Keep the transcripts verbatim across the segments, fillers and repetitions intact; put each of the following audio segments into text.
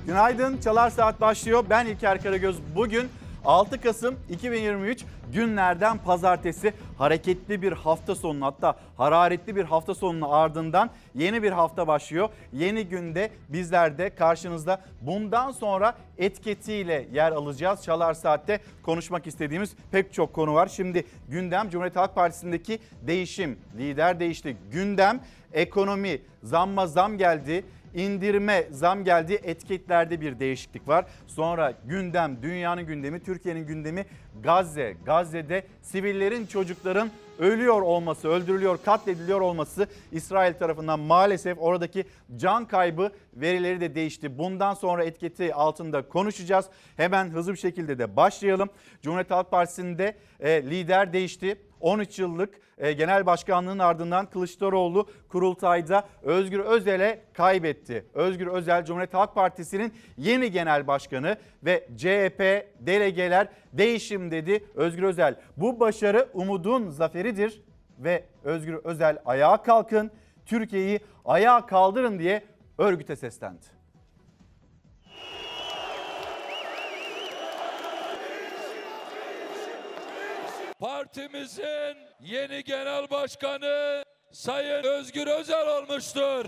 Günaydın, Çalar Saat başlıyor. Ben İlker Karagöz. Bugün altı Kasım iki bin yirmi üç günlerden pazartesi, hareketli bir hafta sonu, hatta hararetli bir hafta sonunun ardından yeni bir hafta başlıyor. Yeni günde bizler de karşınızda bundan sonra etiketiyle yer alacağız. Çalar Saat'te konuşmak istediğimiz pek çok konu var. Şimdi gündem Cumhuriyet Halk Partisi'ndeki değişim, lider değişti. Gündem ekonomi, zamma zam geldi. İndirime zam geldi, etiketlerde bir değişiklik var. Sonra gündem, dünyanın gündemi, Türkiye'nin gündemi Gazze. Gazze'de sivillerin, çocukların ölüyor olması, öldürülüyor, katlediliyor olması İsrail tarafından maalesef oradaki can kaybı verileri de değişti. Bundan sonra etiketi altında konuşacağız. Hemen hızlı bir şekilde de başlayalım. Cumhuriyet Halk Partisi'nde e, lider değişti. on üç yıllık e, genel başkanlığın ardından Kılıçdaroğlu kurultayda Özgür Özel'e kaybetti. Özgür Özel Cumhuriyet Halk Partisi'nin yeni genel başkanı ve C H P delegeler değişim dedi Özgür Özel. Bu başarı umudun zaferidir ve Özgür Özel ayağa kalkın, Türkiye'yi ayağa kaldırın diye örgüte seslendi. Partimizin yeni genel başkanı Sayın Özgür Özel olmuştur.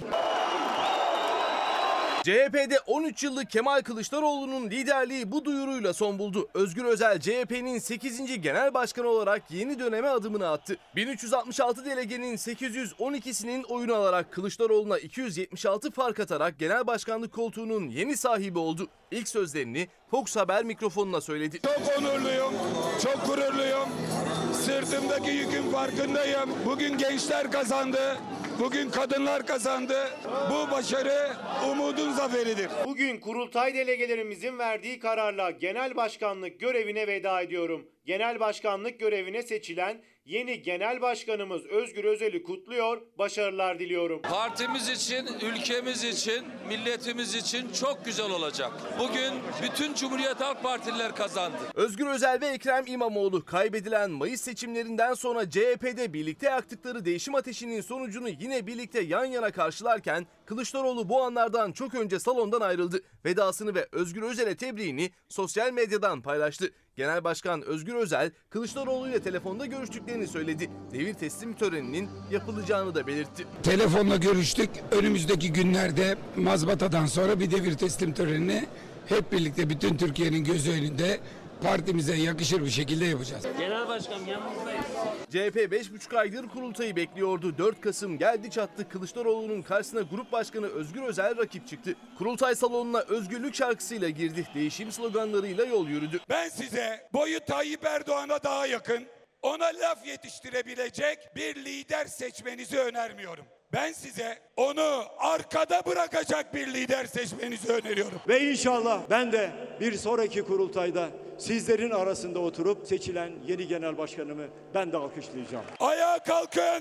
C H P'de on üç yıllık Kemal Kılıçdaroğlu'nun liderliği bu duyuruyla son buldu. Özgür Özel C H P'nin sekizinci genel başkanı olarak yeni döneme adımını attı. bin üç yüz altmış altı delegenin sekiz yüz on ikisinin oyunu alarak Kılıçdaroğlu'na iki yüz yetmiş altı fark atarak genel başkanlık koltuğunun yeni sahibi oldu. İlk sözlerini Fox Haber mikrofonuna söyledi. Çok onurluyum, çok gururluyum. Sırtımdaki yükün farkındayım. Bugün gençler kazandı. Bugün kadınlar kazandı. Bu başarı umudun zaferidir. Bugün kurultay delegelerimizin verdiği kararla genel başkanlık görevine veda ediyorum. Genel başkanlık görevine seçilen yeni genel başkanımız Özgür Özel'i kutluyor, başarılar diliyorum. Partimiz için, ülkemiz için, milletimiz için çok güzel olacak. Bugün bütün Cumhuriyet Halk Partililer kazandı. Özgür Özel ve Ekrem İmamoğlu kaybedilen Mayıs seçimlerinden sonra C H P'de birlikte yaktıkları değişim ateşinin sonucunu yine birlikte yan yana karşılarken Kılıçdaroğlu bu anlardan çok önce salondan ayrıldı. Vedasını ve Özgür Özel'e tebriğini sosyal medyadan paylaştı. Genel Başkan Özgür Özel, Kılıçdaroğlu ile telefonda görüştüklerini söyledi. Devir teslim töreninin yapılacağını da belirtti. Telefonla görüştük. Önümüzdeki günlerde mazbatadan sonra bir devir teslim törenini hep birlikte bütün Türkiye'nin gözü önünde partimize yakışır bir şekilde yapacağız. Genel Başkanım yanımızdayız. C H P beş buçuk aydır kurultayı bekliyordu. dört Kasım geldi çattı. Kılıçdaroğlu'nun karşısına Grup Başkanı Özgür Özel rakip çıktı. Kurultay salonuna özgürlük şarkısıyla girdi. Değişim sloganlarıyla yol yürüdü. Ben size boyu Tayyip Erdoğan'a daha yakın, ona laf yetiştirebilecek bir lider seçmenizi önermiyorum. Ben size onu arkada bırakacak bir lider seçmenizi öneriyorum. Ve inşallah ben de bir sonraki kurultayda sizlerin arasında oturup seçilen yeni genel başkanımı ben de alkışlayacağım. Ayağa kalkın,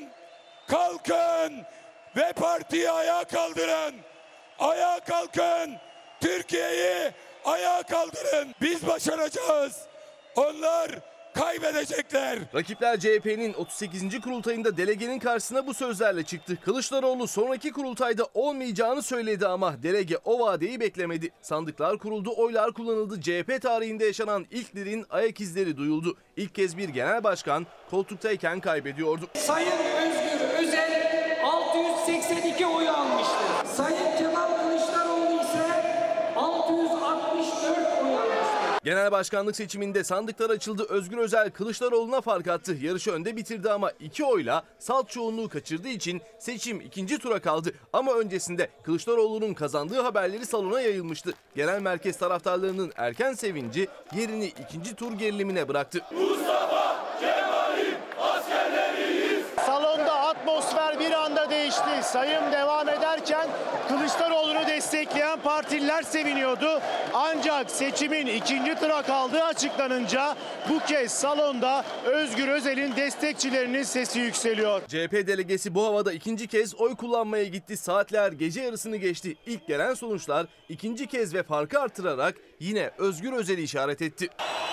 kalkın ve partiyi ayağa kaldırın. Ayağa kalkın, Türkiye'yi ayağa kaldırın. Biz başaracağız. Onlar kaybedecekler. Rakipler C H P'nin otuz sekizinci kurultayında delegenin karşısına bu sözlerle çıktı. Kılıçdaroğlu sonraki kurultayda olmayacağını söyledi ama delege o vadeyi beklemedi. Sandıklar kuruldu, oylar kullanıldı. C H P tarihinde yaşanan ilklerin ayak izleri duyuldu. İlk kez bir genel başkan koltuktayken kaybediyordu. Sayın Özgür Özel altı yüz seksen iki oy almıştır. Sayın Kemal Kılıçdaroğlu ise altı yüz altmış dört oy almıştır. Genel başkanlık seçiminde sandıklar açıldı. Özgür Özel Kılıçdaroğlu'na fark attı. Yarışı önde bitirdi ama iki oyla salt çoğunluğu kaçırdığı için seçim ikinci tura kaldı. Ama öncesinde Kılıçdaroğlu'nun kazandığı haberleri salona yayılmıştı. Genel merkez taraftarlarının erken sevinci yerini ikinci tur gerilimine bıraktı. Mustafa Kemal'in askerleriyiz. Salonda atmosfer bir anda değişti. Sayım devam ederken Kılıçdaroğlu'nu destekleyen partililer seviniyordu. Ancak seçimin ikinci tura kaldığı açıklanınca bu kez salonda Özgür Özel'in destekçilerinin sesi yükseliyor. C H P delegesi bu havada ikinci kez oy kullanmaya gitti. Saatler gece yarısını geçti. İlk gelen sonuçlar ikinci kez ve farkı artırarak yine Özgür Özel'i işaret etti.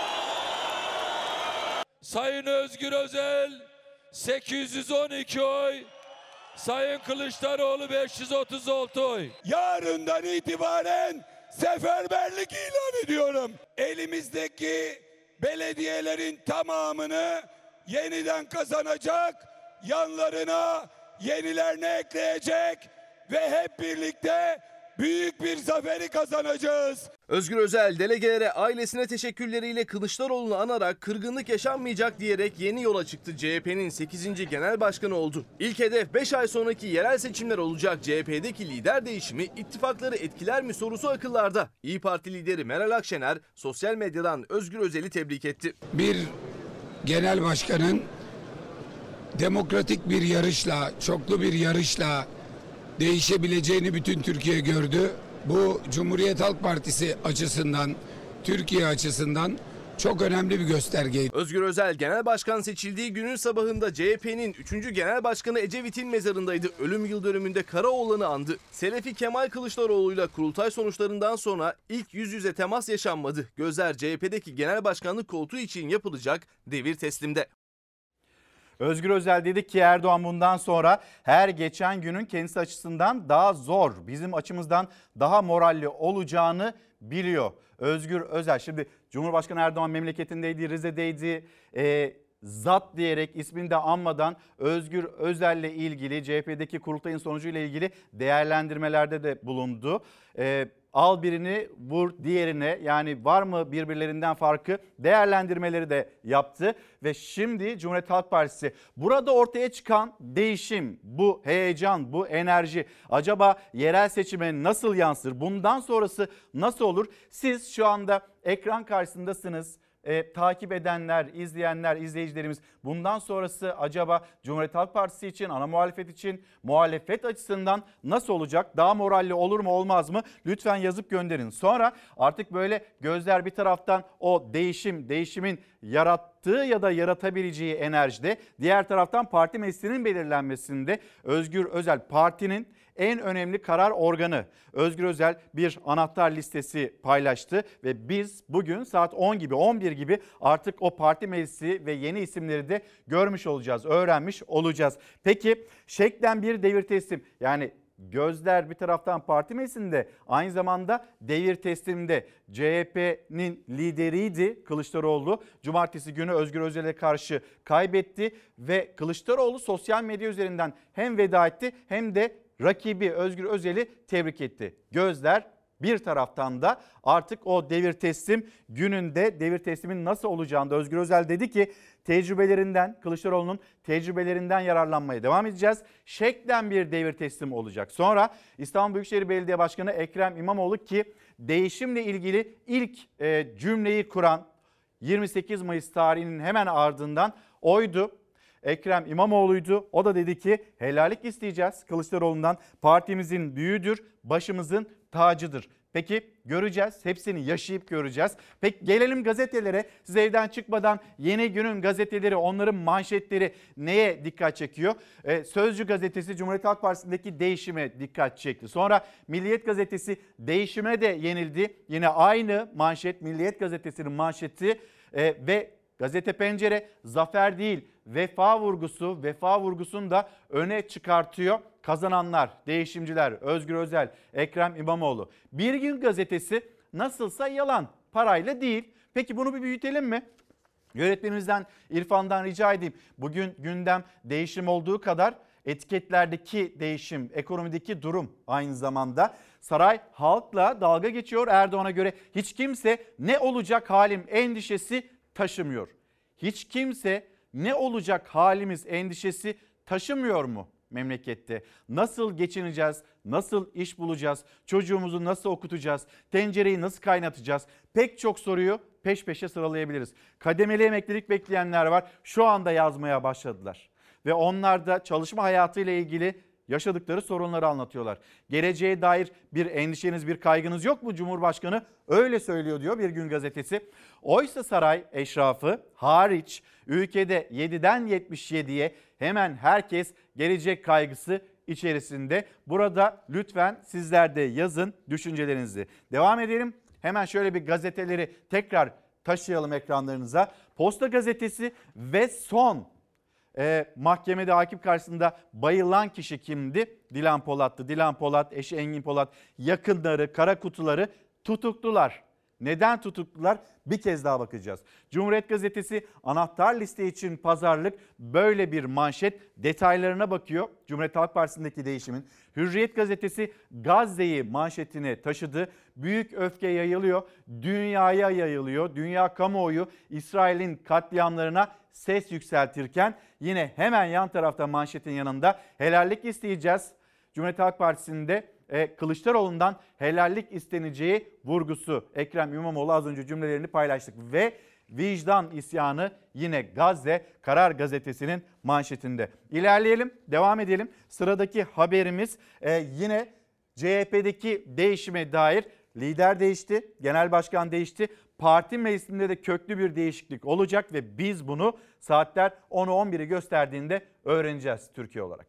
Sayın Özgür Özel sekiz yüz on iki oy, Sayın Kılıçdaroğlu beş yüz otuz altı oy. Yarından itibaren seferberlik ilan ediyorum. Elimizdeki belediyelerin tamamını yeniden kazanacak, yanlarına yenilerini ekleyecek ve hep birlikte büyük bir zaferi kazanacağız. Özgür Özel delegelere ailesine teşekkürleriyle Kılıçdaroğlu'nu anarak kırgınlık yaşanmayacak diyerek yeni yola çıktı. C H P'nin sekizinci genel başkanı oldu. İlk hedef beş ay sonraki yerel seçimler olacak. C H P'deki lider değişimi ittifakları etkiler mi sorusu akıllarda. İYİ Parti lideri Meral Akşener sosyal medyadan Özgür Özel'i tebrik etti. Bir genel başkanın demokratik bir yarışla, çoklu bir yarışla değişebileceğini bütün Türkiye gördü. Bu Cumhuriyet Halk Partisi açısından, Türkiye açısından çok önemli bir göstergeydi. Özgür Özel genel başkan seçildiği günün sabahında C H P'nin üçüncü genel başkanı Ecevit'in mezarındaydı. Ölüm yıl dönümünde Karaoğlan'ı andı. Selefi Kemal Kılıçdaroğlu'yla kurultay sonuçlarından sonra ilk yüz yüze temas yaşanmadı. Gözler C H P'deki genel başkanlık koltuğu için yapılacak devir teslimde. Özgür Özel dedi ki Erdoğan bundan sonra her geçen günün kendisi açısından daha zor, bizim açımızdan daha moralli olacağını biliyor. Özgür Özel şimdi Cumhurbaşkanı Erdoğan memleketindeydi, Rize'deydi. E, zat diyerek ismini de anmadan Özgür Özel'le ilgili C H P'deki kurultayın sonucuyla ilgili değerlendirmelerde de bulundu. E, Al birini vur diğerine, yani var mı birbirlerinden farkı, değerlendirmeleri de yaptı. Ve şimdi Cumhuriyet Halk Partisi, burada ortaya çıkan değişim, bu heyecan, bu enerji acaba yerel seçime nasıl yansır? Bundan sonrası nasıl olur? Siz şu anda ekran karşısındasınız. E, takip edenler, izleyenler, izleyicilerimiz, bundan sonrası acaba Cumhuriyet Halk Partisi için, ana muhalefet için, muhalefet açısından nasıl olacak? Daha moralli olur mu olmaz mı? Lütfen yazıp gönderin. Sonra artık böyle gözler bir taraftan o değişim, değişimin yarattığı ya da yaratabileceği enerjide, diğer taraftan parti meclisinin belirlenmesinde Özgür Özel partinin en önemli karar organı. Özgür Özel bir anahtar listesi paylaştı ve biz bugün saat on gibi, on bir gibi artık o parti meclisi ve yeni isimleri de görmüş olacağız, öğrenmiş olacağız. Peki şeklen bir devir teslim, yani gözler bir taraftan parti meclisinde, aynı zamanda devir teslimde. C H P'nin lideriydi Kılıçdaroğlu. Cumartesi günü Özgür Özel'e karşı kaybetti ve Kılıçdaroğlu sosyal medya üzerinden hem veda etti hem de rakibi Özgür Özel'i tebrik etti. Gözler bir taraftan da artık o devir teslim gününde, devir teslimin nasıl olacağını da Özgür Özel dedi ki tecrübelerinden, Kılıçdaroğlu'nun tecrübelerinden yararlanmaya devam edeceğiz. Şeklen bir devir teslim olacak. Sonra İstanbul Büyükşehir Belediye Başkanı Ekrem İmamoğlu ki değişimle ilgili ilk e, cümleyi kuran yirmi sekiz Mayıs tarihinin hemen ardından oydu. Ekrem İmamoğlu'ydu. O da dedi ki helallik isteyeceğiz Kılıçdaroğlu'ndan. Partimizin büyüğüdür, başımızın tacıdır. Peki göreceğiz. Hepsini yaşayıp göreceğiz. Peki gelelim gazetelere. Siz evden çıkmadan Yeni Gün'ün gazeteleri, onların manşetleri neye dikkat çekiyor? Ee, Sözcü gazetesi Cumhuriyet Halk Partisi'ndeki değişime dikkat çekti. Sonra Milliyet gazetesi değişime de yenildi. Yine aynı manşet Milliyet gazetesinin manşeti ee, ve Gazete Pencere zafer değil vefa vurgusu, vefa vurgusunu da öne çıkartıyor. Kazananlar, değişimciler, Özgür Özel, Ekrem İmamoğlu. Bir Gün gazetesi nasılsa yalan, parayla değil. Peki bunu bir büyütelim mi? Yönetmenimizden, İrfan'dan rica edeyim. Bugün gündem değişim olduğu kadar etiketlerdeki değişim, ekonomideki durum aynı zamanda. Saray halkla dalga geçiyor. Erdoğan'a göre hiç kimse ne olacak halim endişesi taşımıyor. Hiç kimse ne olacak halimiz endişesi taşımıyor mu memlekette? Nasıl geçineceğiz? Nasıl iş bulacağız? Çocuğumuzu nasıl okutacağız? Tencereyi nasıl kaynatacağız? Pek çok soruyu peş peşe sıralayabiliriz. Kademeli emeklilik bekleyenler var. Şu anda yazmaya başladılar. Ve onlar da çalışma hayatıyla ilgili yaşadıkları sorunları anlatıyorlar. Geleceğe dair bir endişeniz, bir kaygınız yok mu? Cumhurbaşkanı öyle söylüyor diyor Bir Gün gazetesi. Oysa saray eşrafı hariç ülkede yediden yetmiş yediye hemen herkes gelecek kaygısı içerisinde. Burada lütfen sizler de yazın düşüncelerinizi. Devam edelim. Hemen şöyle bir gazeteleri tekrar taşıyalım ekranlarınıza. Posta gazetesi ve son. E, mahkemede hakim karşısında bayılan kişi kimdi? Dilan Polat'tı. Dilan Polat, eşi Engin Polat, yakınları, kara kutuları tutuklular. Neden tutuklular? Bir kez daha bakacağız. Cumhuriyet Gazetesi anahtar liste için pazarlık, böyle bir manşet, detaylarına bakıyor Cumhuriyet Halk Partisi'ndeki değişimin. Hürriyet Gazetesi Gazze'yi manşetine taşıdı. Büyük öfke yayılıyor, dünyaya yayılıyor. Dünya kamuoyu İsrail'in katliamlarına ses yükseltirken yine hemen yan tarafta manşetin yanında helallik isteyeceğiz. Cumhuriyet Halk Partisi'nde e, Kılıçdaroğlu'ndan helallik isteneceği vurgusu. Ekrem İmamoğlu az önce cümlelerini paylaştık ve vicdan isyanı yine Gazze Karar Gazetesi'nin manşetinde. İlerleyelim, devam edelim. Sıradaki haberimiz e, yine C H P'deki değişime dair. Lider değişti, genel başkan değişti. Parti meclisinde de köklü bir değişiklik olacak ve biz bunu saatler onu on biri gösterdiğinde öğreneceğiz Türkiye olarak.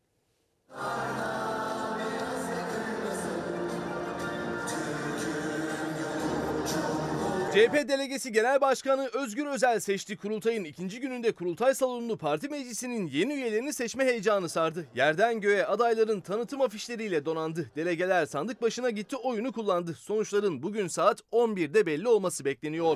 C H P Delegesi Genel Başkanı Özgür Özel seçti. Kurultayın ikinci gününde kurultay salonunu parti meclisinin yeni üyelerini seçme heyecanı sardı. Yerden göğe adayların tanıtım afişleriyle donandı. Delegeler sandık başına gitti, oyunu kullandı. Sonuçların bugün saat on birde belli olması bekleniyor.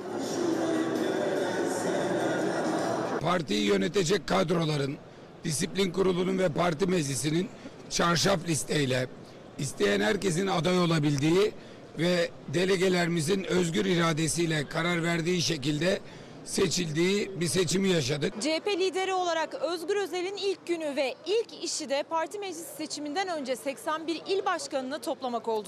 Partiyi yönetecek kadroların, disiplin kurulunun ve parti meclisinin çarşaf listeyle isteyen herkesin aday olabildiği ve delegelerimizin özgür iradesiyle karar verdiği şekilde seçildiği bir seçimi yaşadık. C H P lideri olarak Özgür Özel'in ilk günü ve ilk işi de parti meclisi seçiminden önce seksen bir il başkanını toplamak oldu.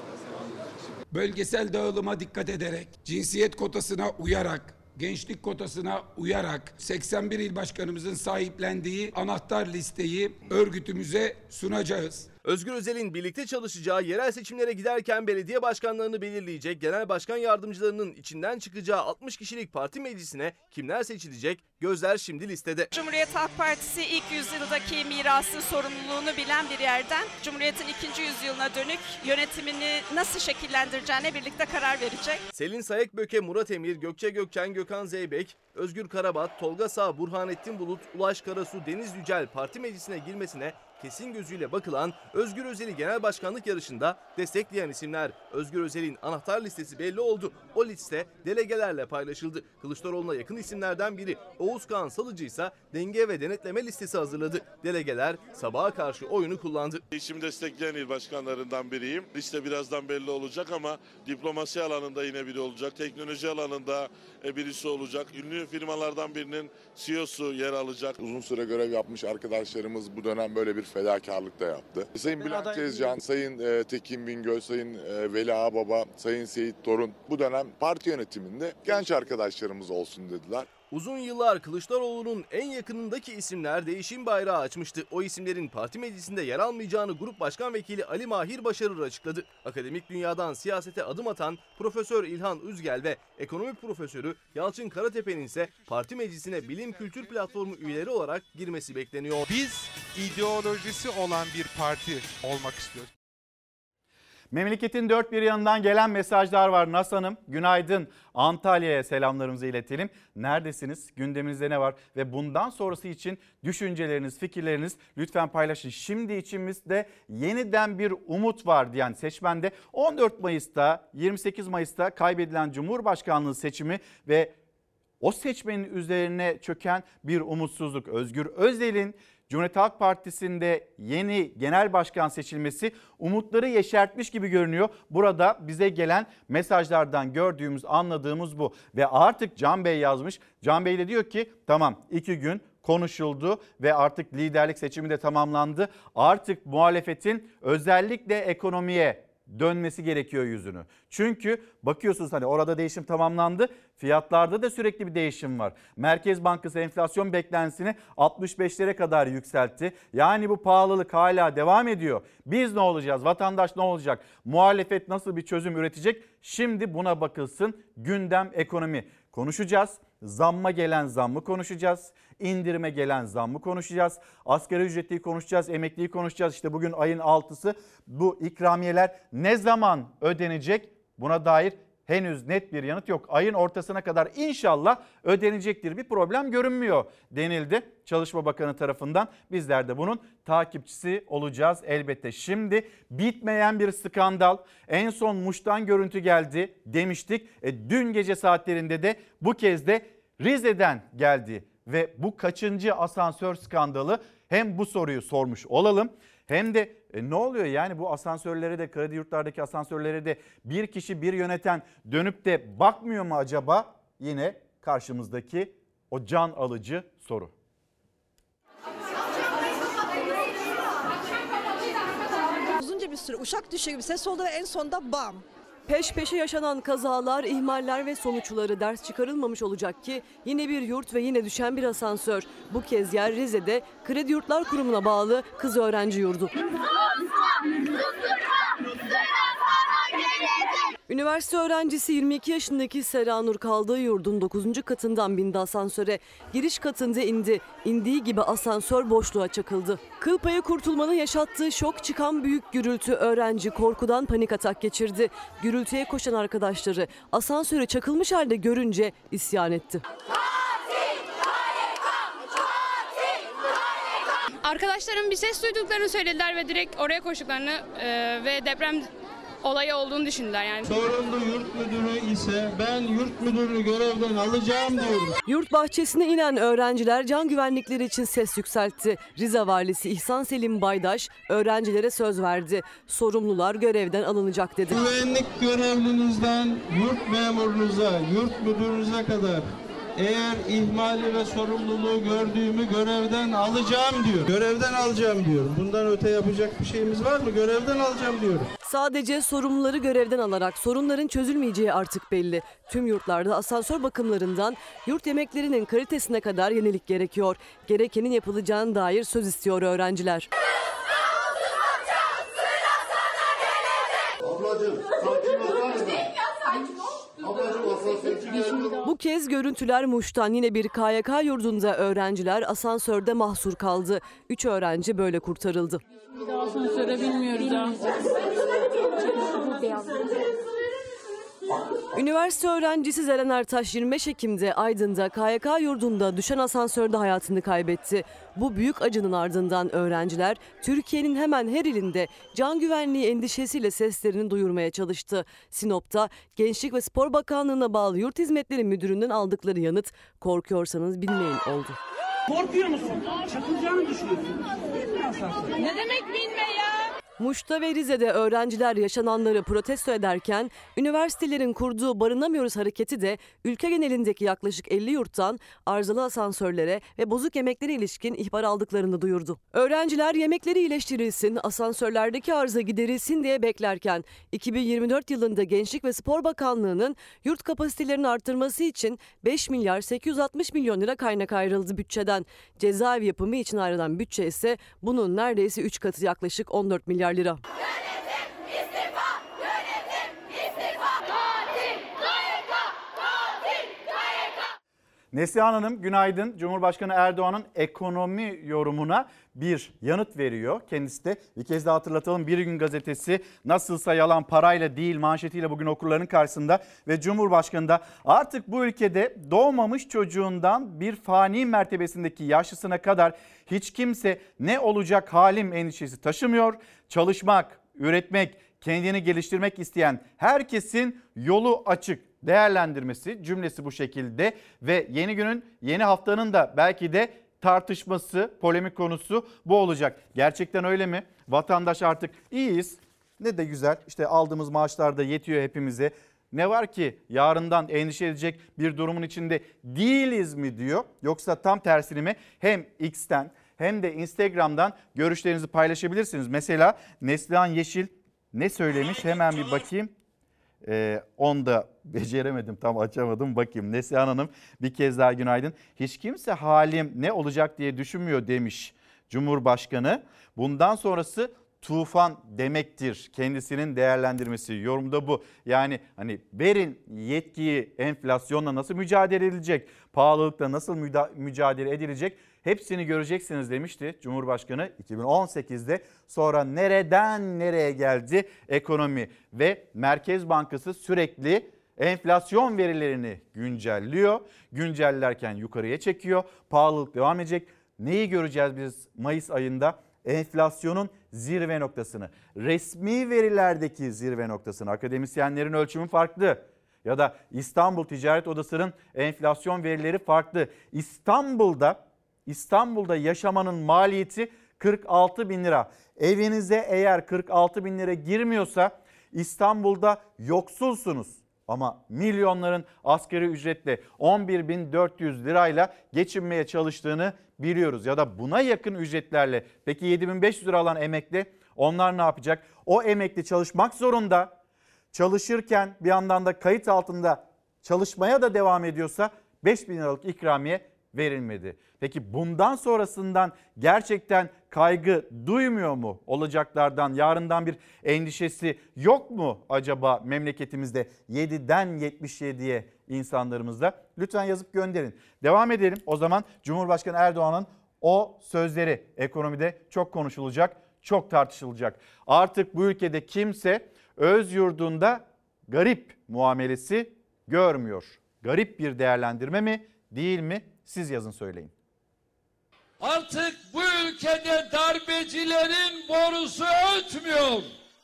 Bölgesel dağılıma dikkat ederek, cinsiyet kotasına uyarak, gençlik kotasına uyarak seksen bir il başkanımızın sahiplendiği anahtar listeyi örgütümüze sunacağız. Özgür Özel'in birlikte çalışacağı, yerel seçimlere giderken belediye başkanlarını belirleyecek, genel başkan yardımcılarının içinden çıkacağı altmış kişilik parti meclisine kimler seçilecek? Gözler şimdi listede. Cumhuriyet Halk Partisi ilk yüzyıldaki mirası, sorumluluğunu bilen bir yerden Cumhuriyet'in ikinci yüzyılına dönük yönetimini nasıl şekillendireceğine birlikte karar verecek. Selin Sayekböke, Murat Emir, Gökçe Gökçen, Gökhan Zeybek, Özgür Karabat, Tolga Sağ, Burhanettin Bulut, Ulaş Karasu, Deniz Yücel parti meclisine girmesine kesin gözüyle bakılan Özgür Özel'i genel başkanlık yarışında destekleyen isimler. Özgür Özel'in anahtar listesi belli oldu. O liste delegelerle paylaşıldı. Kılıçdaroğlu'na yakın isimlerden biri Oğuzkan Salıcı ise denge ve denetleme listesi hazırladı. Delegeler sabaha karşı oyunu kullandı. Değişimi destekleyen il başkanlarından biriyim. Liste birazdan belli olacak ama diplomasi alanında yine biri olacak. Teknoloji alanında birisi olacak. Ünlü firmalardan birinin C E O'su yer alacak. Uzun süre görev yapmış arkadaşlarımız bu dönem böyle bir fedakarlık da yaptı. Sayın Bülent Tezcan, Sayın e, Tekin Bingöl, Sayın e, Veli Ağbaba, Sayın Seyit Torun bu dönem parti yönetiminde genç arkadaşlarımız olsun dediler. Uzun yıllar Kılıçdaroğlu'nun en yakınındaki isimler değişim bayrağı açmıştı. O isimlerin parti meclisinde yer almayacağını Grup Başkan Vekili Ali Mahir Başarır açıkladı. Akademik dünyadan siyasete adım atan Profesör İlhan Üzgel ve ekonomi profesörü Yalçın Karatepe'nin ise parti meclisine Bilim Kültür Platformu üyeleri olarak girmesi bekleniyor. Biz ideolojisi olan bir parti olmak istiyoruz. Memleketin dört bir yanından gelen mesajlar var. Nas Hanım günaydın. Antalya'ya selamlarımızı iletelim. Neredesiniz? Gündeminizde ne var? Ve bundan sonrası için düşünceleriniz, fikirleriniz lütfen paylaşın. Şimdi içimizde yeniden bir umut var diyen seçmende on dört Mayıs'ta yirmi sekiz Mayıs'ta kaybedilen Cumhurbaşkanlığı seçimi ve o seçmenin üzerine çöken bir umutsuzluk. Özgür Özel'in Cumhuriyet Halk Partisi'nde yeni genel başkan seçilmesi umutları yeşertmiş gibi görünüyor. Burada bize gelen mesajlardan gördüğümüz, anladığımız bu. Ve artık Can Bey yazmış. Can Bey de diyor ki tamam iki gün konuşuldu ve artık liderlik seçimi de tamamlandı. Artık muhalefetin özellikle ekonomiye dönmesi gerekiyor yüzünü. Çünkü bakıyorsunuz hani orada değişim tamamlandı. Fiyatlarda da sürekli bir değişim var. Merkez Bankası enflasyon beklentisini altmış beşlere kadar yükseltti. Yani bu pahalılık hala devam ediyor. Biz ne olacağız? Vatandaş ne olacak? Muhalefet nasıl bir çözüm üretecek? Şimdi buna bakılsın. Gündem ekonomi. Konuşacağız. Zamma gelen zammı konuşacağız. İndirime gelen zammı konuşacağız. Asgari ücretliyi konuşacağız. Emekliyi konuşacağız. İşte bugün ayın altısı bu ikramiyeler ne zaman ödenecek? Buna dair henüz net bir yanıt yok. Ayın ortasına kadar inşallah ödenecektir. Bir problem görünmüyor denildi Çalışma Bakanı tarafından. Bizler de bunun takipçisi olacağız elbette. Şimdi bitmeyen bir skandal. En son Muş'tan görüntü geldi demiştik. E, dün gece saatlerinde de bu kez de Rize'den geldi. Ve bu kaçıncı asansör skandalı? Hem bu soruyu sormuş olalım. Hem de e, ne oluyor yani bu asansörlere de, kredi yurtlardaki asansörlere de bir kişi bir yöneten dönüp de bakmıyor mu acaba? Yine karşımızdaki o can alıcı soru. Uzunca bir süre uçak düşüyor gibi ses oldu ve en sonunda bam. Peş peşe yaşanan kazalar, ihmaller ve sonuçları ders çıkarılmamış olacak ki yine bir yurt ve yine düşen bir asansör. Bu kez yer Rize'de Kredi Yurtlar Kurumu'na bağlı kız öğrenci yurdu. Üniversite öğrencisi yirmi iki yaşındaki Seranur kaldığı yurdun dokuzuncu katından bindi asansöre. Giriş katında indi. İndiği gibi asansör boşluğa çakıldı. Kıl payı kurtulmanın yaşattığı şok, çıkan büyük gürültü, öğrenci korkudan panik atak geçirdi. Gürültüye koşan arkadaşları asansöre çakılmış halde görünce isyan etti. Arkadaşlarım bir ses duyduklarını söylediler ve direkt oraya koştuklarını e, ve deprem olayı olduğunu düşündüler yani. Sorumlu yurt müdürü ise ben yurt müdürünü görevden alacağım diyorum. Yurt bahçesine inen öğrenciler can güvenlikleri için ses yükseltti. Rize Valisi İhsan Selim Baydaş öğrencilere söz verdi. Sorumlular görevden alınacak dedi. Güvenlik görevlinizden yurt memurunuza, yurt müdürünüze kadar eğer ihmali ve sorumluluğu gördüğümü görevden alacağım diyor. Görevden alacağım diyorum. Bundan öte yapacak bir şeyimiz var mı? Görevden alacağım diyorum. Sadece sorumluları görevden alarak sorunların çözülmeyeceği artık belli. Tüm yurtlarda asansör bakımlarından yurt yemeklerinin kalitesine kadar yenilik gerekiyor. Gerekenin yapılacağına dair söz istiyor öğrenciler. Ablacığım, sakin ol. Bu kez görüntüler Muş'tan. Yine bir K Y K yurdunda öğrenciler asansörde mahsur kaldı. Üç öğrenci böyle kurtarıldı. Bir daha asansöre bilmiyoruz ha. Üniversite öğrencisi Zeren Ertaş yirmi beş Ekim'de Aydın'da K Y K yurdunda düşen asansörde hayatını kaybetti. Bu büyük acının ardından öğrenciler Türkiye'nin hemen her ilinde can güvenliği endişesiyle seslerini duyurmaya çalıştı. Sinop'ta Gençlik ve Spor Bakanlığı'na bağlı Yurt Hizmetleri Müdürü'nün aldıkları yanıt korkuyorsanız bilmeyin oldu. Korkuyor musun? Çakılacağını düşünüyorsun. Ne demek bilme ya? Muş'ta ve Rize'de öğrenciler yaşananları protesto ederken üniversitelerin kurduğu Barınamıyoruz hareketi de ülke genelindeki yaklaşık elli yurttan arızalı asansörlere ve bozuk yemeklere ilişkin ihbar aldıklarını duyurdu. Öğrenciler yemekleri iyileştirilsin, asansörlerdeki arıza giderilsin diye beklerken iki bin yirmi dört yılında Gençlik ve Spor Bakanlığı'nın yurt kapasitelerini artırması için beş milyar sekiz yüz altmış milyon lira kaynak ayrıldı bütçeden. Cezaevi yapımı için ayrılan bütçe ise bunun neredeyse üç katı, yaklaşık on dört milyar lira. Yönetim istifa! Yönetim istifa! Katil! K Y K! Katil! K Y K! Neslihan Hanım günaydın. Cumhurbaşkanı Erdoğan'ın ekonomi yorumuna bir yanıt veriyor. Kendisi de bir kez daha hatırlatalım. Bir Gün Gazetesi nasılsa yalan parayla değil manşetiyle bugün okurların karşısında ve Cumhurbaşkanı da artık bu ülkede doğmamış çocuğundan bir fani mertebesindeki yaşlısına kadar hiç kimse ne olacak halim endişesi taşımıyor. Çalışmak, üretmek, kendini geliştirmek isteyen herkesin yolu açık değerlendirmesi, cümlesi bu şekilde ve yeni günün, yeni haftanın da belki de tartışması, polemik konusu bu olacak. Gerçekten öyle mi? Vatandaş artık iyiyiz, ne de güzel, işte aldığımız maaşlar da yetiyor hepimize. Ne var ki yarından endişe edecek bir durumun içinde değiliz mi diyor. Yoksa tam tersini mi? Hem X'ten hem de Instagram'dan görüşlerinizi paylaşabilirsiniz. Mesela Neslihan Yeşil ne söylemiş? Hemen bir bakayım. Ee, onu da beceremedim, tam açamadım, bakayım. Neslihan Hanım bir kez daha günaydın. Hiç kimse halim ne olacak diye düşünmüyor demiş Cumhurbaşkanı. Bundan sonrası tufan demektir. Kendisinin değerlendirmesi, yorumda bu. Yani hani verin yetkiyi, enflasyonla nasıl mücadele edilecek, pahalılıkla nasıl müda- mücadele edilecek, hepsini göreceksiniz demişti Cumhurbaşkanı iki bin on sekizde. Sonra nereden nereye geldi ekonomi ve Merkez Bankası sürekli enflasyon verilerini güncelliyor. Güncellerken yukarıya çekiyor. Pahalılık devam edecek. Neyi göreceğiz biz Mayıs ayında? Enflasyonun zirve noktasını, resmi verilerdeki zirve noktasını. Akademisyenlerin ölçümü farklı. Ya da İstanbul Ticaret Odası'nın enflasyon verileri farklı. İstanbul'da İstanbul'da yaşamanın maliyeti kırk altı bin lira. Evinize eğer kırk altı bin lira girmiyorsa İstanbul'da yoksulsunuz. Ama milyonların asgari ücretle on bir bin dört yüz lirayla geçinmeye çalıştığını biliyoruz. Ya da buna yakın ücretlerle. Peki yedi bin beş yüz lira alan emekli, onlar ne yapacak? O emekli çalışmak zorunda. Çalışırken bir yandan da kayıt altında çalışmaya da devam ediyorsa beş bin liralık ikramiye verilmedi. Peki bundan sonrasından gerçekten kaygı duymuyor mu? Olacaklardan, yarından bir endişesi yok mu acaba memleketimizde yediden yetmiş yediye insanlarımızda? Lütfen yazıp gönderin. Devam edelim. O zaman Cumhurbaşkanı Erdoğan'ın o sözleri ekonomide çok konuşulacak, çok tartışılacak. Artık bu ülkede kimse öz yurdunda garip muamelesi görmüyor. Garip bir değerlendirme mi, değil mi? Siz yazın, söyleyin. Artık bu ülkede darbecilerin borusu ötmüyor.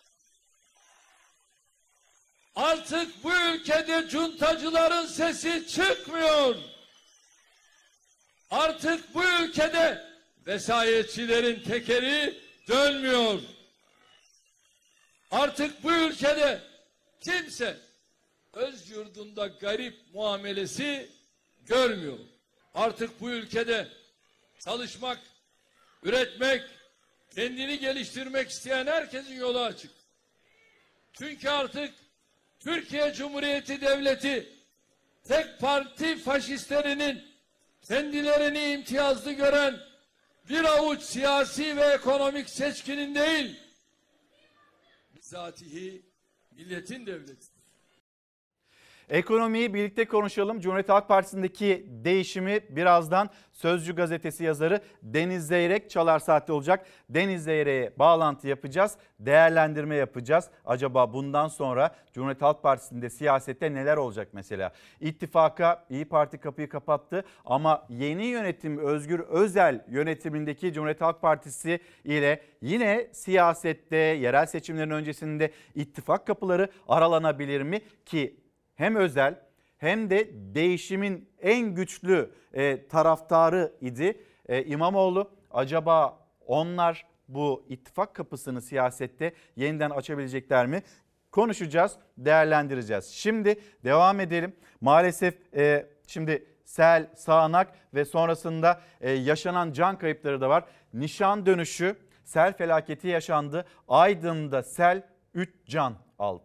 Artık bu ülkede cuntacıların sesi çıkmıyor. Artık bu ülkede vesayetçilerin tekeri dönmüyor. Artık bu ülkede kimse öz yurdunda garip muamelesi görmüyor. Artık bu ülkede çalışmak, üretmek, kendini geliştirmek isteyen herkesin yolu açık. Çünkü artık Türkiye Cumhuriyeti Devleti tek parti faşistlerinin kendilerini imtiyazlı gören bir avuç siyasi ve ekonomik seçkinin değil, bizatihi milletin devleti. Ekonomiyi birlikte konuşalım. Cumhuriyet Halk Partisi'ndeki değişimi birazdan Sözcü gazetesi yazarı Deniz Zeyrek Çalar Saat'te olacak. Deniz Zeyrek'e bağlantı yapacağız, değerlendirme yapacağız. Acaba bundan sonra Cumhuriyet Halk Partisi'nde siyasette neler olacak mesela? İttifaka İYİ Parti kapıyı kapattı ama yeni yönetim Özgür Özel yönetimindeki Cumhuriyet Halk Partisi ile yine siyasette yerel seçimlerin öncesinde ittifak kapıları aralanabilir mi ki? Hem Özel hem de değişimin en güçlü e, taraftarı idi e, İmamoğlu. Acaba onlar bu ittifak kapısını siyasette yeniden açabilecekler mi? Konuşacağız, değerlendireceğiz. Şimdi devam edelim. Maalesef e, şimdi sel, sağanak ve sonrasında e, yaşanan can kayıpları da var. Nişan dönüşü sel felaketi yaşandı. Aydın'da sel üç can aldı.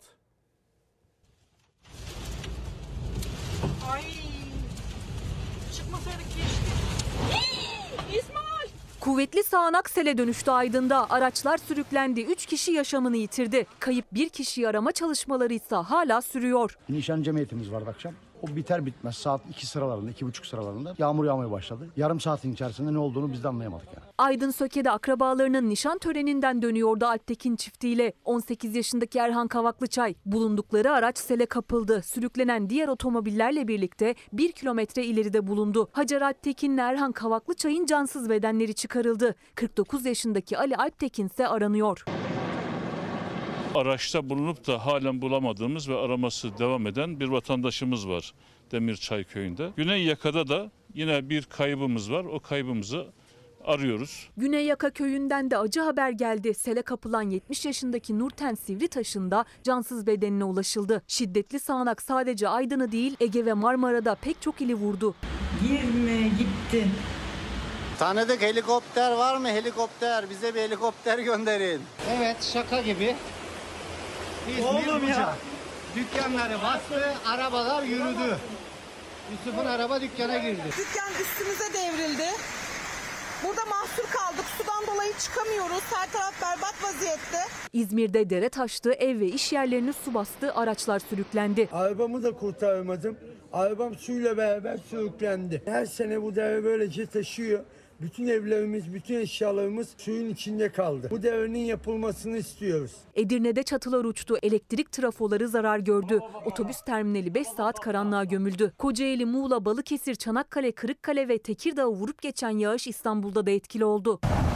Ay. Çıkmasaydık keşke. İsmail! Kuvvetli sağanak sele dönüştü Aydın'da. Araçlar sürüklendi. üç kişi yaşamını yitirdi. Kayıp bir kişiyi arama çalışmaları ise hala sürüyor. Nişan cemiyetimiz vardı akşam. O biter bitmez saat iki sıralarında, iki buçuk sıralarında yağmur yağmaya başladı. Yarım saatin içerisinde ne olduğunu biz de anlayamadık yani. Aydın Söke'de akrabalarının nişan töreninden dönüyordu Alptekin çiftiyle. on sekiz yaşındaki Erhan Kavaklıçay. Bulundukları araç sele kapıldı. Sürüklenen diğer otomobillerle birlikte bir kilometre ileride bulundu. Hacer Alptekin'le Erhan Kavaklıçay'ın cansız bedenleri çıkarıldı. kırk dokuz yaşındaki Ali Alptekin ise aranıyor. Araçta bulunup da halen bulamadığımız ve araması devam eden bir vatandaşımız var Demirçay köyünde. Güney Yaka'da da yine bir kaybımız var. O kaybımızı arıyoruz. Güney Yaka köyünden de acı haber geldi. Sele kapılan yetmiş yaşındaki Nurten Sivritaş'ın da cansız bedenine ulaşıldı. Şiddetli sağanak sadece Aydın'ı değil Ege ve Marmara'da pek çok ili vurdu. Girme gitti. Tanıdık helikopter var mı? Helikopter. Bize bir helikopter gönderin. Evet, şaka gibi. Oğlum ya. Dükkanları bastı, arabalar yürüdü. Yusuf'un araba dükkana girdi. Dükkan üstümüze devrildi. Burada mahsur kaldık. Sudan dolayı çıkamıyoruz. Her taraf berbat vaziyette. İzmir'de dere taştı, ev ve iş yerlerini su bastı, araçlar sürüklendi. Arabamı da kurtaramadım. Arabam suyla beraber sürüklendi. Her sene bu dere böylece taşıyor. Bütün evlerimiz, bütün eşyalarımız suyun içinde kaldı. Bu devrinin yapılmasını istiyoruz. Edirne'de çatılar uçtu, elektrik trafoları zarar gördü. Otobüs terminali beş saat karanlığa gömüldü. Kocaeli, Muğla, Balıkesir, Çanakkale, Kırıkkale ve Tekirdağ'ı vurup geçen yağış İstanbul'da da etkili oldu.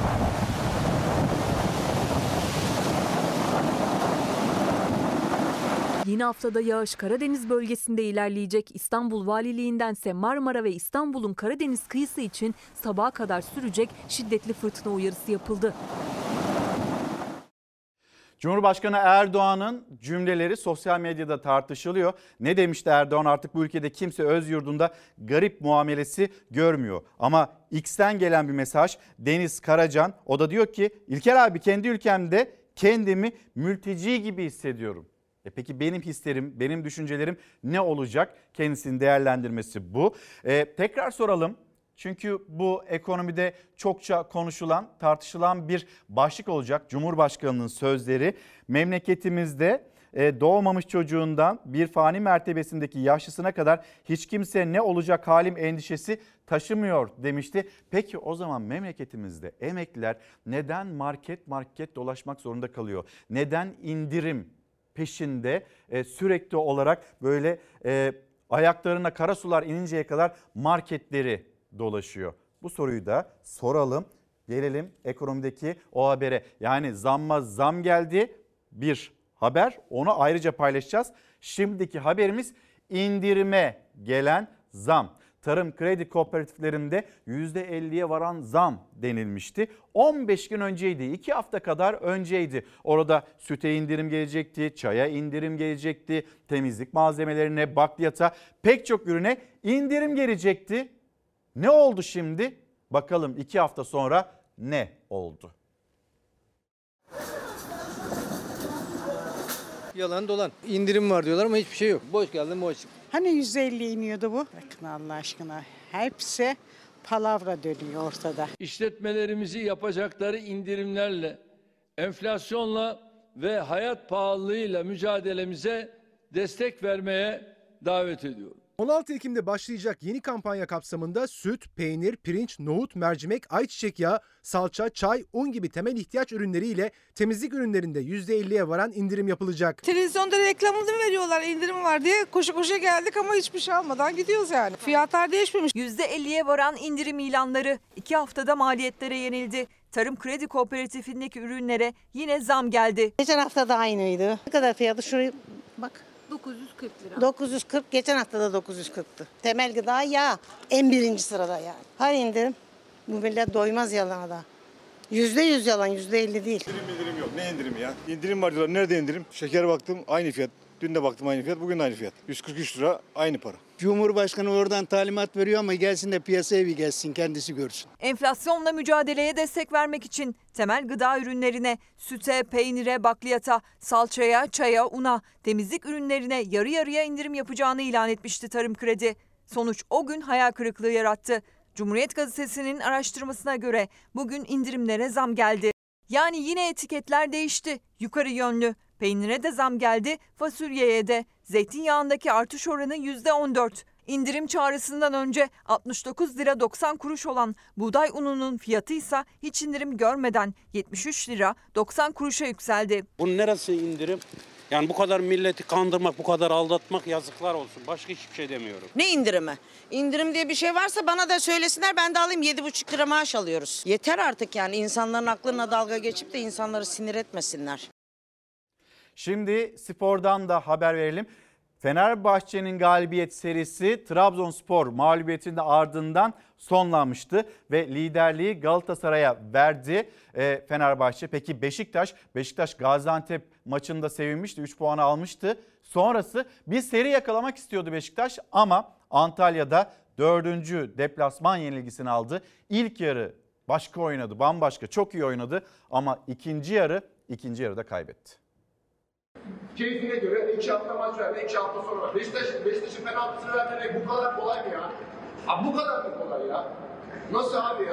Yeni haftada yağış Karadeniz bölgesinde ilerleyecek. İstanbul Valiliğindense Marmara ve İstanbul'un Karadeniz kıyısı için sabaha kadar sürecek şiddetli fırtına uyarısı yapıldı. Cumhurbaşkanı Erdoğan'ın cümleleri sosyal medyada tartışılıyor. Ne demişti Erdoğan? Artık bu ülkede kimse öz yurdunda garip muamelesi görmüyor. Ama X'ten gelen bir mesaj, Deniz Karacan, o da diyor ki İlker abi, kendi ülkemde kendimi mülteci gibi hissediyorum. E peki benim hislerim, benim düşüncelerim ne olacak? Kendisinin değerlendirmesi bu. E, tekrar soralım. Çünkü bu ekonomide çokça konuşulan, tartışılan bir başlık olacak. Cumhurbaşkanının sözleri, memleketimizde doğmamış çocuğundan bir fani mertebesindeki yaşlısına kadar hiç kimse ne olacak halim endişesi taşımıyor demişti. Peki o zaman memleketimizde emekliler neden market market dolaşmak zorunda kalıyor? Neden indirim peşinde sürekli olarak böyle ayaklarına kara sular ininceye kadar marketleri dolaşıyor? Bu soruyu da soralım. Gelelim ekonomideki o habere. Yani zamma zam geldi, bir haber, onu ayrıca paylaşacağız. Şimdiki haberimiz indirime gelen zam. Tarım kredi kooperatiflerinde yüzde elliye varan zam denilmişti. on beş gün önceydi, iki hafta kadar önceydi. Orada süte indirim gelecekti, çaya indirim gelecekti, temizlik malzemelerine, bakliyata, pek çok ürüne indirim gelecekti. Ne oldu şimdi? Bakalım iki hafta sonra ne oldu? Yalan dolan. İndirim var diyorlar ama hiçbir şey yok. Boş geldin boş. Hani yüzde elli iniyordu bu? Bakın Allah aşkına. Hepsi palavra dönüyor ortada. İşletmelerimizi yapacakları indirimlerle, enflasyonla ve hayat pahalılığıyla mücadelemize destek vermeye davet ediyorum. on altı Ekim'de başlayacak yeni kampanya kapsamında süt, peynir, pirinç, nohut, mercimek, ayçiçek yağı, salça, çay, un gibi temel ihtiyaç ürünleriyle temizlik ürünlerinde yüzde elliye varan indirim yapılacak. Televizyonda reklamını veriyorlar, indirim var diye koşu koşu geldik ama hiçbir şey almadan gidiyoruz yani. Fiyatlar değişmemiş. yüzde elliye varan indirim ilanları iki haftada maliyetlere yenildi. Tarım Kredi Kooperatifindeki ürünlere yine zam geldi. Geçen hafta da aynıydı. Ne kadar fiyatı şuraya bak. dokuz yüz kırk lira. dokuz yüz kırk, geçen hafta da dokuz yüz kırktı. Temel gıda yağ en birinci sırada yani. Her indirim, bu millet doymaz yalana da. Yüzde yüz yalan, yüzde elli değil. İndirim indirim yok. Ne indirimi ya? İndirim var diyorlar. Nerede indirim? Şeker baktım aynı fiyat. Dün de baktım aynı fiyat. Bugün de aynı fiyat. yüz kırk üç lira aynı para. Cumhurbaşkanı oradan talimat veriyor ama gelsin de piyasaya bir gelsin, kendisi görsün. Enflasyonla mücadeleye destek vermek için temel gıda ürünlerine, süte, peynire, bakliyata, salçaya, çaya, una, temizlik ürünlerine yarı yarıya indirim yapacağını ilan etmişti Tarım Kredi. Sonuç o gün hayal kırıklığı yarattı. Cumhuriyet Gazetesi'nin araştırmasına göre bugün indirimlere zam geldi. Yani yine etiketler değişti, yukarı yönlü. Peynire de zam geldi, fasulyeye de. Zeytinyağındaki artış oranı yüzde on dört. İndirim çağrısından önce altmış dokuz lira doksan kuruş olan buğday ununun fiyatı ise hiç indirim görmeden yetmiş üç lira doksan kuruşa yükseldi. Bunun neresi indirim? Yani bu kadar milleti kandırmak, bu kadar aldatmak yazıklar olsun. Başka hiçbir şey demiyorum. Ne indirimi? İndirim diye bir şey varsa bana da söylesinler, ben de alayım. yedi buçuk lira maaş alıyoruz. Yeter artık yani, insanların aklına dalga geçip de insanları sinir etmesinler. Şimdi spordan da haber verelim. Fenerbahçe'nin galibiyet serisi Trabzonspor mağlubiyetinin ardından sonlanmıştı ve liderliği Galatasaray'a verdi e, Fenerbahçe. Peki Beşiktaş, Beşiktaş Gaziantep maçında sevinmişti, üç puanı almıştı. Sonrası bir seri yakalamak istiyordu Beşiktaş ama Antalya'da dördüncü deplasman yenilgisini aldı. İlk yarı başka oynadı, bambaşka, çok iyi oynadı ama ikinci yarı ikinci yarıda kaybetti. Keyfine göre iki hafta maç verdi, iki hafta sonra. Beşiktaş'ın Beşiktaş'ın penaltısını vermemek bu kadar kolay mı ya? Abi bu kadar mı kolay ya? Nasıl abi ya?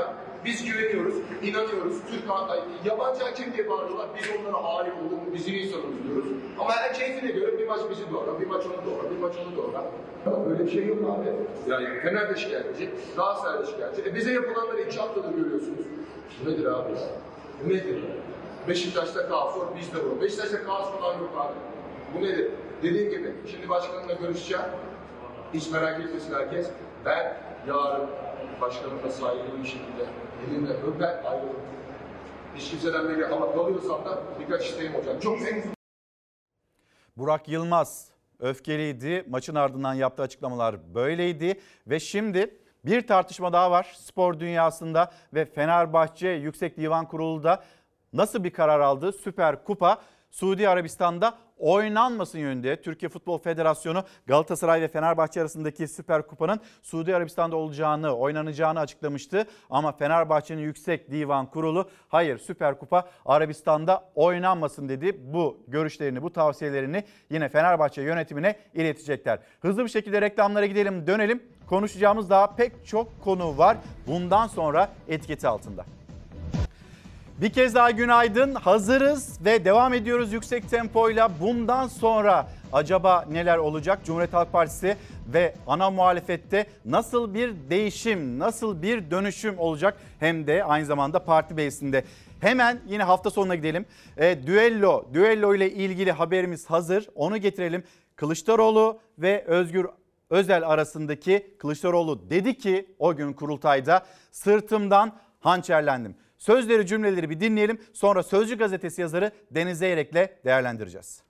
Biz güveniyoruz, inanıyoruz. Türk yabancı hakem diye bağırıyorlar. Biz onlara hayır olur mu, bizim insanımız diyoruz. Ama her keyfine göre bir maç bizi doğrar, bir maç onu doğrar, bir maç onu doğrar. Öyle bir şey yok abi. Yani Fener de şikayetçi, Galatasaray da şikayetçi. E bize yapılanları iki haftadır görüyorsunuz. Bu nedir abi ya? Bu nedir? Beşiktaş'ta kaos var, biz de var. Beşiktaş'ta kaos falan yok abi. Bu nedir? Dediğim gibi, şimdi başkanımla görüşeceğim. Hiç merak etmesin herkes. Ben yarın başkanımla saygılı bir şekilde elimle öper ayrılırım. Hiç kimseden beni ama kalıyorsam da birkaç isteğim olacak. Çok zengin. Burak Yılmaz öfkeliydi. Maçın ardından yaptığı açıklamalar böyleydi. Ve şimdi bir tartışma daha var spor dünyasında ve Fenerbahçe Yüksek Divan Kurulu'da nasıl bir karar aldı? Süper Kupa Suudi Arabistan'da oynanmasın yönünde. Türkiye Futbol Federasyonu Galatasaray ve Fenerbahçe arasındaki Süper Kupa'nın Suudi Arabistan'da olacağını, oynanacağını açıklamıştı. Ama Fenerbahçe'nin Yüksek Divan Kurulu hayır Süper Kupa Arabistan'da oynanmasın dedi. Bu görüşlerini, bu tavsiyelerini yine Fenerbahçe yönetimine iletecekler. Hızlı bir şekilde reklamlara gidelim, dönelim. Konuşacağımız daha pek çok konu var. Bundan sonra etiketi altında. Bir kez daha günaydın. Hazırız ve devam ediyoruz yüksek tempoyla. Bundan sonra acaba neler olacak? Cumhuriyet Halk Partisi ve ana muhalefette nasıl bir değişim, nasıl bir dönüşüm olacak? Hem de aynı zamanda parti meclisinde. Hemen yine hafta sonuna gidelim. E, düello, düello ile ilgili haberimiz hazır. Onu getirelim. Kılıçdaroğlu ve Özgür Özel arasındaki Kılıçdaroğlu dedi ki o gün kurultayda sırtımdan hançerlendim. Sözleri cümleleri bir dinleyelim. Sonra Sözcü gazetesi yazarı Deniz Zeyrek'le değerlendireceğiz.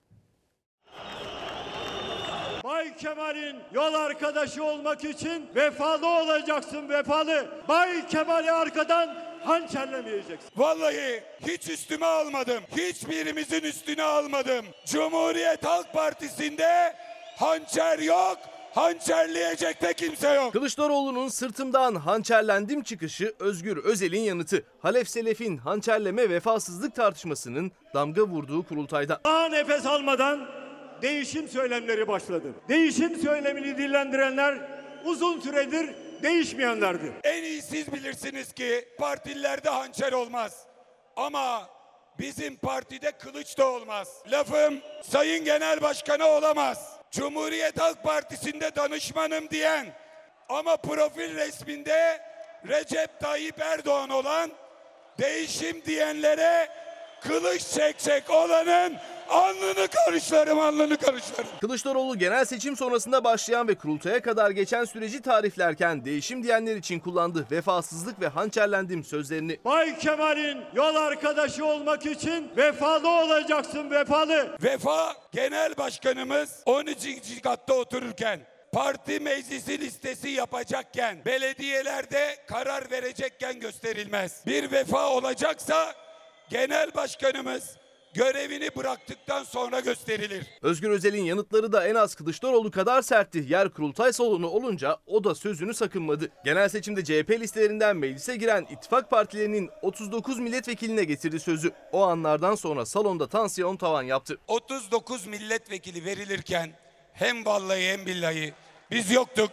Bay Kemal'in yol arkadaşı olmak için vefalı olacaksın vefalı. Bay Kemal'i arkadan hançerlemeyeceksin. Vallahi hiç üstüme almadım. Hiçbirimizin üstüne almadım. Cumhuriyet Halk Partisi'nde hançer yok. Hançerleyecek de kimse yok. Kılıçdaroğlu'nun sırtımdan hançerlendim çıkışı Özgür Özel'in yanıtı. Halef Selef'in hançerleme vefasızlık tartışmasının damga vurduğu kurultayda. Daha nefes almadan değişim söylemleri başladı. Değişim söylemini dillendirenler uzun süredir değişmeyenlerdi. En iyi siz bilirsiniz ki partilerde hançer olmaz. Ama bizim partide kılıç da olmaz. Lafım Sayın Genel Başkan'a olamaz. Cumhuriyet Halk Partisi'nde danışmanım diyen ama profil resminde Recep Tayyip Erdoğan olan değişim diyenlere kılıç çekecek olanın alnını karışlarım, alnını karışlarım. Kılıçdaroğlu genel seçim sonrasında başlayan ve kurultaya kadar geçen süreci tariflerken değişim diyenler için kullandı vefasızlık ve hançerlendim sözlerini. Bay Kemal'in yol arkadaşı olmak için vefalı olacaksın vefalı. Vefa Genel Başkanımız on üçüncü katta otururken, parti meclisi listesi yapacakken, belediyelerde karar verecekken gösterilmez. Bir vefa olacaksa Genel Başkanımız görevini bıraktıktan sonra gösterilir. Özgür Özel'in yanıtları da en az Kılıçdaroğlu kadar sertti. Yer kurultay salonu olunca o da sözünü sakınmadı. Genel seçimde C H P listelerinden meclise giren ittifak partilerinin otuz dokuz milletvekiline getirdi sözü. O anlardan sonra salonda tansiyon tavan yaptı. otuz dokuz milletvekili verilirken hem vallahi hem billahi biz yoktuk.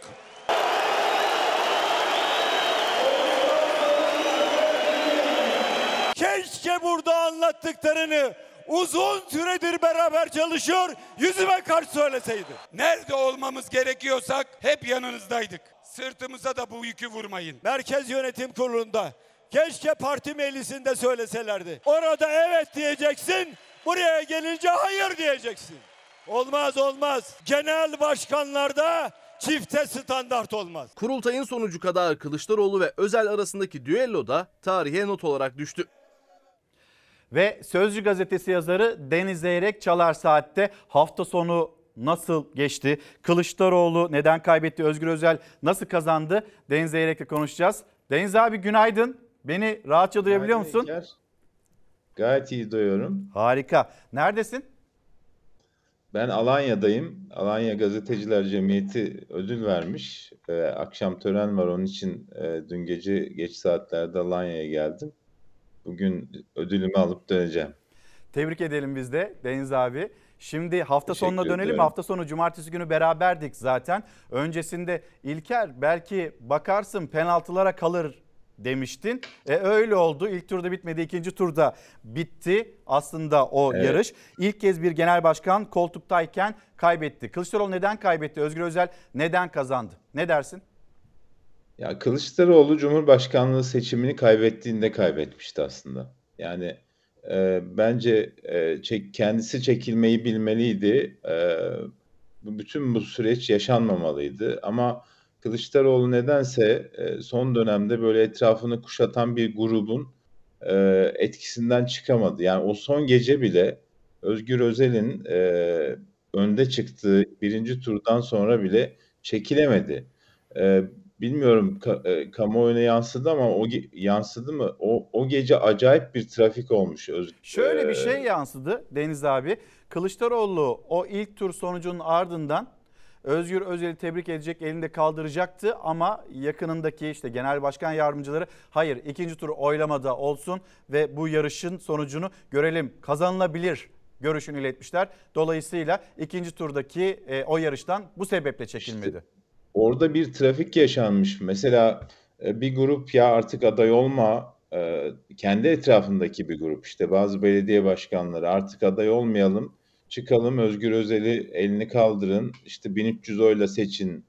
Keşke burada anlattıklarını uzun süredir beraber çalışıyor, yüzüme karşı söyleseydi. Nerede olmamız gerekiyorsak hep yanınızdaydık. Sırtımıza da bu yükü vurmayın. Merkez Yönetim Kurulu'nda keşke parti meclisinde söyleselerdi. Orada evet diyeceksin, buraya gelince hayır diyeceksin. Olmaz olmaz. Genel başkanlarda çifte standart olmaz. Kurultayın sonucu kadar Kılıçdaroğlu ve Özel arasındaki düello da tarihe not olarak düştü. Ve Sözcü gazetesi yazarı Deniz Zeyrek Çalar Saat'te hafta sonu nasıl geçti? Kılıçdaroğlu neden kaybetti? Özgür Özel nasıl kazandı? Deniz Zeyrek'le konuşacağız. Deniz abi günaydın. Beni rahatça duyabiliyor musun? İlker. Gayet iyi duyuyorum. Harika. Neredesin? Ben Alanya'dayım. Alanya Gazeteciler Cemiyeti ödül vermiş. Ee, akşam tören var, onun için e, dün gece geç saatlerde Alanya'ya geldim. Bugün ödülümü alıp döneceğim. Tebrik edelim biz de Deniz abi. Şimdi hafta Teşekkür sonuna dönelim. ederim. Hafta sonu cumartesi günü beraberdik zaten. Öncesinde İlker belki bakarsın penaltılara kalır demiştin. E, öyle oldu. İlk turda bitmedi, ikinci turda bitti aslında o Evet. yarış. İlk kez bir genel başkan koltuktayken kaybetti. Kılıçdaroğlu neden kaybetti? Özgür Özel neden kazandı? Ne dersin? Ya Kılıçdaroğlu Cumhurbaşkanlığı seçimini kaybettiğinde kaybetmişti aslında. Yani e, bence e, çek, kendisi çekilmeyi bilmeliydi. E, bütün bu süreç yaşanmamalıydı. Ama Kılıçdaroğlu nedense e, son dönemde böyle etrafını kuşatan bir grubun e, etkisinden çıkamadı. Yani o son gece bile Özgür Özel'in e, önde çıktığı birinci turdan sonra bile çekilemedi. E, Bilmiyorum ka- e, kamuoyuna yansıdı ama o ge- yansıdı mı? O o gece acayip bir trafik olmuş. Öz- Şöyle bir e, şey yansıdı Deniz abi. Kılıçdaroğlu o ilk tur sonucunun ardından Özgür Özel'i tebrik edecek, elinde kaldıracaktı ama yakınındaki işte genel başkan yardımcıları hayır ikinci tur oylamada olsun ve bu yarışın sonucunu görelim, kazanılabilir görüşünü iletmişler. Dolayısıyla ikinci turdaki e, o yarıştan bu sebeple çekilmedi. Orada bir trafik yaşanmış. Mesela e, bir grup ya artık aday olma, e, kendi etrafındaki bir grup işte bazı belediye başkanları artık aday olmayalım, çıkalım Özgür Özel'i elini kaldırın, işte bin üç yüz oyla seçin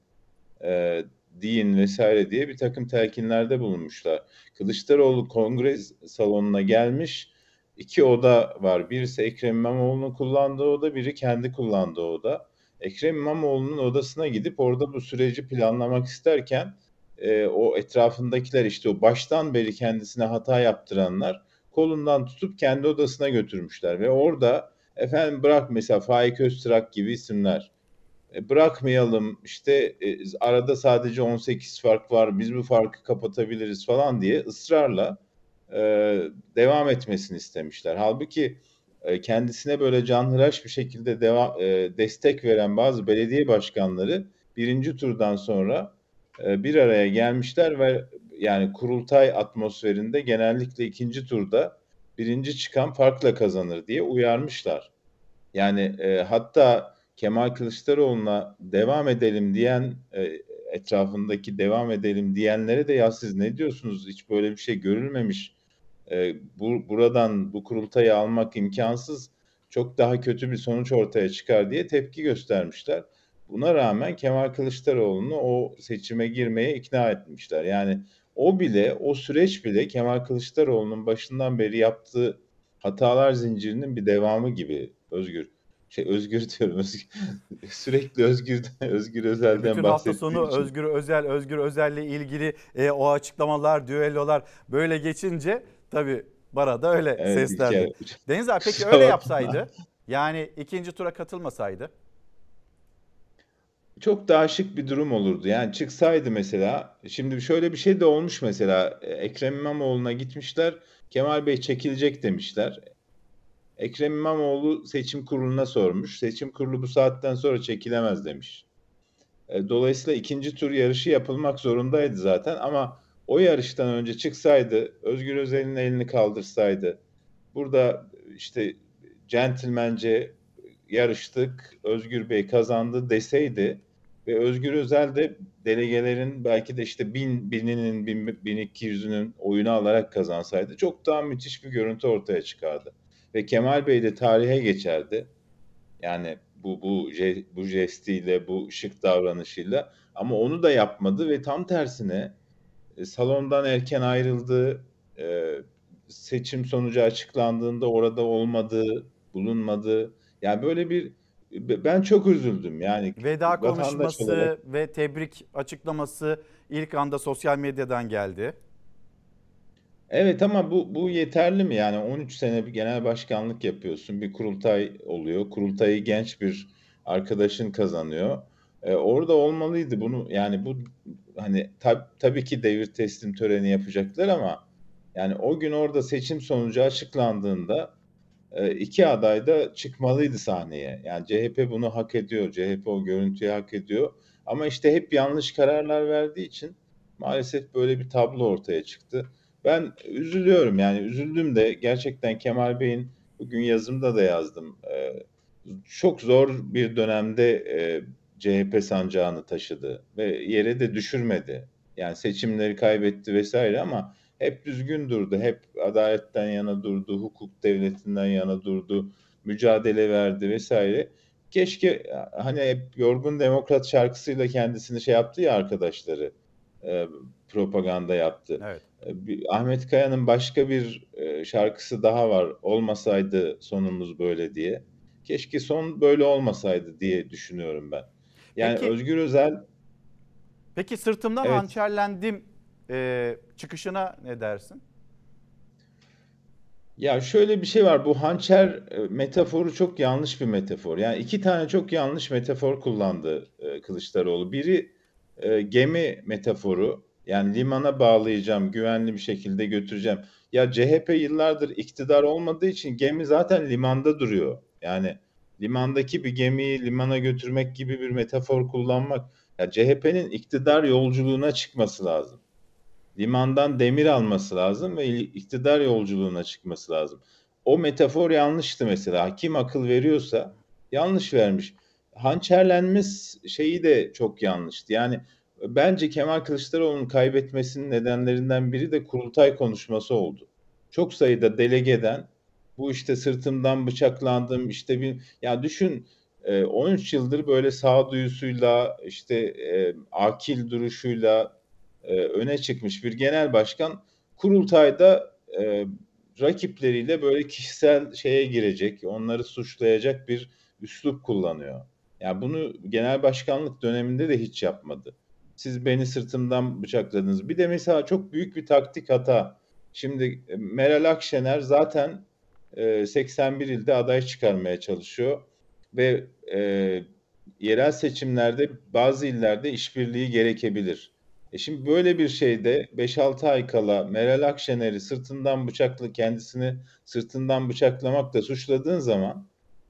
e, deyin vesaire diye bir takım telkinlerde bulunmuşlar. Kılıçdaroğlu kongre salonuna gelmiş, iki oda var. Birisi Ekrem İmamoğlu'nun kullandığı oda, biri kendi kullandığı oda. Ekrem İmamoğlu'nun odasına gidip orada bu süreci planlamak isterken e, o etrafındakiler işte o baştan beri kendisine hata yaptıranlar kolundan tutup kendi odasına götürmüşler ve orada efendim bırak mesela Faik Öztürk gibi isimler e, bırakmayalım işte e, arada sadece on sekiz fark var biz bu farkı kapatabiliriz falan diye ısrarla e, devam etmesini istemişler. Halbuki e, kendisine böyle canhıraş bir şekilde devam, e, destek veren bazı belediye başkanları birinci turdan sonra e, bir araya gelmişler ve yani kurultay atmosferinde genellikle ikinci turda birinci çıkan farkla kazanır diye uyarmışlar. Yani e, hatta Kemal Kılıçdaroğlu'na devam edelim diyen e, etrafındaki devam edelim diyenlere de ya siz ne diyorsunuz hiç böyle bir şey görülmemiş. E, bu, buradan bu kurultayı almak imkansız çok daha kötü bir sonuç ortaya çıkar diye tepki göstermişler. Buna rağmen Kemal Kılıçdaroğlu'nu o seçime girmeye ikna etmişler. Yani o bile o süreç bile Kemal Kılıçdaroğlu'nun başından beri yaptığı hatalar zincirinin bir devamı gibi Özgür. Şey Özgür diyorum Özgür. Sürekli Özgür Özgür Özel'den Bütün hafta bahsettiğim sonu için. Özgür Özel, Özgür Özel'le ilgili e, o açıklamalar, düellolar böyle geçince tabii bana da öyle Evet, seslendi. İlker. Deniz abi peki Kusura öyle bakma. yapsaydı yani ikinci tura katılmasaydı? Çok daha şık bir durum olurdu. Yani çıksaydı mesela, şimdi şöyle bir şey de olmuş mesela, e, Ekrem İmamoğlu'na gitmişler, Kemal Bey çekilecek demişler. Ekrem İmamoğlu seçim kuruluna sormuş. Seçim kurulu bu saatten sonra çekilemez demiş. E, Dolayısıyla ikinci tur yarışı yapılmak zorundaydı zaten ama o yarıştan önce çıksaydı, Özgür Özel'in elini kaldırsaydı, burada işte centilmence yarıştık, Özgür Bey kazandı deseydi ve Özgür Özel de delegelerin belki de işte bin, bininin, bin, bin iki yüzünün oyunu alarak kazansaydı çok daha müthiş bir görüntü ortaya çıkardı. Ve Kemal Bey de tarihe geçerdi. Yani bu bu je- bu jestiyle, bu şık davranışıyla ama onu da yapmadı ve tam tersine e, salondan erken ayrıldı. E, seçim sonucu açıklandığında orada olmadı, bulunmadı. Yani böyle bir ben çok üzüldüm. Yani Veda vatandaş konuşması olarak. ve tebrik açıklaması ilk anda sosyal medyadan geldi. Evet ama bu bu yeterli mi? Yani on üç sene bir genel başkanlık yapıyorsun. Bir kurultay oluyor. Kurultayı genç bir arkadaşın kazanıyor. Ee, orada olmalıydı bunu. Yani bu hani tab- tabii ki devir teslim töreni yapacaklar ama yani o gün orada seçim sonucu açıklandığında e, iki aday da çıkmalıydı sahneye. Yani C H P bunu hak ediyor. C H P o görüntüyü hak ediyor. Ama işte hep yanlış kararlar verdiği için maalesef böyle bir tablo ortaya çıktı. Ben üzülüyorum yani üzüldüm de gerçekten Kemal Bey'in bugün yazımda da yazdım. Ee, çok zor bir dönemde e, C H P sancağını taşıdı ve yere de düşürmedi. Yani seçimleri kaybetti vesaire ama hep düzgün durdu. Hep adaletten yana durdu, hukuk devletinden yana durdu, mücadele verdi vesaire. Keşke hani hep Yorgun Demokrat şarkısıyla kendisini şey yaptı ya arkadaşları, e, propaganda yaptı. Evet. Bir, Ahmet Kaya'nın başka bir e, şarkısı daha var. Olmasaydı sonumuz böyle diye. Keşke son böyle olmasaydı diye düşünüyorum ben. Yani Peki, Özgür Özel... Peki sırtımdan Evet. hançerlendim e, çıkışına ne dersin? Ya şöyle bir şey var. Bu hançer e, metaforu çok yanlış bir metafor. Yani iki tane çok yanlış metafor kullandı e, Kılıçdaroğlu. Biri e, gemi metaforu. Yani limana bağlayacağım, güvenli bir şekilde götüreceğim. Ya C H P yıllardır iktidar olmadığı için gemi zaten limanda duruyor. Yani limandaki bir gemiyi limana götürmek gibi bir metafor kullanmak. Ya C H P'nin iktidar yolculuğuna çıkması lazım. Limandan demir alması lazım ve iktidar yolculuğuna çıkması lazım. O metafor yanlıştı mesela. Kim akıl veriyorsa yanlış vermiş. Hançerlenme şeyi de çok yanlıştı. Yani bence Kemal Kılıçdaroğlu'nun kaybetmesinin nedenlerinden biri de kurultay konuşması oldu. Çok sayıda delegeden bu işte sırtımdan bıçaklandım işte bir ya düşün on üç yıldır böyle sağduyusuyla işte e, akil duruşuyla e, öne çıkmış bir genel başkan kurultayda e, rakipleriyle böyle kişisel şeye girecek, onları suçlayacak bir üslup kullanıyor. Yani bunu genel başkanlık döneminde de hiç yapmadı. Siz beni sırtımdan bıçakladınız. Bir de mesela çok büyük bir taktik hata. Şimdi Meral Akşener zaten e, seksen bir ilde aday çıkarmaya çalışıyor ve e, yerel seçimlerde bazı illerde işbirliği gerekebilir. E şimdi böyle bir şeyde beş altı ay kala Meral Akşener'i sırtından bıçaklı kendisini sırtından bıçaklamakla suçladığın zaman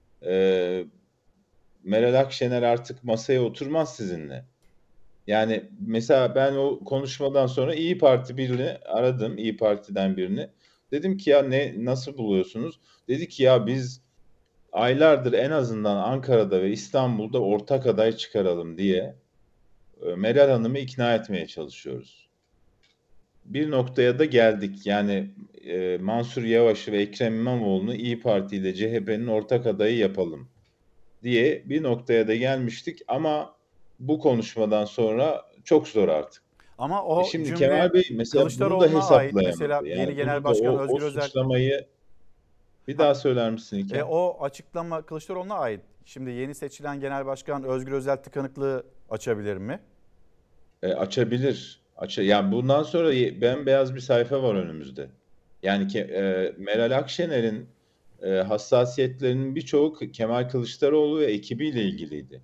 e, Meral Akşener artık masaya oturmaz sizinle. Yani mesela ben o konuşmadan sonra İyi Parti birini aradım, İyi Parti'den birini. Dedim ki ya ne nasıl buluyorsunuz? Dedi ki ya biz aylardır en azından Ankara'da ve İstanbul'da ortak aday çıkaralım diye Meral Hanım'ı ikna etmeye çalışıyoruz. Bir noktaya da geldik. Yani e, Mansur Yavaş'ı ve Ekrem İmamoğlu'nu İyi Parti ile C H P'nin ortak adayı yapalım diye bir noktaya da gelmiştik ama bu konuşmadan sonra çok zor artık. Ama o e şimdi cümle Kemal Bey mesela bunu da hesaplayamadı. Mesela yani yeni Genel bunu da Başkan o, Özgür o Özel suçlamayı bir daha söyler misin İlker? E, o açıklama Kılıçdaroğlu'na ait. Şimdi yeni seçilen Genel Başkan Özgür Özel tıkanıklığı açabilir mi? E, açabilir. Aç yani bundan sonra bembeyaz bir sayfa var önümüzde. Yani ki, e, Meral Akşener'in e, hassasiyetlerinin birçoğu Kemal Kılıçdaroğlu ve ekibiyle ilgiliydi.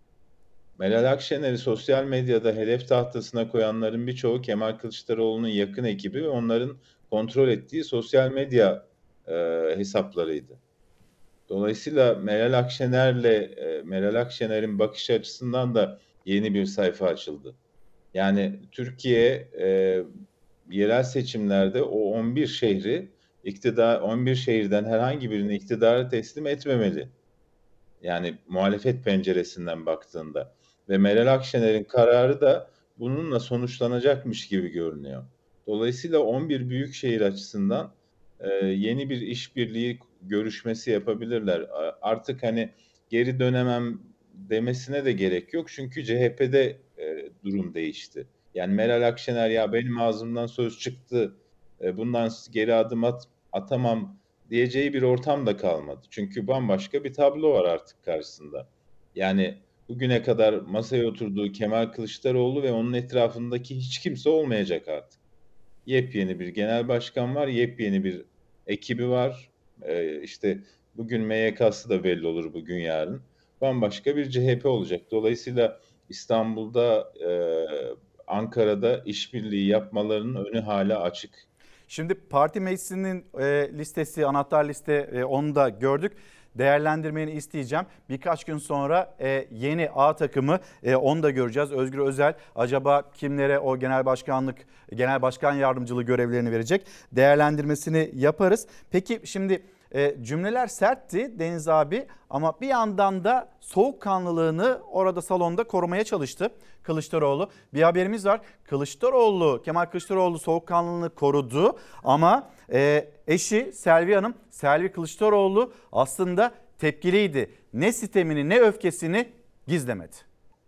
Meral Akşener'i sosyal medyada hedef tahtasına koyanların birçoğu Kemal Kılıçdaroğlu'nun yakın ekibi ve onların kontrol ettiği sosyal medya e, hesaplarıydı. Dolayısıyla Meral Akşener'le e, Meral Akşener'in bakış açısından da yeni bir sayfa açıldı. Yani Türkiye e, yerel seçimlerde o on bir şehri iktidar on bir şehirden herhangi birini iktidara teslim etmemeli. Yani muhalefet penceresinden baktığında ve Meral Akşener'in kararı da bununla sonuçlanacakmış gibi görünüyor. Dolayısıyla on bir büyük şehir açısından e, yeni bir işbirliği görüşmesi yapabilirler. Artık hani geri dönemem demesine de gerek yok. Çünkü C H P'de e, durum değişti. Yani Meral Akşener ya benim ağzımdan söz çıktı, e, bundan geri adım at, atamam diyeceği bir ortam da kalmadı. Çünkü bambaşka bir tablo var artık karşısında. Yani bugüne kadar masaya oturduğu Kemal Kılıçdaroğlu ve onun etrafındaki hiç kimse olmayacak artık. Yepyeni bir genel başkan var, yepyeni bir ekibi var. Ee, işte bugün M Y K'sı da belli olur bugün yarın. Bambaşka bir C H P olacak. Dolayısıyla İstanbul'da, e, Ankara'da işbirliği yapmalarının önü hala açık. Şimdi parti meclisinin e, listesi, anahtar liste e, onu da gördük. Değerlendirmeni isteyeceğim. Birkaç gün sonra e, yeni A takımı e, onu da göreceğiz. Özgür Özel acaba kimlere o genel başkanlık, genel başkan yardımcılığı görevlerini verecek? Değerlendirmesini yaparız. Peki şimdi E, cümleler sertti Deniz abi ama bir yandan da soğukkanlılığını orada salonda korumaya çalıştı Kılıçdaroğlu. Bir haberimiz var. Kılıçdaroğlu, Kemal Kılıçdaroğlu soğukkanlılığını korudu ama e, eşi Selvi Hanım, Selvi Kılıçdaroğlu aslında tepkiliydi. Ne sitemini ne öfkesini gizlemedi.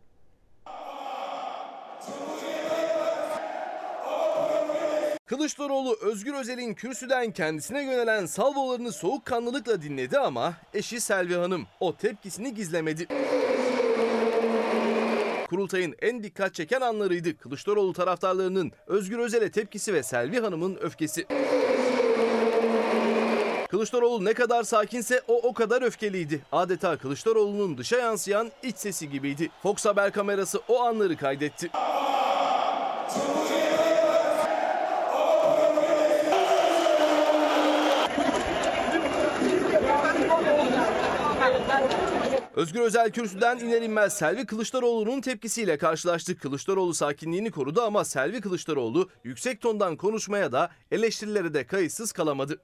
Kılıçdaroğlu Özgür Özel'in kürsüden kendisine yönelen salvolarını soğukkanlılıkla dinledi ama eşi Selvi Hanım o tepkisini gizlemedi. Kurultayın en dikkat çeken anlarıydı Kılıçdaroğlu taraftarlarının Özgür Özel'e tepkisi ve Selvi Hanım'ın öfkesi. Kılıçdaroğlu ne kadar sakinse o o kadar öfkeliydi. Adeta Kılıçdaroğlu'nun dışa yansıyan iç sesi gibiydi. Fox Haber kamerası o anları kaydetti. Özgür Özel kürsüden iner inmez Selvi Kılıçdaroğlu'nun tepkisiyle karşılaştı. Kılıçdaroğlu sakinliğini korudu ama Selvi Kılıçdaroğlu yüksek tondan konuşmaya da eleştirilere de kayıtsız kalamadı.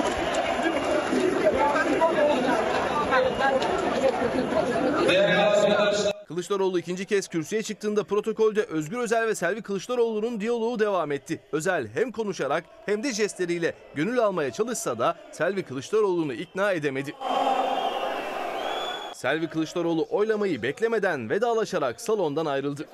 Kılıçdaroğlu ikinci kez kürsüye çıktığında protokolde Özgür Özel ve Selvi Kılıçdaroğlu'nun diyaloğu devam etti. Özel hem konuşarak hem de jestleriyle gönül almaya çalışsa da Selvi Kılıçdaroğlu'nu ikna edemedi. Selvi Kılıçdaroğlu oylamayı beklemeden vedalaşarak salondan ayrıldı.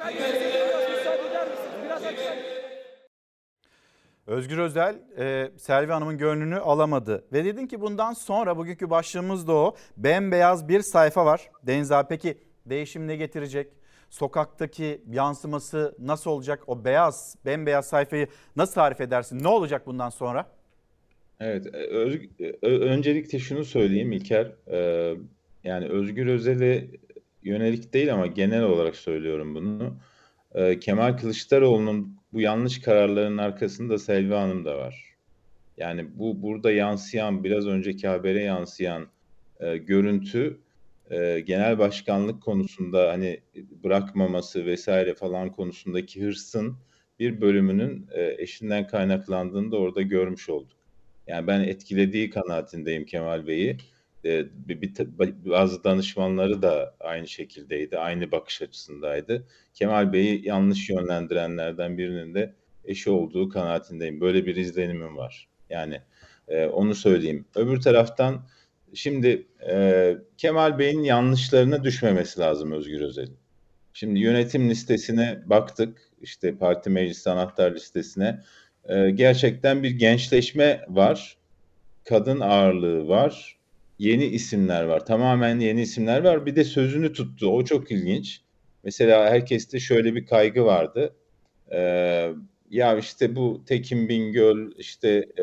Özgür Özel e, Selvi Hanım'ın gönlünü alamadı ve dedin ki bundan sonra bugünkü başlığımız da o. Bembeyaz bir sayfa var. Deniz abi peki değişim ne getirecek? Sokaktaki yansıması nasıl olacak? O beyaz, bembeyaz sayfayı nasıl tarif edersin? Ne olacak bundan sonra? Evet, öz, öncelikle şunu söyleyeyim İlker. Ee, yani Özgür Özel'e yönelik değil ama genel olarak söylüyorum bunu. Ee, Kemal Kılıçdaroğlu'nun bu yanlış kararların arkasında Selvi Hanım da var. Yani bu burada yansıyan, biraz önceki habere yansıyan e, görüntü e, genel başkanlık konusunda hani bırakmaması vesaire falan konusundaki hırsın bir bölümünün e, eşinden kaynaklandığını da orada görmüş olduk. Yani ben etkilediği kanaatindeyim Kemal Bey'i. E, bir, bir, bazı danışmanları da aynı şekildeydi, aynı bakış açısındaydı. Kemal Bey'i yanlış yönlendirenlerden birinin de eşi olduğu kanaatindeyim. Böyle bir izlenimim var. Yani e, onu söyleyeyim. Öbür taraftan şimdi e, Kemal Bey'in yanlışlarına düşmemesi lazım Özgür Özel'in. Şimdi yönetim listesine baktık, işte parti meclisi anahtar listesine. E, gerçekten bir gençleşme var, kadın ağırlığı var. Yeni isimler var. Tamamen yeni isimler var. Bir de sözünü tuttu. O çok ilginç. Mesela herkeste şöyle bir kaygı vardı. Ee, ya işte bu Tekin Bingöl, işte e,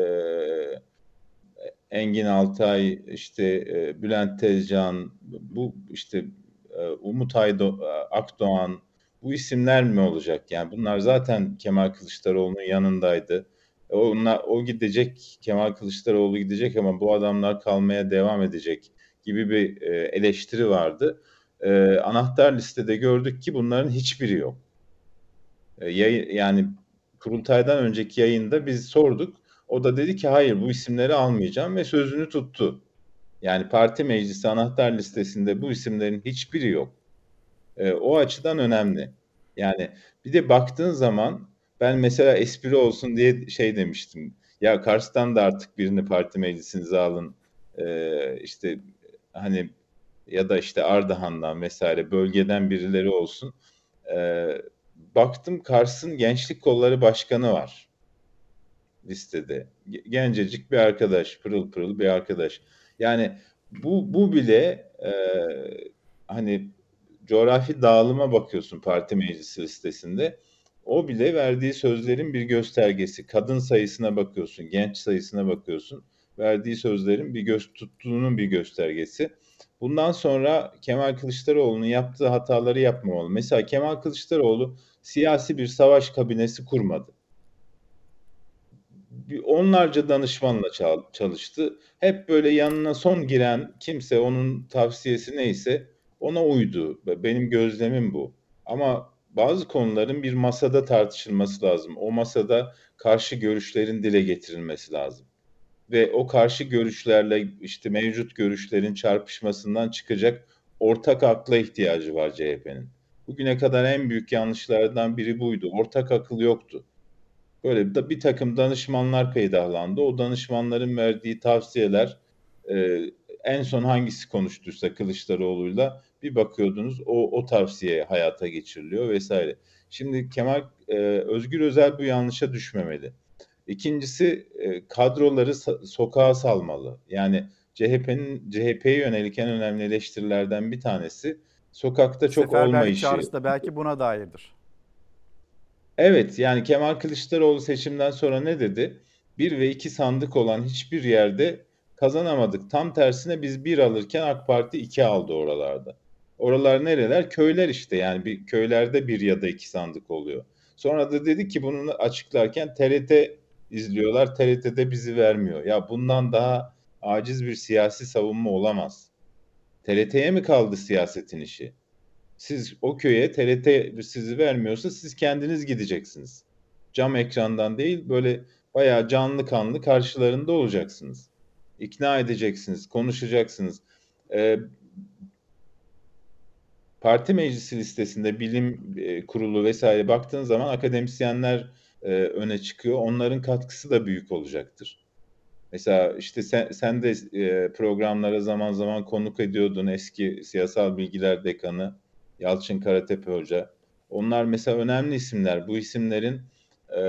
Engin Altay, işte e, Bülent Tezcan, bu işte e, Umut Aydo, Akdoğan, bu isimler mi olacak? Yani bunlar zaten Kemal Kılıçdaroğlu'nun yanındaydı. Onlar, o gidecek, Kemal Kılıçdaroğlu gidecek ama bu adamlar kalmaya devam edecek gibi bir e, eleştiri vardı. E, anahtar listede gördük ki bunların hiçbiri yok. E, yayın, yani kurultaydan önceki yayında biz sorduk. O da dedi ki hayır bu isimleri almayacağım ve sözünü tuttu. Yani parti meclisi anahtar listesinde bu isimlerin hiçbiri yok. E, o açıdan önemli. Yani bir de baktığın zaman ben mesela espri olsun diye şey demiştim. Ya Kars'tan da artık birini parti meclisinize alın. Ee, işte hani ya da işte Ardahan'dan vesaire bölgeden birileri olsun. Ee, baktım Kars'ın Gençlik Kolları Başkanı var listede. Gencecik bir arkadaş, pırıl pırıl bir arkadaş. Yani bu bu bile e, hani coğrafi dağılıma bakıyorsun parti meclisi listesinde. O bile verdiği sözlerin bir göstergesi. Kadın sayısına bakıyorsun, genç sayısına bakıyorsun. Verdiği sözlerin bir göz tuttuğunun bir göstergesi. Bundan sonra Kemal Kılıçdaroğlu'nun yaptığı hataları yapmamalı. Mesela Kemal Kılıçdaroğlu siyasi bir savaş kabinesi kurmadı. Onlarca danışmanla çalıştı. Hep böyle yanına son giren kimse, onun tavsiyesi neyse ona uydu. Benim gözlemim bu. Ama bazı konuların bir masada tartışılması lazım. O masada karşı görüşlerin dile getirilmesi lazım. ve o karşı görüşlerle işte mevcut görüşlerin çarpışmasından çıkacak ortak akla ihtiyacı var C H P'nin. Bugüne kadar en büyük yanlışlardan biri buydu. Ortak akıl yoktu. Böyle bir, bir takım danışmanlar peydahlandı. O danışmanların verdiği tavsiyeler e, en son hangisi konuştuysa Kılıçdaroğlu'yla bir bakıyordunuz o, o tavsiye hayata geçiriliyor vesaire. Şimdi Kemal e, Özgür Özel bu yanlışa düşmemeli. İkincisi e, kadroları so- sokağa salmalı. Yani C H P'nin C H P'ye yönelik en önemli eleştirilerden bir tanesi sokakta çok Seferberlik olmayışı. çağrısı da belki buna dairdir. Evet, yani Kemal Kılıçdaroğlu seçimden sonra ne dedi? Bir ve iki sandık olan hiçbir yerde kazanamadık. Tam tersine biz bir alırken AK Parti iki aldı oralarda. Oralar nereler? Köyler işte, yani bir köylerde bir ya da iki sandık oluyor. Sonra da dedi ki bunu açıklarken T R T izliyorlar, T R T'de bizi vermiyor. Ya bundan daha aciz bir siyasi savunma olamaz. T R T'ye mi kaldı siyasetin işi? Siz o köye T R T sizi vermiyorsa siz kendiniz gideceksiniz. Cam ekrandan değil, böyle bayağı canlı kanlı karşılarında olacaksınız. İkna edeceksiniz, konuşacaksınız. Ee, parti meclisi listesinde bilim e, kurulu vesaire baktığın zaman akademisyenler e, öne çıkıyor. Onların katkısı da büyük olacaktır. Mesela işte sen, sen de e, programlara zaman zaman konuk ediyordun, eski siyasal bilgiler dekanı Yalçın Karatepe Hoca. Onlar mesela önemli isimler. Bu isimlerin e,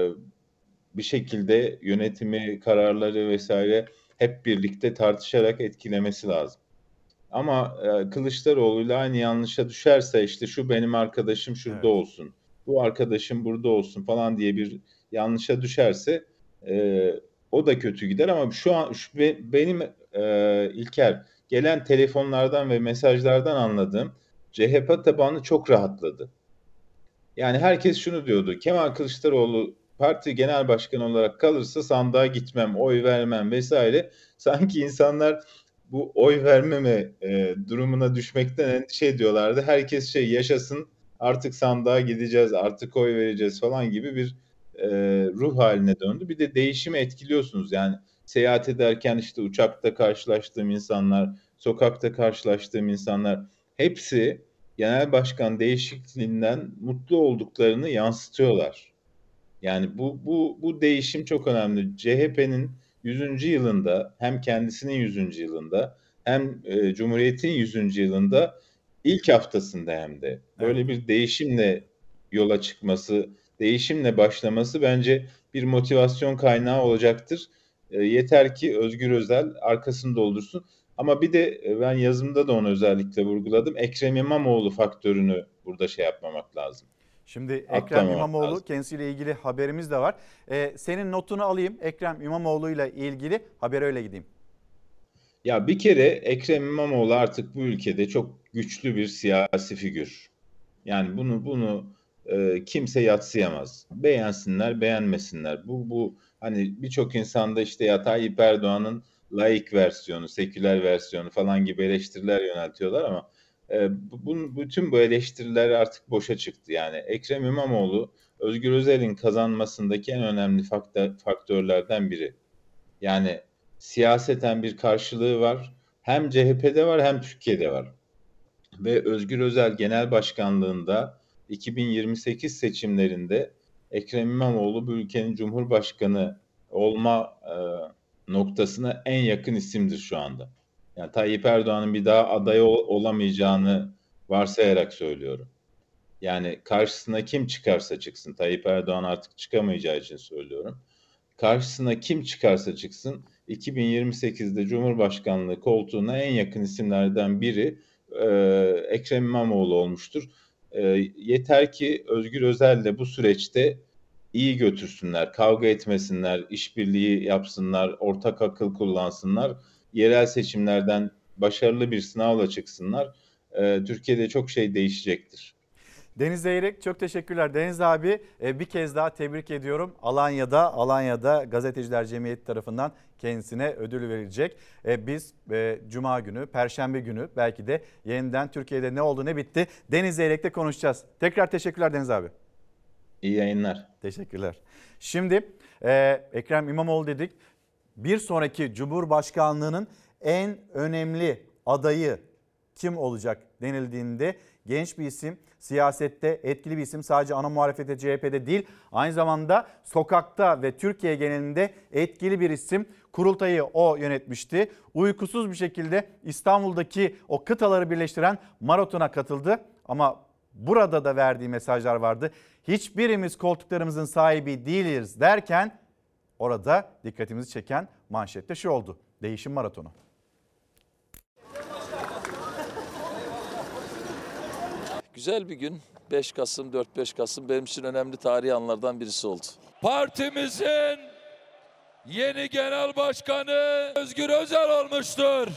bir şekilde yönetimi, kararları vesaire hep birlikte tartışarak etkilemesi lazım. Ama e, Kılıçdaroğlu'yla aynı yanlışa düşerse işte şu benim arkadaşım şurada evet. olsun, bu arkadaşım burada olsun falan diye bir yanlışa düşerse e, o da kötü gider. Ama şu an şu, benim e, İlker gelen telefonlardan ve mesajlardan anladığım C H P tabanı çok rahatladı. Yani herkes şunu diyordu: Kemal Kılıçdaroğlu parti genel başkanı olarak kalırsa sandığa gitmem, oy vermem vesaire. Sanki insanlar bu oy vermeme e, durumuna düşmekten endişe ediyorlardı. Herkes şey yaşasın, artık sandığa gideceğiz, artık oy vereceğiz falan gibi bir e, ruh haline döndü. Bir de değişimi etkiliyorsunuz. Yani seyahat ederken işte uçakta karşılaştığım insanlar, sokakta karşılaştığım insanlar hepsi genel başkan değişikliğinden mutlu olduklarını yansıtıyorlar. Yani bu bu bu değişim çok önemli. C H P'nin yüzüncü yılında, hem kendisinin yüzüncü yılında hem e, Cumhuriyet'in yüzüncü yılında ilk haftasında hem de böyle evet. bir değişimle yola çıkması, değişimle başlaması bence bir motivasyon kaynağı olacaktır. E, yeter ki Özgür Özel arkasını doldursun. Ama bir de ben yazımda da onu özellikle vurguladım. Ekrem İmamoğlu faktörünü burada şey yapmamak lazım. Şimdi Ekrem İmamoğlu lazım. Kendisiyle ilgili haberimiz de var. Ee, senin notunu alayım. Ekrem İmamoğlu ile ilgili habere öyle gideyim. Ya bir kere Ekrem İmamoğlu artık bu ülkede çok güçlü bir siyasi figür. Yani bunu bunu e, kimse yadsıyamaz. Beğensinler, beğenmesinler. Bu bu hani birçok insanda işte ya Tayyip Erdoğan'ın laik versiyonu, seküler versiyonu falan gibi eleştiriler yöneltiyorlar ama e, bu, bütün bu eleştiriler artık boşa çıktı. Yani Ekrem İmamoğlu Özgür Özel'in kazanmasındaki en önemli faktör, faktörlerden biri. Yani siyaseten bir karşılığı var. Hem C H P'de var hem Türkiye'de var. Ve Özgür Özel genel başkanlığında iki bin yirmi sekiz seçimlerinde Ekrem İmamoğlu bu ülkenin cumhurbaşkanı olma e, noktasına en yakın isimdir şu anda. Yani Tayyip Erdoğan'ın bir daha aday olamayacağını varsayarak söylüyorum. Yani karşısına kim çıkarsa çıksın, Tayyip Erdoğan artık çıkamayacağı için söylüyorum. Karşısına kim çıkarsa çıksın iki bin yirmi sekizde Cumhurbaşkanlığı koltuğuna en yakın isimlerden biri e, Ekrem İmamoğlu olmuştur. E, yeter ki Özgür Özel de bu süreçte iyi götürsünler, kavga etmesinler, işbirliği yapsınlar, ortak akıl kullansınlar, yerel seçimlerden başarılı bir sınavla çıksınlar. Ee, Türkiye'de çok şey değişecektir. Deniz Zeyrek, çok teşekkürler. Deniz abi bir kez daha tebrik ediyorum. Alanya'da Alanya'da Gazeteciler Cemiyeti tarafından kendisine ödül verilecek. Biz Cuma günü, Perşembe günü belki de yeniden Türkiye'de ne oldu ne bitti Deniz Zeyrek'te konuşacağız. Tekrar teşekkürler Deniz abi. İyi yayınlar. Teşekkürler. Şimdi e, Ekrem İmamoğlu dedik. bir sonraki Cumhurbaşkanlığının en önemli adayı kim olacak denildiğinde genç bir isim, siyasette etkili bir isim, sadece ana muhalefete C H P'de değil aynı zamanda sokakta ve Türkiye genelinde etkili bir isim. Kurultayı o yönetmişti. Uykusuz bir şekilde İstanbul'daki o kıtaları birleştiren maratona katıldı ama burada da verdiği mesajlar vardı. Hiçbirimiz koltuklarımızın sahibi değiliz derken orada dikkatimizi çeken manşette şu oldu: değişim maratonu. Güzel bir gün. beş Kasım, dört beş Kasım benim için önemli tarihi anlardan birisi oldu. Partimizin yeni genel başkanı Özgür Özel olmuştur.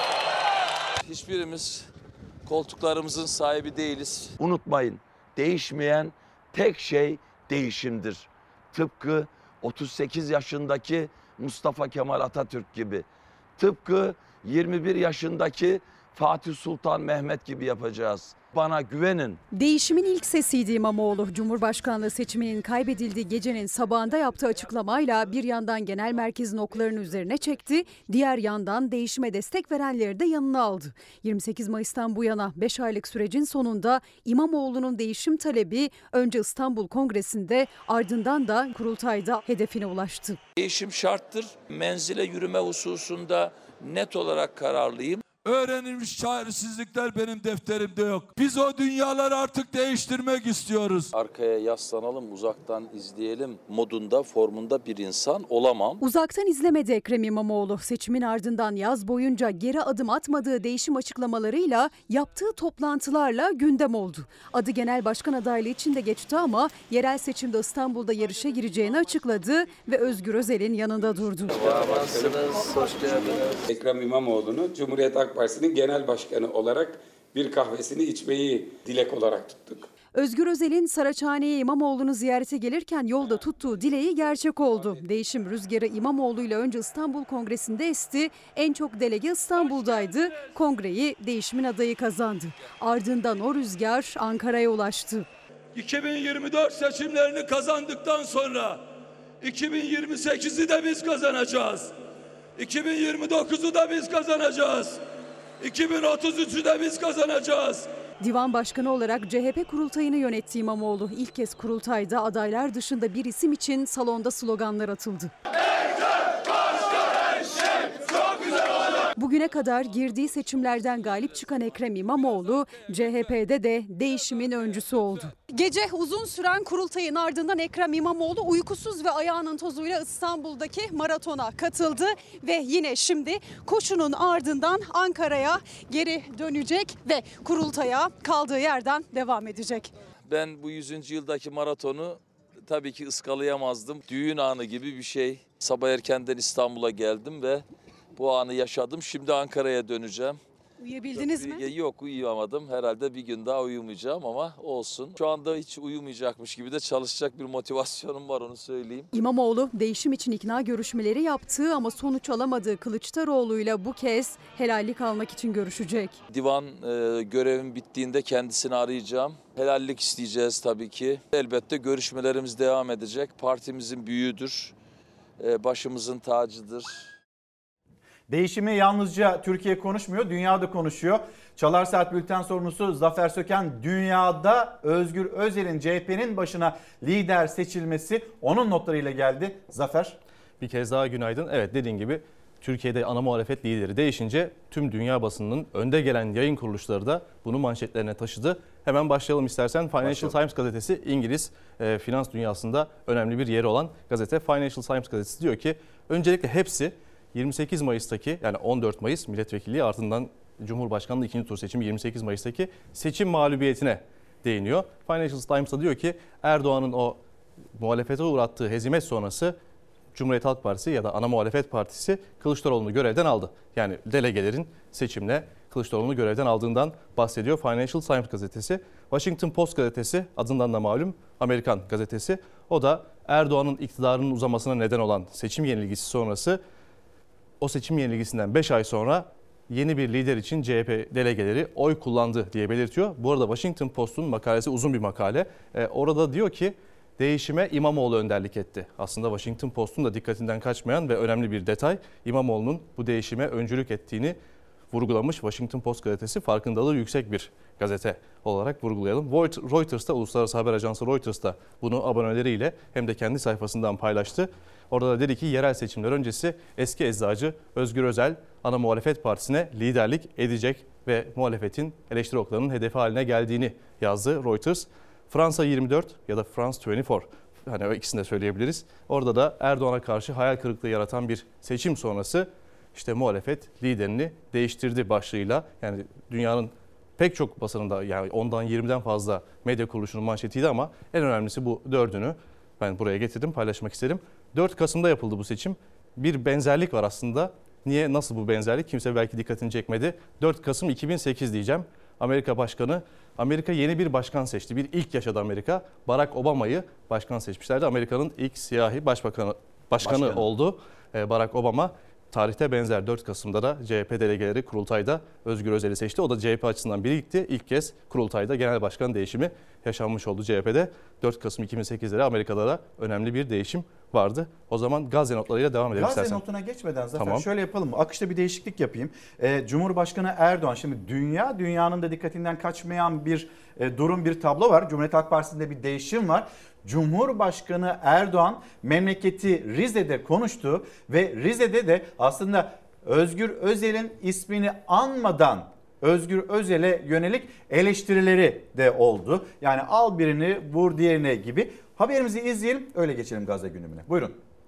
Hiçbirimiz koltuklarımızın sahibi değiliz. Unutmayın, değişmeyen tek şey değişimdir. Tıpkı otuz sekiz yaşındaki Mustafa Kemal Atatürk gibi. Tıpkı yirmi bir yaşındaki Fatih Sultan Mehmet gibi yapacağız. Bana güvenin. Değişimin ilk sesiydi İmamoğlu. Cumhurbaşkanlığı seçiminin kaybedildiği gecenin sabahında yaptığı açıklamayla bir yandan genel merkezin oklarını üzerine çekti, diğer yandan değişime destek verenleri de yanına aldı. yirmi sekiz Mayıs'tan bu yana beş aylık sürecin sonunda İmamoğlu'nun değişim talebi önce İstanbul Kongresi'nde ardından da kurultayda hedefine ulaştı. Değişim şarttır. Menzile yürüme hususunda net olarak kararlıyım. Öğrenilmiş çaresizlikler benim defterimde yok. Biz o dünyaları artık değiştirmek istiyoruz. Arkaya yaslanalım, uzaktan izleyelim modunda, formunda bir insan olamam. Uzaktan izlemedi Ekrem İmamoğlu. Seçimin ardından yaz boyunca geri adım atmadığı değişim açıklamalarıyla, yaptığı toplantılarla gündem oldu. Adı genel başkan adaylığı için de geçti ama yerel seçimde İstanbul'da yarışa gireceğini açıkladı ve Özgür Özel'in yanında durdu. Nasılsınız? Hoş geldiniz. Ekrem İmamoğlu'nu Cumhuriyet Halk Partisi'nin genel başkanı olarak bir kahvesini içmeyi dilek olarak tuttuk. Özgür Özel'in Saraçhane'ye İmamoğlu'nu ziyarete gelirken yolda tuttuğu dileği gerçek oldu. Değişim rüzgarı İmamoğlu ile önce İstanbul Kongresi'nde esti. En çok delege İstanbul'daydı. Kongreyi değişimin adayı kazandı. Ardından o rüzgar Ankara'ya ulaştı. iki bin yirmi dört seçimlerini kazandıktan sonra iki bin yirmi sekizi de biz kazanacağız. iki bin yirmi dokuzu da biz kazanacağız. iki bin otuz üçü de biz kazanacağız. Divan başkanı olarak C H P kurultayını yönetti İmamoğlu. İlk kez kurultayda adaylar dışında bir isim için salonda sloganlar atıldı. Bugüne kadar girdiği seçimlerden galip çıkan Ekrem İmamoğlu, C H P'de de değişimin öncüsü oldu. Gece uzun süren kurultayın ardından Ekrem İmamoğlu uykusuz ve ayağının tozuyla İstanbul'daki maratona katıldı ve yine şimdi koşunun ardından Ankara'ya geri dönecek ve kurultaya kaldığı yerden devam edecek. Ben bu yüzüncü yıldaki maratonu tabii ki ıskalayamazdım. Düğün anı gibi bir şey. Sabah erkenden İstanbul'a geldim ve bu anı yaşadım. Şimdi Ankara'ya döneceğim. Uyuyabildiniz mi? Yok, uyuyamadım. Herhalde bir gün daha uyumayacağım ama olsun. Şu anda hiç uyumayacakmış gibi de çalışacak bir motivasyonum var, onu söyleyeyim. İmamoğlu değişim için ikna görüşmeleri yaptığı ama sonuç alamadığı Kılıçdaroğlu'yla bu kez helallik almak için görüşecek. Divan e, görevim bittiğinde kendisini arayacağım. Helallik isteyeceğiz tabii ki. Elbette görüşmelerimiz devam edecek. Partimizin büyüğüdür. E, başımızın tacıdır. Değişimi yalnızca Türkiye konuşmuyor, dünya da konuşuyor. Çalar Saat Bülten sorumlusu Zafer Söken, dünyada Özgür Özel'in C H P'nin başına lider seçilmesi onun notlarıyla geldi. Zafer. Bir kez daha günaydın. Evet, dediğin gibi Türkiye'de ana muhalefet lideri değişince tüm dünya basınının önde gelen yayın kuruluşları da bunu manşetlerine taşıdı. Hemen başlayalım istersen. Financial başlayalım. Times gazetesi, İngiliz e, finans dünyasında önemli bir yeri olan gazete. Financial Times gazetesi diyor ki öncelikle hepsi yirmi sekiz Mayıs'taki, yani on dört Mayıs milletvekilliği ardından Cumhurbaşkanlığı ikinci tur seçimi yirmi sekiz Mayıs'taki seçim mağlubiyetine değiniyor. Financial Times'da diyor ki Erdoğan'ın o muhalefete uğrattığı hezimet sonrası Cumhuriyet Halk Partisi ya da ana muhalefet partisi Kılıçdaroğlu'nu görevden aldı. Yani delegelerin seçimle Kılıçdaroğlu'nu görevden aldığından bahsediyor Financial Times gazetesi. Washington Post gazetesi, adından da malum, Amerikan gazetesi. O da Erdoğan'ın iktidarının uzamasına neden olan seçim yenilgisi sonrası, o seçim yenilgisinden beş ay sonra yeni bir lider için C H P delegeleri oy kullandı diye belirtiyor. Bu arada Washington Post'un makalesi uzun bir makale. Ee, orada diyor ki değişime İmamoğlu önderlik etti. Aslında Washington Post'un da dikkatinden kaçmayan ve önemli bir detay, İmamoğlu'nun bu değişime öncülük ettiğini vurgulamış. Washington Post gazetesi farkındalığı yüksek bir gazete olarak vurgulayalım. Reuters'ta, Uluslararası Haber Ajansı Reuters'ta bunu aboneleriyle hem de kendi sayfasından paylaştı. Orada da dedi ki yerel seçimler öncesi eski eczacı Özgür Özel ana muhalefet partisine liderlik edecek ve muhalefetin eleştiri oklarının hedefi haline geldiğini yazdı Reuters. Fransa yirmi dört ya da France yirmi dört, hani ikisini de söyleyebiliriz. Orada da Erdoğan'a karşı hayal kırıklığı yaratan bir seçim sonrası işte muhalefet liderini değiştirdi başlığıyla. Yani dünyanın pek çok basınında, yani ondan yirmiden fazla medya kuruluşunun manşetiydi ama en önemlisi bu dördünü ben buraya getirdim, paylaşmak istedim. dört Kasım'da yapıldı bu seçim. Bir benzerlik var aslında. Niye, nasıl bu benzerlik? Kimse belki dikkatini çekmedi. dört Kasım iki bin sekiz diyeceğim. Amerika Başkanı, Amerika yeni bir başkan seçti. Bir ilk yaşadı Amerika. Barack Obama'yı başkan seçmişlerdi. Amerika'nın ilk siyahi başbakanı, başkanı, başkanı oldu Barack Obama. Tarihte benzer dört Kasım'da da C H P delegeleri kurultayda Özgür Özel'i seçti. O da C H P açısından bir ilkti. İlk kez kurultayda genel başkan değişimi yaşanmış oldu C H P'de. dört Kasım iki bin sekizde de Amerika'da da önemli bir değişim vardı. O zaman Gazze notlarıyla devam edelim Gazze istersen. notuna geçmeden zaten tamam. Şöyle yapalım mı? Akışta bir değişiklik yapayım. Ee, Cumhurbaşkanı Erdoğan, şimdi dünya, dünyanın da dikkatinden kaçmayan bir e, durum, bir tablo var. Cumhuriyet Halk Partisi'nde bir değişim var. Cumhurbaşkanı Erdoğan memleketi Rize'de konuştu ve Rize'de de aslında Özgür Özel'in ismini anmadan Özgür Özel'e yönelik eleştirileri de oldu. Yani al birini vur diğerine gibi. Haberimizi izleyelim, öyle geçelim Gazze gündemine. Buyurun.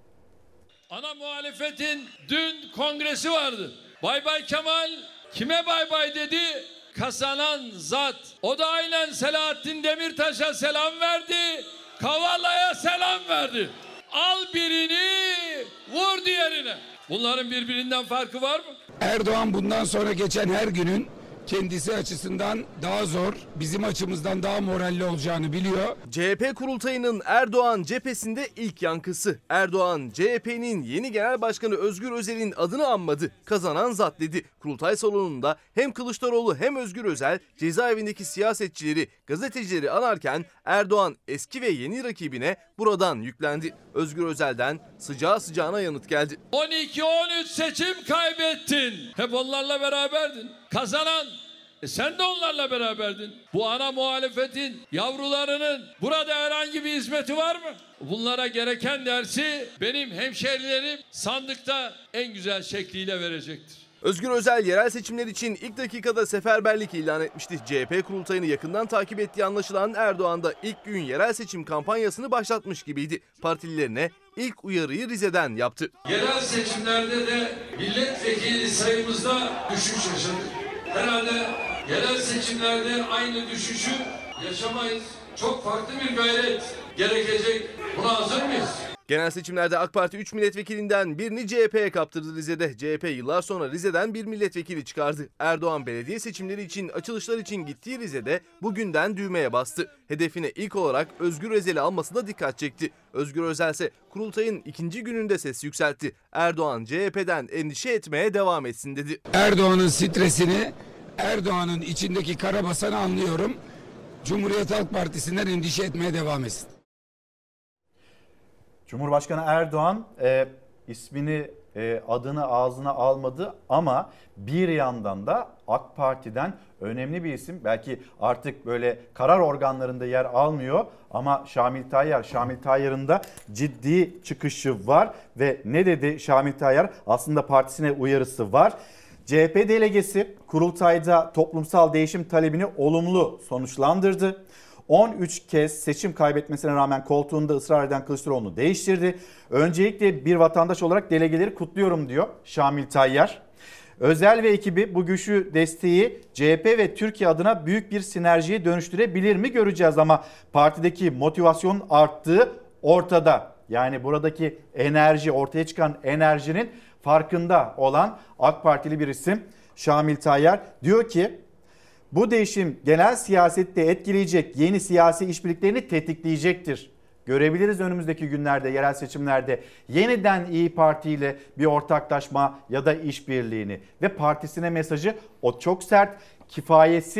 Ana muhalefetin dün kongresi vardı. Bay Bay Kemal kime bay bay dedi? Kazanan zat. O da aynen Selahattin Demirtaş'a selam verdi. Kavala'ya selam verdi. Al birini, vur diğerine. Bunların birbirinden farkı var mı? Erdoğan bundan sonra geçen her günün kendisi açısından daha zor, bizim açımızdan daha moralli olacağını biliyor. C H P kurultayının Erdoğan cephesinde ilk yankısı. Erdoğan, C H P'nin yeni genel başkanı Özgür Özel'in adını anmadı. Kazanan zat dedi. Kurultay salonunda hem Kılıçdaroğlu hem Özgür Özel cezaevindeki siyasetçileri, gazetecileri anarken Erdoğan eski ve yeni rakibine buradan yüklendi. Özgür Özel'den sıcağı sıcağına yanıt geldi. on iki on üç seçim kaybettin. Hep onlarla beraberdin. Kazanan, e sen de onlarla beraberdin. Bu ana muhalefetin yavrularının burada herhangi bir hizmeti var mı? Bunlara gereken dersi benim hemşehrilerim sandıkta en güzel şekliyle verecektir. Özgür Özel yerel seçimler için ilk dakikada seferberlik ilan etmişti. C H P kurultayını yakından takip ettiği anlaşılan Erdoğan da ilk gün yerel seçim kampanyasını başlatmış gibiydi. Partililerine ilk uyarıyı Rize'den yaptı. Yerel seçimlerde de milletvekili sayımızda düşüş yaşadık. Herhalde yerel seçimlerde aynı düşüşü yaşamayız. Çok farklı bir gayret gerekecek. Buna hazır mıyız? Genel seçimlerde AK Parti üç milletvekilinden birini C H P'ye kaptırdı Rize'de. C H P yıllar sonra Rize'den bir milletvekili çıkardı. Erdoğan belediye seçimleri için açılışlar için gittiği Rize'de bugünden düğmeye bastı. Hedefine ilk olarak Özgür Özel'i alması da dikkat çekti. Özgür Özel ise kurultayın ikinci gününde ses yükseltti. Erdoğan C H P'den endişe etmeye devam etsin dedi. Erdoğan'ın stresini, Erdoğan'ın içindeki karabasanı anlıyorum. Cumhuriyet Halk Partisi'nden endişe etmeye devam etsin. Cumhurbaşkanı Erdoğan e, ismini, e, adını ağzına almadı ama bir yandan da AK Parti'den önemli bir isim, belki artık böyle karar organlarında yer almıyor ama Şamil Tayyar, Şamil Tayyar'ın da ciddi çıkışı var ve ne dedi Şamil Tayyar? Aslında partisine uyarısı var. C H P delegesi kurultayda toplumsal değişim talebini olumlu sonuçlandırdı. on üç kez seçim kaybetmesine rağmen koltuğunda ısrar eden Kılıçdaroğlu'nu değiştirdi. Öncelikle bir vatandaş olarak delegeleri kutluyorum diyor Şamil Tayyar. Özel ve ekibi bu güçlü desteği C H P ve Türkiye adına büyük bir sinerjiye dönüştürebilir mi göreceğiz ama partideki motivasyon arttığı ortada. Yani buradaki enerji, ortaya çıkan enerjinin farkında olan AK Partili bir isim Şamil Tayyar diyor ki bu değişim genel siyasette etkileyecek yeni siyasi işbirliklerini tetikleyecektir. Görebiliriz önümüzdeki günlerde yerel seçimlerde yeniden İYİ Parti ile bir ortaklaşma ya da işbirliğini ve partisine mesajı o çok sert, kifayetsiz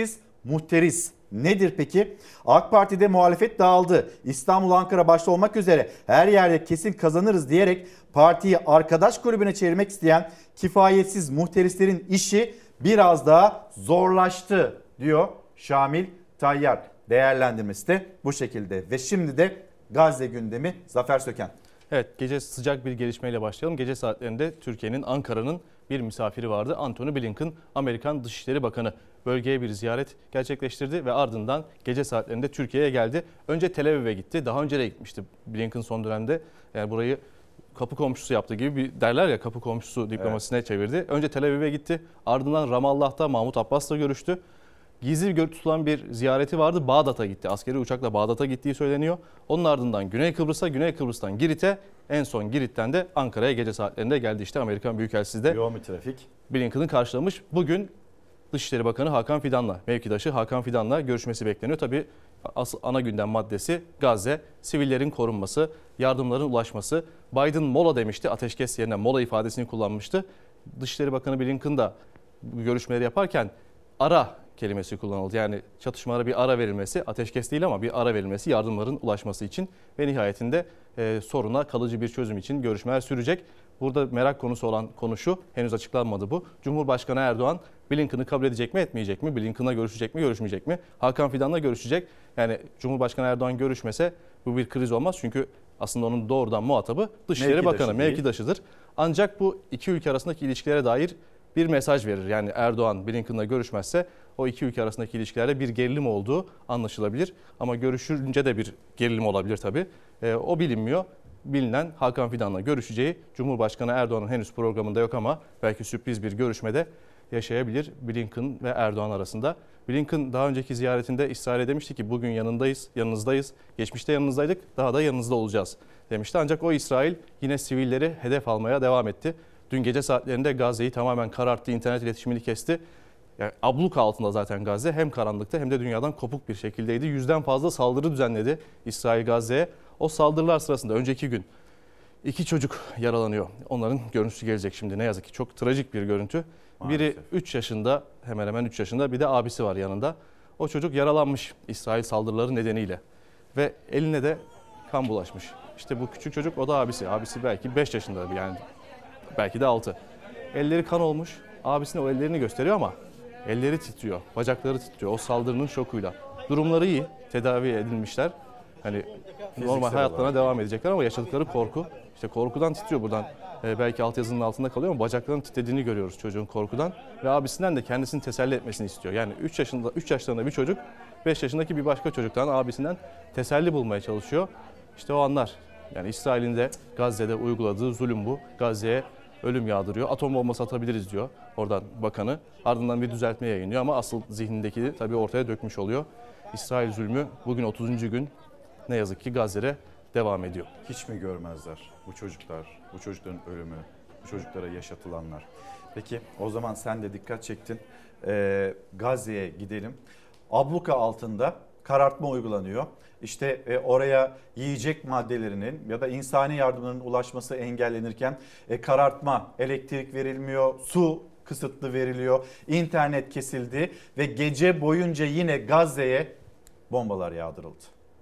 muhteris. Nedir peki? AK Parti'de muhalefet dağıldı. İstanbul, Ankara başta olmak üzere her yerde kesin kazanırız diyerek partiyi arkadaş kulübüne çevirmek isteyen kifayetsiz muhterislerin işi biraz daha zorlaştı diyor Şamil Tayyar. Değerlendirmesi de bu şekilde. Ve şimdi de Gazze gündemi, Zafer Söken. Evet, gece sıcak bir gelişmeyle başlayalım. Gece saatlerinde Türkiye'nin, Ankara'nın bir misafiri vardı. Antony Blinken, Amerikan Dışişleri Bakanı. Bölgeye bir ziyaret gerçekleştirdi ve ardından gece saatlerinde Türkiye'ye geldi. Önce Tel Aviv'e gitti. Daha önce de gitmişti Blinken son dönemde. Yani burayı kapı komşusu yaptığı gibi bir derler ya, kapı komşusu diplomasisine evet. çevirdi. Önce Tel Aviv'e gitti. Ardından Ramallah'ta Mahmut Abbas'la görüştü. Gizli tutulan bir ziyareti vardı. Bağdat'a gitti. Askeri uçakla Bağdat'a gittiği söyleniyor. Onun ardından Güney Kıbrıs'a, Güney Kıbrıs'tan Girit'e, en son Girit'ten de Ankara'ya gece saatlerinde geldi. İşte Amerikan Büyükelçisi de yoğun bir trafik Blinken'ı karşılamış. Bugün Dışişleri Bakanı Hakan Fidan'la, mevkidaşı Hakan Fidan'la görüşmesi bekleniyor. Tabii asıl ana gündem maddesi Gazze, sivillerin korunması, yardımların ulaşması. Biden mola demişti, ateşkes yerine mola ifadesini kullanmıştı. Dışişleri Bakanı Blinken da bu görüşmeleri yaparken ara kelimesi kullanıldı. Yani çatışmalara bir ara verilmesi, ateşkes değil ama bir ara verilmesi, yardımların ulaşması için ve nihayetinde e, soruna kalıcı bir çözüm için görüşmeler sürecek. Burada merak konusu olan konu şu, henüz açıklanmadı bu. Cumhurbaşkanı Erdoğan Blinken'ı kabul edecek mi, etmeyecek mi? Blinken'la görüşecek mi, görüşmeyecek mi? Hakan Fidan'la görüşecek. Yani Cumhurbaşkanı Erdoğan görüşmese bu bir kriz olmaz. Çünkü aslında onun doğrudan muhatabı Dışişleri mevkidaşı Bakanı, değil. mevkidaşıdır. Ancak bu iki ülke arasındaki ilişkilere dair bir mesaj verir. Yani Erdoğan Blinken'la görüşmezse o iki ülke arasındaki ilişkilerde bir gerilim olduğu anlaşılabilir. Ama görüşünce de bir gerilim olabilir tabii. E, o bilinmiyor. Bilinen Hakan Fidan'la görüşeceği, Cumhurbaşkanı Erdoğan'ın henüz programında yok ama belki sürpriz bir görüşmede yaşayabilir Blinken ve Erdoğan arasında. Blinken daha önceki ziyaretinde İsrail'e demişti ki bugün yanındayız, yanınızdayız. Geçmişte yanınızdaydık, daha da yanınızda olacağız demişti. Ancak o İsrail yine sivilleri hedef almaya devam etti. Dün gece saatlerinde Gazze'yi tamamen kararttı, internet iletişimini kesti. Yani abluka altında zaten Gazze, hem karanlıkta hem de dünyadan kopuk bir şekildeydi. Yüzden fazla saldırı düzenledi İsrail Gazze'ye. O saldırılar sırasında önceki gün iki çocuk yaralanıyor. Onların görüntüsü gelecek şimdi, ne yazık ki. Çok trajik bir görüntü. Maalesef. Biri üç yaşında, hemen hemen üç yaşında, bir de abisi var yanında. O çocuk yaralanmış İsrail saldırıları nedeniyle. Ve eline de kan bulaşmış. İşte bu küçük çocuk, o da abisi. Abisi belki beş yaşında, yani belki de altı. Elleri kan olmuş. Abisine o ellerini gösteriyor ama elleri titriyor, bacakları titriyor o saldırının şokuyla. Durumları iyi, tedavi edilmişler. Hani fiziksel normal hayatlarına olarak devam edecekler ama yaşadıkları korku, işte korkudan titriyor buradan. Ee, belki altyazının altında kalıyor ama bacaklarının titrediğini görüyoruz çocuğun korkudan. Ve abisinden de kendisini teselli etmesini istiyor. Yani üç yaşında, üç yaşlarında bir çocuk, beş yaşındaki bir başka çocuktan, abisinden teselli bulmaya çalışıyor. İşte o anlar. Yani İsrail'in de Gazze'de uyguladığı zulüm bu. Gazze'ye ölüm yağdırıyor. Atom bombası atabiliriz diyor oradan bakanı. Ardından bir düzeltme yayınlıyor ama asıl zihnindeki tabii ortaya dökmüş oluyor. İsrail zulmü bugün otuzuncu gün ne yazık ki Gazze'de devam ediyor. Hiç mi görmezler bu çocuklar, bu çocukların ölümü, bu çocuklara yaşatılanlar? Peki o zaman sen de dikkat çektin. Ee, Gazze'ye gidelim. Abluka altında karartma uygulanıyor. İşte e, oraya yiyecek maddelerinin ya da insani yardımların ulaşması engellenirken e, karartma, elektrik verilmiyor, su kısıtlı veriliyor, internet kesildi ve gece boyunca yine Gazze'ye bombalar yağdırıldı.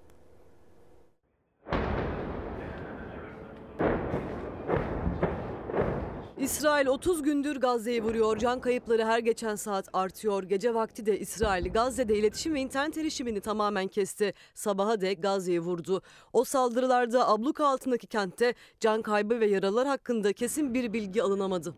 İsrail otuz gündür Gazze'yi vuruyor. Can kayıpları her geçen saat artıyor. Gece vakti de İsrail Gazze'de iletişim ve internet erişimini tamamen kesti. Sabaha dek Gazze'yi vurdu. O saldırılarda abluka altındaki kentte can kaybı ve yaralar hakkında kesin bir bilgi alınamadı.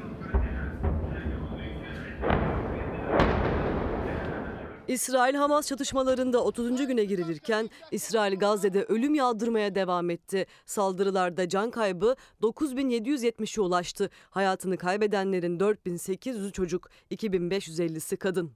İsrail-Hamas çatışmalarında otuzuncu güne girilirken İsrail Gazze'de ölüm yağdırmaya devam etti. Saldırılarda can kaybı dokuz bin yedi yüz yetmişe ulaştı. Hayatını kaybedenlerin dört bin sekiz yüzü çocuk, iki bin beş yüz ellisi kadın.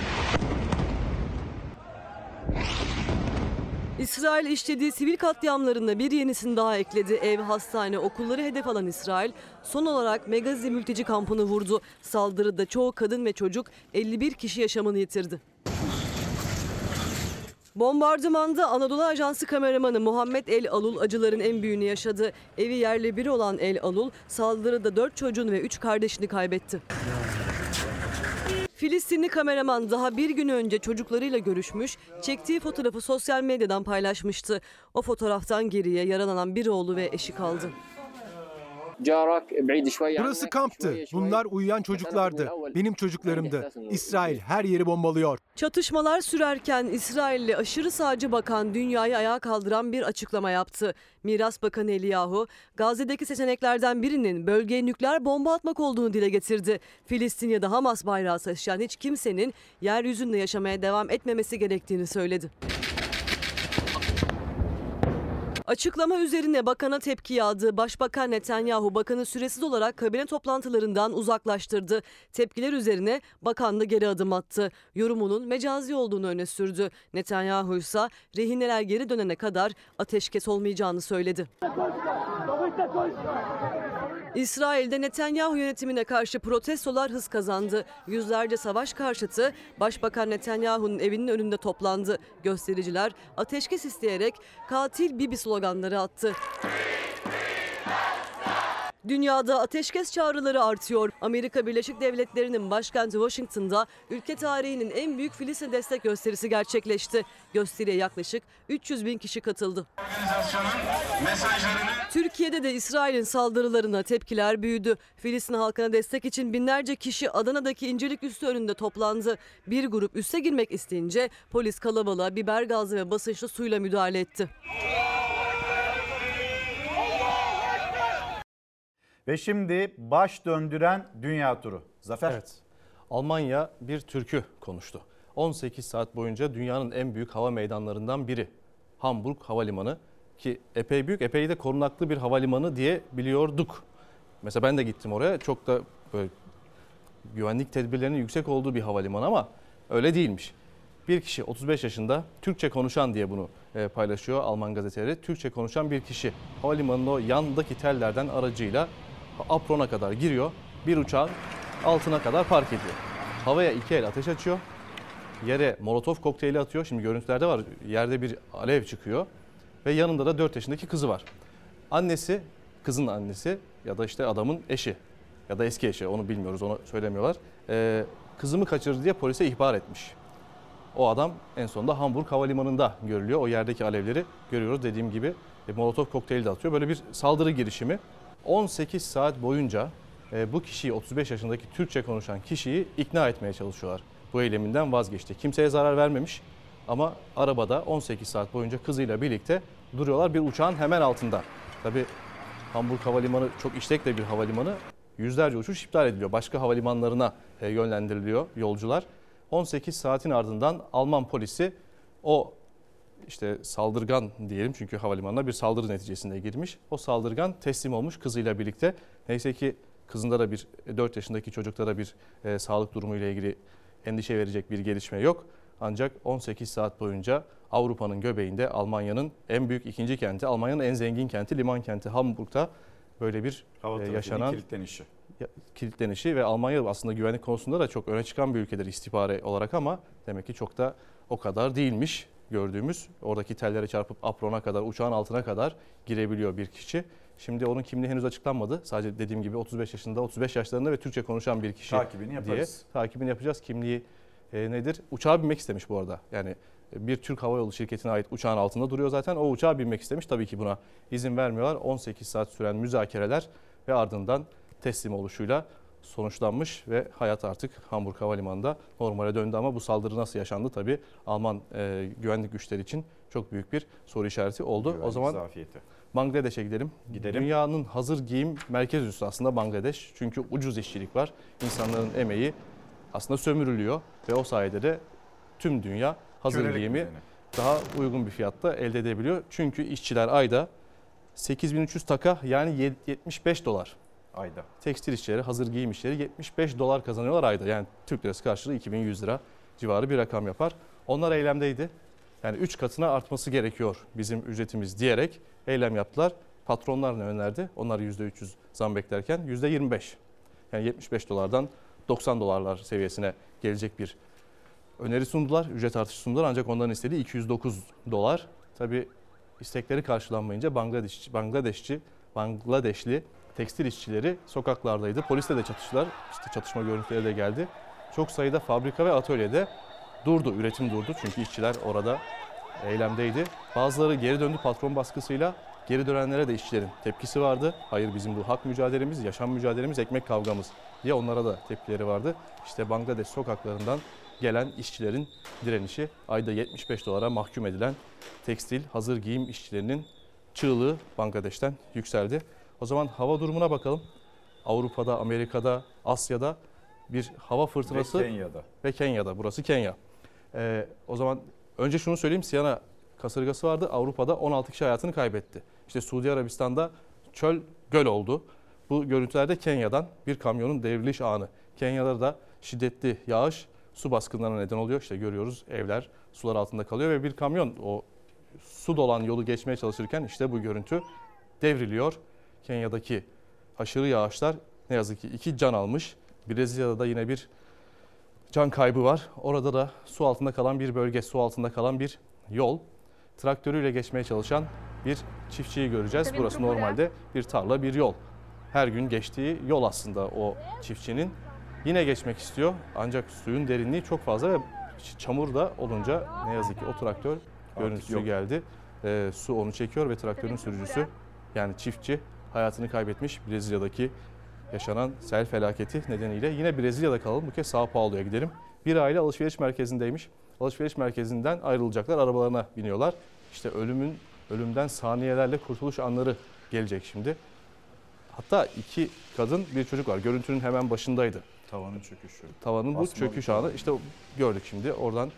İsrail işlediği sivil katliamlarında bir yenisini daha ekledi. Ev, hastane, okulları hedef alan İsrail son olarak Megazi mülteci kampını vurdu. Saldırıda çoğu kadın ve çocuk, elli bir kişi yaşamını yitirdi. Bombardımanda Anadolu Ajansı kameramanı Muhammed El Alul acıların en büyüğünü yaşadı. Evi yerle bir olan El Alul saldırıda dört çocuğunu ve üç kardeşini kaybetti. Filistinli kameraman daha bir gün önce çocuklarıyla görüşmüş, çektiği fotoğrafı sosyal medyadan paylaşmıştı. O fotoğraftan geriye yaralanan bir oğlu ve eşi kaldı. Burası kamptı. Bunlar uyuyan çocuklardı. Benim çocuklarımdı. İsrail her yeri bombalıyor. Çatışmalar sürerken İsrailli aşırı sağcı bakan dünyayı ayağa kaldıran bir açıklama yaptı. Miras Bakanı Eliyahu, Gazze'deki seçeneklerden birinin bölgeye nükleer bomba atmak olduğunu dile getirdi. Filistin ya da Hamas bayrağı taşıyan hiç kimsenin yeryüzünde yaşamaya devam etmemesi gerektiğini söyledi. Açıklama üzerine bakana tepki yağdı. Başbakan Netanyahu bakanı süresiz olarak kabine toplantılarından uzaklaştırdı. Tepkiler üzerine bakan da geri adım attı. Yorumunun mecazi olduğunu öne sürdü. Netanyahu ise rehineler geri dönene kadar ateşkes olmayacağını söyledi. İsrail'de Netanyahu yönetimine karşı protestolar hız kazandı. Yüzlerce savaş karşıtı Başbakan Netanyahu'nun evinin önünde toplandı. Göstericiler ateşkes isteyerek "Katil Bibi" sloganları attı. Dünyada ateşkes çağrıları artıyor. Amerika Birleşik Devletleri'nin başkenti Washington'da ülke tarihinin en büyük Filistin destek gösterisi gerçekleşti. Gösteriye yaklaşık üç yüz bin kişi katıldı. Türkiye'de de İsrail'in saldırılarına tepkiler büyüdü. Filistin halkına destek için binlerce kişi Adana'daki İncirlik Üssü önünde toplandı. Bir grup üsse girmek isteyince polis kalabalığa biber gazı ve basınçlı suyla müdahale etti. Ve şimdi baş döndüren dünya turu. Zafer. Evet. Almanya bir türkü konuştu. on sekiz saat boyunca dünyanın en büyük hava meydanlarından biri. Hamburg Havalimanı, ki epey büyük, epey de korunaklı bir havalimanı diye biliyorduk. Mesela ben de gittim oraya. Çok da böyle güvenlik tedbirlerinin yüksek olduğu bir havalimanı ama öyle değilmiş. Bir kişi otuz beş yaşında, Türkçe konuşan diye bunu paylaşıyor Alman gazeteleri. Türkçe konuşan bir kişi havalimanının o yandaki tellerden aracıyla aprona kadar giriyor. Bir uçağın altına kadar park ediyor. Havaya iki el ateş açıyor. Yere molotof kokteyli atıyor. Şimdi görüntülerde var. Yerde bir alev çıkıyor. Ve yanında da dört yaşındaki kızı var. Annesi, kızın annesi ya da işte adamın eşi ya da eski eşi, onu bilmiyoruz, onu söylemiyorlar. Ee, kızımı kaçırdı diye polise ihbar etmiş. O adam en sonunda Hamburg Havalimanı'nda görülüyor. O yerdeki alevleri görüyoruz. Dediğim gibi e, molotof kokteyli de atıyor. Böyle bir saldırı girişimi. on sekiz saat boyunca e, bu kişiyi, otuz beş yaşındaki Türkçe konuşan kişiyi ikna etmeye çalışıyorlar. Bu eyleminden vazgeçti. Kimseye zarar vermemiş ama arabada on sekiz saat boyunca kızıyla birlikte duruyorlar bir uçağın hemen altında. Tabii Hamburg Havalimanı çok işlek de bir havalimanı. Yüzlerce uçuş iptal ediliyor. Başka havalimanlarına e, yönlendiriliyor yolcular. on sekiz saatin ardından Alman polisi o işte saldırgan diyelim, çünkü havalimanına bir saldırı neticesinde girmiş. O saldırgan teslim olmuş kızıyla birlikte. Neyse ki kızında da bir dört yaşındaki çocukta da bir e, sağlık durumu ile ilgili endişe verecek bir gelişme yok. Ancak on sekiz saat boyunca Avrupa'nın göbeğinde, Almanya'nın en büyük ikinci kenti, Almanya'nın en zengin kenti, liman kenti Hamburg'da böyle bir e, yaşanan kilitlenişi. kilitlenişi ve Almanya aslında güvenlik konusunda da çok öne çıkan bir ülkedir istihbari olarak ama demek ki çok da o kadar değilmiş gördüğümüz. Oradaki tellere çarpıp aprona kadar, uçağın altına kadar girebiliyor bir kişi. Şimdi onun kimliği henüz açıklanmadı. Sadece dediğim gibi otuz beş yaşında, otuz beş yaşlarında ve Türkçe konuşan bir kişi Takibini diye. yaparız. Takibini yapacağız. Kimliği e, nedir? Uçağa binmek istemiş bu arada. Yani bir Türk Hava Yolu şirketine ait uçağın altında duruyor zaten. O uçağa binmek istemiş. Tabii ki buna izin vermiyorlar. on sekiz saat süren müzakereler ve ardından teslim oluşuyla sonuçlanmış ve hayat artık Hamburg Havalimanı'nda normale döndü ama bu saldırı nasıl yaşandı tabii Alman e, güvenlik güçleri için çok büyük bir soru işareti oldu. Güvenlik o zaman zafiyeti. Bangladeş'e gidelim. Gidelim. Dünyanın hazır giyim merkez üssü aslında Bangladeş. Çünkü ucuz işçilik var. İnsanların emeği aslında sömürülüyor ve o sayede de tüm dünya hazır Kölelik giyimi üzerine. daha uygun bir fiyatta elde edebiliyor. Çünkü işçiler ayda sekiz bin üç yüz taka yani yetmiş beş dolar. Ayda. Tekstil işçileri, hazır giyim işçileri yetmiş beş dolar kazanıyorlar ayda. Yani Türk lirası karşılığı iki bin yüz lira civarı bir rakam yapar. Onlar eylemdeydi. Yani üç katına artması gerekiyor bizim ücretimiz diyerek eylem yaptılar. Patronlar ne önerdi? Onlar yüzde üç yüz zam beklerken yüzde yirmi beş. Yani yetmiş beş dolardan doksan dolarlar seviyesine gelecek bir öneri sundular. Ücret artışı sundular ancak onların istediği iki yüz dokuz dolar. Tabii istekleri karşılanmayınca Bangladeş, Bangladeşçi, Bangladeşli tekstil işçileri sokaklardaydı. Polisle de çatıştılar. İşte çatışma görüntüleri de geldi. çok sayıda fabrika ve atölyede durdu. Üretim durdu çünkü işçiler orada eylemdeydi. Bazıları geri döndü patron baskısıyla. Geri dönenlere de işçilerin tepkisi vardı. Hayır, bizim bu hak mücadelemiz, yaşam mücadelemiz, ekmek kavgamız diye onlara da tepkileri vardı. İşte Bangladeş sokaklarından gelen işçilerin direnişi, ayda yetmiş beş dolara mahkum edilen tekstil, hazır giyim işçilerinin çığlığı Bangladeş'ten yükseldi. O zaman hava durumuna bakalım. Avrupa'da, Amerika'da, Asya'da bir hava fırtınası. Ve Kenya'da. Ve Kenya'da. Burası Kenya. Ee, o zaman önce şunu söyleyeyim. Siyana kasırgası vardı. Avrupa'da on altı kişi hayatını kaybetti. İşte Suudi Arabistan'da çöl göl oldu. Bu görüntülerde Kenya'dan bir kamyonun devriliş anı. Kenya'da da şiddetli yağış su baskınlarına neden oluyor. İşte görüyoruz, evler sular altında kalıyor ve bir kamyon o su dolan yolu geçmeye çalışırken işte bu görüntü devriliyor. Kenya'daki aşırı yağışlar ne yazık ki iki can almış. Brezilya'da da yine bir can kaybı var. Orada da su altında kalan bir bölge, su altında kalan bir yol. Traktörüyle geçmeye çalışan bir çiftçiyi göreceğiz. Burası normalde bir tarla, bir yol. Her gün geçtiği yol aslında o çiftçinin. Yine geçmek istiyor ancak suyun derinliği çok fazla ve çamur da olunca ne yazık ki o traktör görüntüsü geldi. E, su onu çekiyor ve traktörün sürücüsü yani çiftçi hayatını kaybetmiş. Brezilya'daki yaşanan sel felaketi nedeniyle. Yine Brezilya'da kalalım. Bu kez Sao Paulo'ya gidelim. Bir aile alışveriş merkezindeymiş. Alışveriş merkezinden ayrılacaklar. Arabalarına biniyorlar. İşte ölümün ölümden saniyelerle kurtuluş anları gelecek şimdi. Hatta iki kadın bir çocuk var. Görüntünün hemen başındaydı. Tavanın çöküşü. Tavanın bu Asmalı çöküş anı. İşte gördük şimdi. Oradan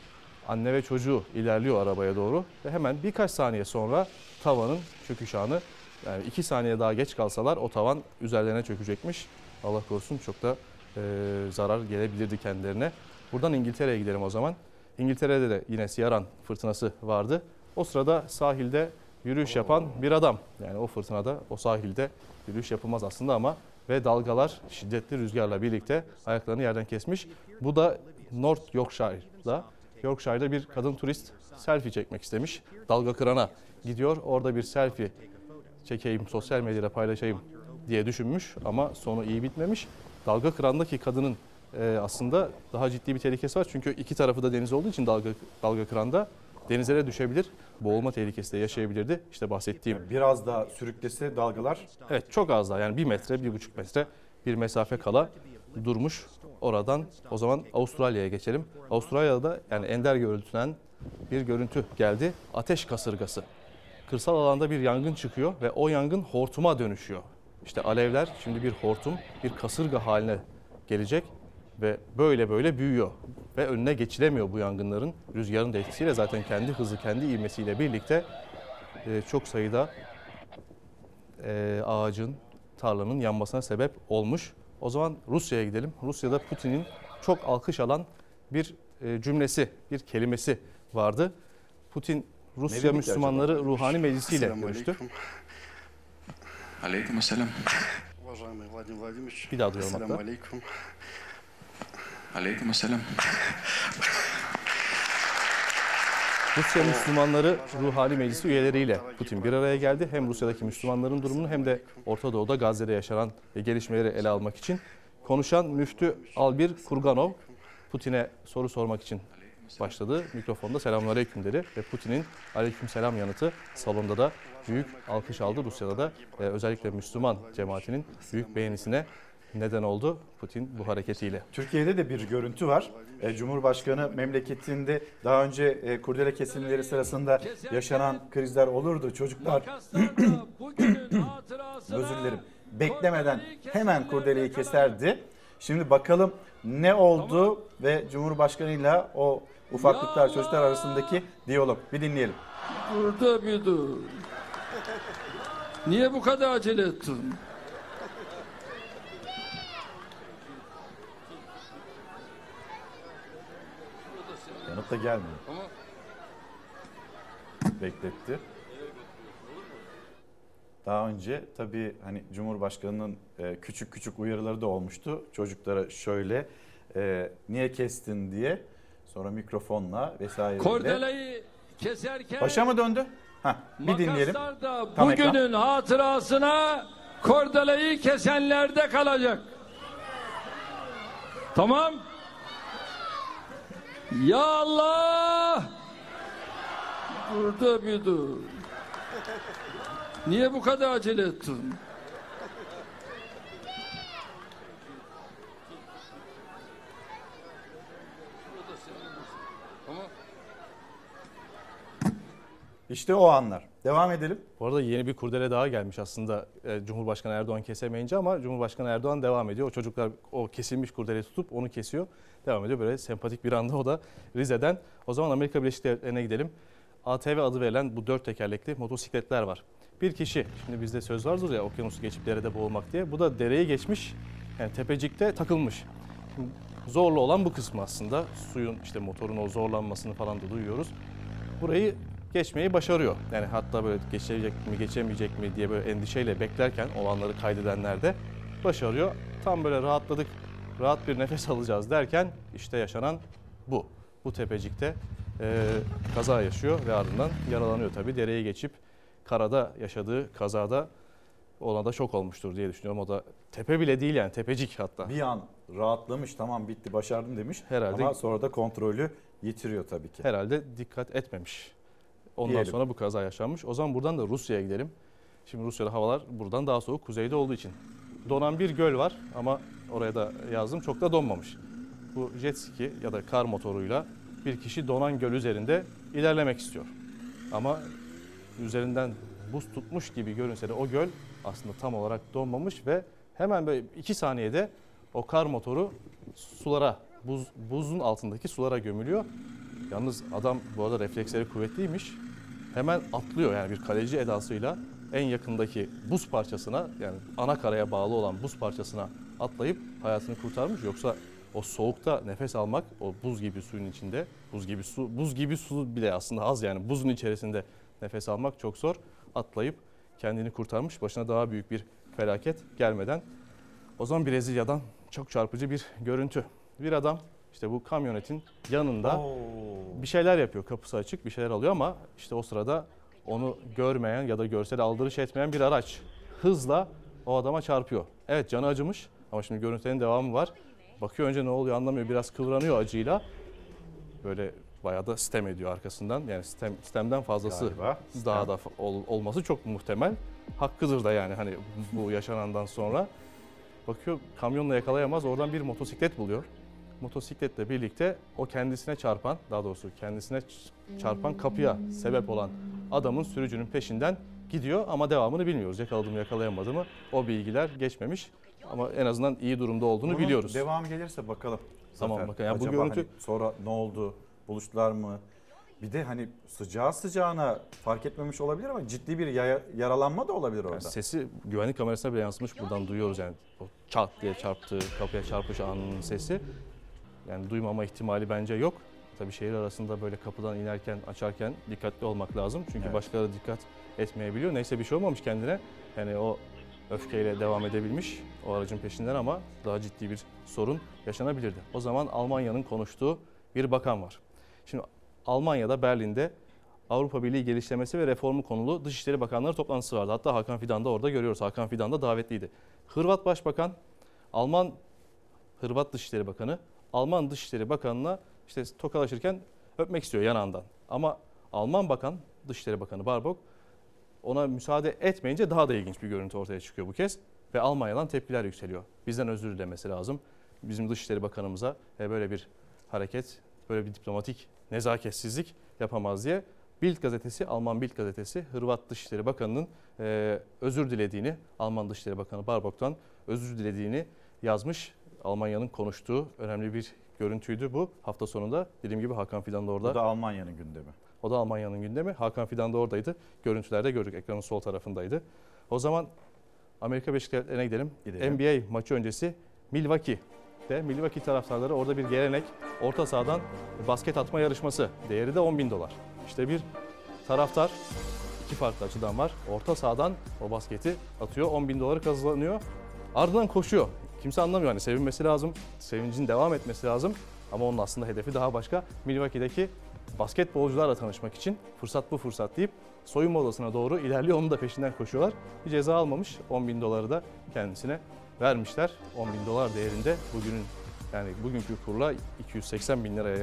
anne ve çocuğu ilerliyor arabaya doğru. Ve hemen birkaç saniye sonra tavanın çöküş anı. Yani iki saniye daha geç kalsalar o tavan üzerlerine çökecekmiş. Allah korusun, çok da e, zarar gelebilirdi kendilerine. Buradan İngiltere'ye gidelim o zaman. İngiltere'de de yine Ciaran fırtınası vardı. O sırada sahilde yürüyüş yapan bir adam. Yani o fırtınada o sahilde yürüyüş yapılmaz aslında ama ve dalgalar şiddetli rüzgarla birlikte ayaklarını yerden kesmiş. Bu da North Yorkshire'da. Yorkshire'da bir kadın turist selfie çekmek istemiş. Dalga kırana gidiyor. Orada bir selfie çekeyim, sosyal medyada paylaşayım diye düşünmüş ama sonu iyi bitmemiş. Dalga kırandaki kadının e, aslında daha ciddi bir tehlikesi var. Çünkü iki tarafı da deniz olduğu için dalga, dalga kıranda denizlere düşebilir. Boğulma tehlikesi de yaşayabilirdi. İşte bahsettiğim. Biraz daha sürüklese dalgalar. Evet, çok az daha, yani bir metre, bir buçuk metre bir mesafe kala durmuş. Oradan o zaman Avustralya'ya geçelim. Avustralya'da da yani ender görüntülen bir görüntü geldi. Ateş kasırgası. Kırsal alanda bir yangın çıkıyor ve o yangın hortuma dönüşüyor. İşte alevler şimdi bir hortum, bir kasırga haline gelecek ve böyle böyle büyüyor. Ve önüne geçilemiyor bu yangınların. Rüzgarın da etkisiyle zaten kendi hızı, kendi ivmesiyle birlikte çok sayıda ağacın, tarlanın yanmasına sebep olmuş. O zaman Rusya'ya gidelim. Rusya'da Putin'in çok alkış alan bir cümlesi, bir kelimesi vardı. Putin Rusya Müslümanları Ruhani Meclisi ile görüştü. Aleykümselam. Bir daha duyalım hatta. Aleykümselam. Rusya Müslümanları Ruhani Meclisi üyeleriyle Putin bir araya geldi. Hem Rusya'daki Müslümanların durumunu hem de Orta Doğu'da Gazze'de yaşanan gelişmeleri ele almak için. Konuşan Müftü Albir Kurganov Putin'e soru sormak için başladı. Mikrofonda selamünaleyküm dedi ve Putin'in aleykümselam yanıtı salonda da büyük alkış aldı. Rusya'da da e, özellikle Müslüman cemaatinin büyük beğenisine neden oldu Putin bu hareketiyle. Türkiye'de de bir görüntü var. E, Cumhurbaşkanı memleketinde daha önce e, kurdele kesimleri sırasında yaşanan krizler olurdu. Çocuklar özür dilerim. Beklemeden hemen kurdeleyi keserdi. Şimdi bakalım ne oldu ve Cumhurbaşkanıyla o ufaklıklar, çocuklar arasındaki diyalog. Bir dinleyelim. Burada bir dur. Niye bu kadar acele ettin? Yanıt da gelmiyor. Bekletti. Daha önce tabii hani Cumhurbaşkanı'nın e, küçük küçük uyarıları da olmuştu. Çocuklara şöyle e, niye kestin diye, sonra mikrofonla vesaireyle. Kordeleyi keserken başa mı döndü? Heh, bir dinleyelim. Da Tam bugünün ekran. hatırasına kordeleyi kesenlerde kalacak. Tamam. Ya Allah! Burada bir dur. Niye bu kadar acele ettin? İşte o anlar. Devam edelim. Bu arada yeni bir kurdele daha gelmiş aslında e, Cumhurbaşkanı Erdoğan kesemeyince ama Cumhurbaşkanı Erdoğan devam ediyor. O çocuklar o kesilmiş kurdeleyi tutup onu kesiyor. Devam ediyor böyle sempatik bir anda o da Rize'den. O zaman Amerika Birleşik Devletleri'ne gidelim. A T V adı verilen bu dört tekerlekli motosikletler var. Bir kişi, şimdi bizde söz vardır ya okyanusu geçip derede boğulmak diye. Bu da dereyi geçmiş, yani tepecikte takılmış. Şimdi zorlu olan bu kısmı aslında. Suyun işte motorun o zorlanmasını falan da duyuyoruz. Burayı geçmeyi başarıyor. Yani hatta böyle geçecek mi geçemeyecek mi diye böyle endişeyle beklerken o anları kaydedenler de başarıyor. Tam böyle rahatladık, rahat bir nefes alacağız derken işte yaşanan bu. Bu tepecikte e, kaza yaşıyor ve ardından yaralanıyor tabii. Dereye geçip karada yaşadığı kazada ona da şok olmuştur diye düşünüyorum. O da tepe bile değil yani tepecik hatta. Bir an rahatlamış, tamam bitti başardım demiş. Herhalde, ama sonra da kontrolü yitiriyor tabii ki. Herhalde dikkat etmemiş. Ondan Diyelim. sonra bu kaza yaşanmış. O zaman buradan da Rusya'ya gidelim. Şimdi Rusya'da havalar buradan daha soğuk, kuzeyde olduğu için. Donan bir göl var ama oraya da yazdım, çok da donmamış. Bu jet ski ya da kar motoruyla bir kişi donan göl üzerinde ilerlemek istiyor. Ama üzerinden buz tutmuş gibi görünse de o göl aslında tam olarak donmamış ve hemen böyle iki saniyede o kar motoru sulara, buz, buzun altındaki sulara gömülüyor. Yalnız adam bu arada refleksleri kuvvetliymiş. Hemen atlıyor yani bir kaleci edasıyla en yakındaki buz parçasına, yani ana karaya bağlı olan buz parçasına atlayıp hayatını kurtarmış. Yoksa o soğukta nefes almak, o buz gibi suyun içinde, buz gibi su, buz gibi su bile aslında az yani buzun içerisinde nefes almak çok zor. Atlayıp kendini kurtarmış, başına daha büyük bir felaket gelmeden. O zaman Brezilya'dan çok çarpıcı bir görüntü. Bir adam işte bu kamyonetin yanında Oo. bir şeyler yapıyor, kapısı açık bir şeyler alıyor ama işte o sırada onu görmeyen ya da görse de aldırış etmeyen bir araç hızla o adama çarpıyor. Evet, canı acımış ama şimdi görüntülerin devamı var. Bakıyor, önce ne oluyor anlamıyor, biraz kıvranıyor acıyla. Böyle bayağı da sitem ediyor arkasından. Yani sitem, sitemden fazlası Galiba, daha sitem. da ol, olması çok muhtemel. Hakkıdır da yani hani bu yaşanandan sonra. Bakıyor kamyonla yakalayamaz, oradan bir motosiklet buluyor. Motosikletle birlikte o kendisine çarpan, daha doğrusu kendisine çarpan kapıya sebep olan adamın, sürücünün peşinden gidiyor ama devamını bilmiyoruz. Yakaladı mı yakalayamadı mı o bilgiler geçmemiş ama en azından iyi durumda olduğunu Bunun biliyoruz. Devam gelirse bakalım. Tamam Zafer. bakın. Yani bu Acaba görüntü hani sonra ne oldu? Buluştular mı? Bir de hani sıcağı sıcağına fark etmemiş olabilir ama ciddi bir yaralanma da olabilir orada. Yani sesi güvenlik kamerasına bile yansımış, buradan duyuyoruz yani o çat diye çarptığı, kapıya çarpış anının sesi. Yani duymama ihtimali bence yok. Tabii şehir arasında böyle kapıdan inerken, açarken dikkatli olmak lazım. Çünkü evet. başkaları dikkat etmeyebiliyor. Neyse bir şey olmamış kendine. Yani o öfkeyle devam edebilmiş o aracın peşinden ama daha ciddi bir sorun yaşanabilirdi. O zaman Almanya'nın konuştuğu bir bakan var. Şimdi Almanya'da, Berlin'de Avrupa Birliği genişlemesi ve reformu konulu Dışişleri Bakanları toplantısı vardı. Hatta Hakan Fidan'ı da orada görüyoruz. Hakan Fidan da davetliydi. Hırvat Başbakan, Alman Hırvat Dışişleri Bakanı, Alman Dışişleri Bakanı'na işte tokalaşırken öpmek istiyor yanağından. Ama Alman Bakan, Dışişleri Bakanı Baerbock ona müsaade etmeyince daha da ilginç bir görüntü ortaya çıkıyor bu kez. Ve Almanya'dan tepkiler yükseliyor. Bizden özür dilemesi lazım. Bizim Dışişleri Bakanımıza böyle bir hareket, böyle bir diplomatik nezaketsizlik yapamaz diye Bild gazetesi, Alman Bild gazetesi Hırvat Dışişleri Bakanı'nın e, özür dilediğini, Alman Dışişleri Bakanı Baerbock'tan özür dilediğini yazmış. Almanya'nın konuştuğu önemli bir görüntüydü bu. Hafta sonunda dediğim gibi Hakan Fidan da orada. O da Almanya'nın gündemi. O da Almanya'nın gündemi. Hakan Fidan da oradaydı. Görüntülerde gördük. Ekranın sol tarafındaydı. O zaman Amerika Birleşik Devletleri'ne gidelim. gidelim. N B A maçı öncesi Milwaukee'de Milwaukee taraftarları orada bir gelenek. Orta sahadan basket atma yarışması. Değeri de on bin dolar. İşte bir taraftar, iki farklı açıdan var. Orta sahadan o basketi atıyor. on bin doları kazanıyor. Ardından koşuyor. Kimse anlamıyor. Hani sevinmesi lazım. Sevincin devam etmesi lazım. Ama onun aslında hedefi daha başka. Milwaukee'deki basketbolcularla tanışmak için fırsat bu fırsat deyip soyunma odasına doğru ilerliyor. Onun da peşinden koşuyorlar. Bir ceza almamış. on bin doları da kendisine vermişler. on bin dolar değerinde bugünün yani bugünkü kurla iki yüz seksen bin liraya yakın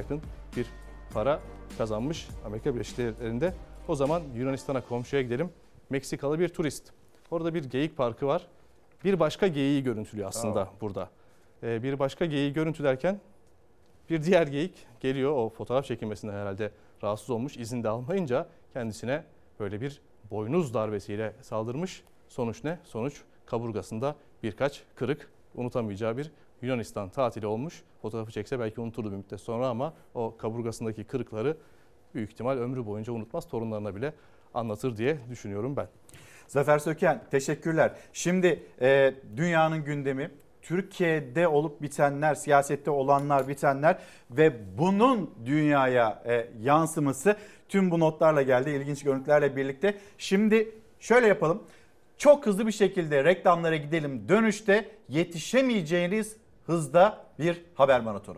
bir para kazanmış Amerika Birleşik Devletleri'nde. O zaman Yunanistan'a, komşuya gidelim. Meksikalı bir turist. Orada bir geyik parkı var. Bir başka geyiği görüntülüyor aslında Aa. burada. Ee, bir başka geyiği görüntülerken bir diğer geyik geliyor. O fotoğraf çekilmesinden herhalde rahatsız olmuş. İzin de almayınca kendisine böyle bir boynuz darbesiyle saldırmış. Sonuç ne? Sonuç kaburgasında birkaç kırık. Unutamayacağı bir Yunanistan tatili olmuş. Fotoğrafı çekse belki unuturdu bir müddet sonra ama o kaburgasındaki kırıkları büyük ihtimal ömrü boyunca unutmaz. Torunlarına bile anlatır diye düşünüyorum ben. Zafer Söken, teşekkürler. Şimdi e, dünyanın gündemi, Türkiye'de olup bitenler, siyasette olanlar, bitenler ve bunun dünyaya e, yansıması tüm bu notlarla geldi, ilginç görüntülerle birlikte. Şimdi şöyle yapalım, çok hızlı bir şekilde reklamlara gidelim. Dönüşte yetişemeyeceğiniz hızda bir haber maratonu.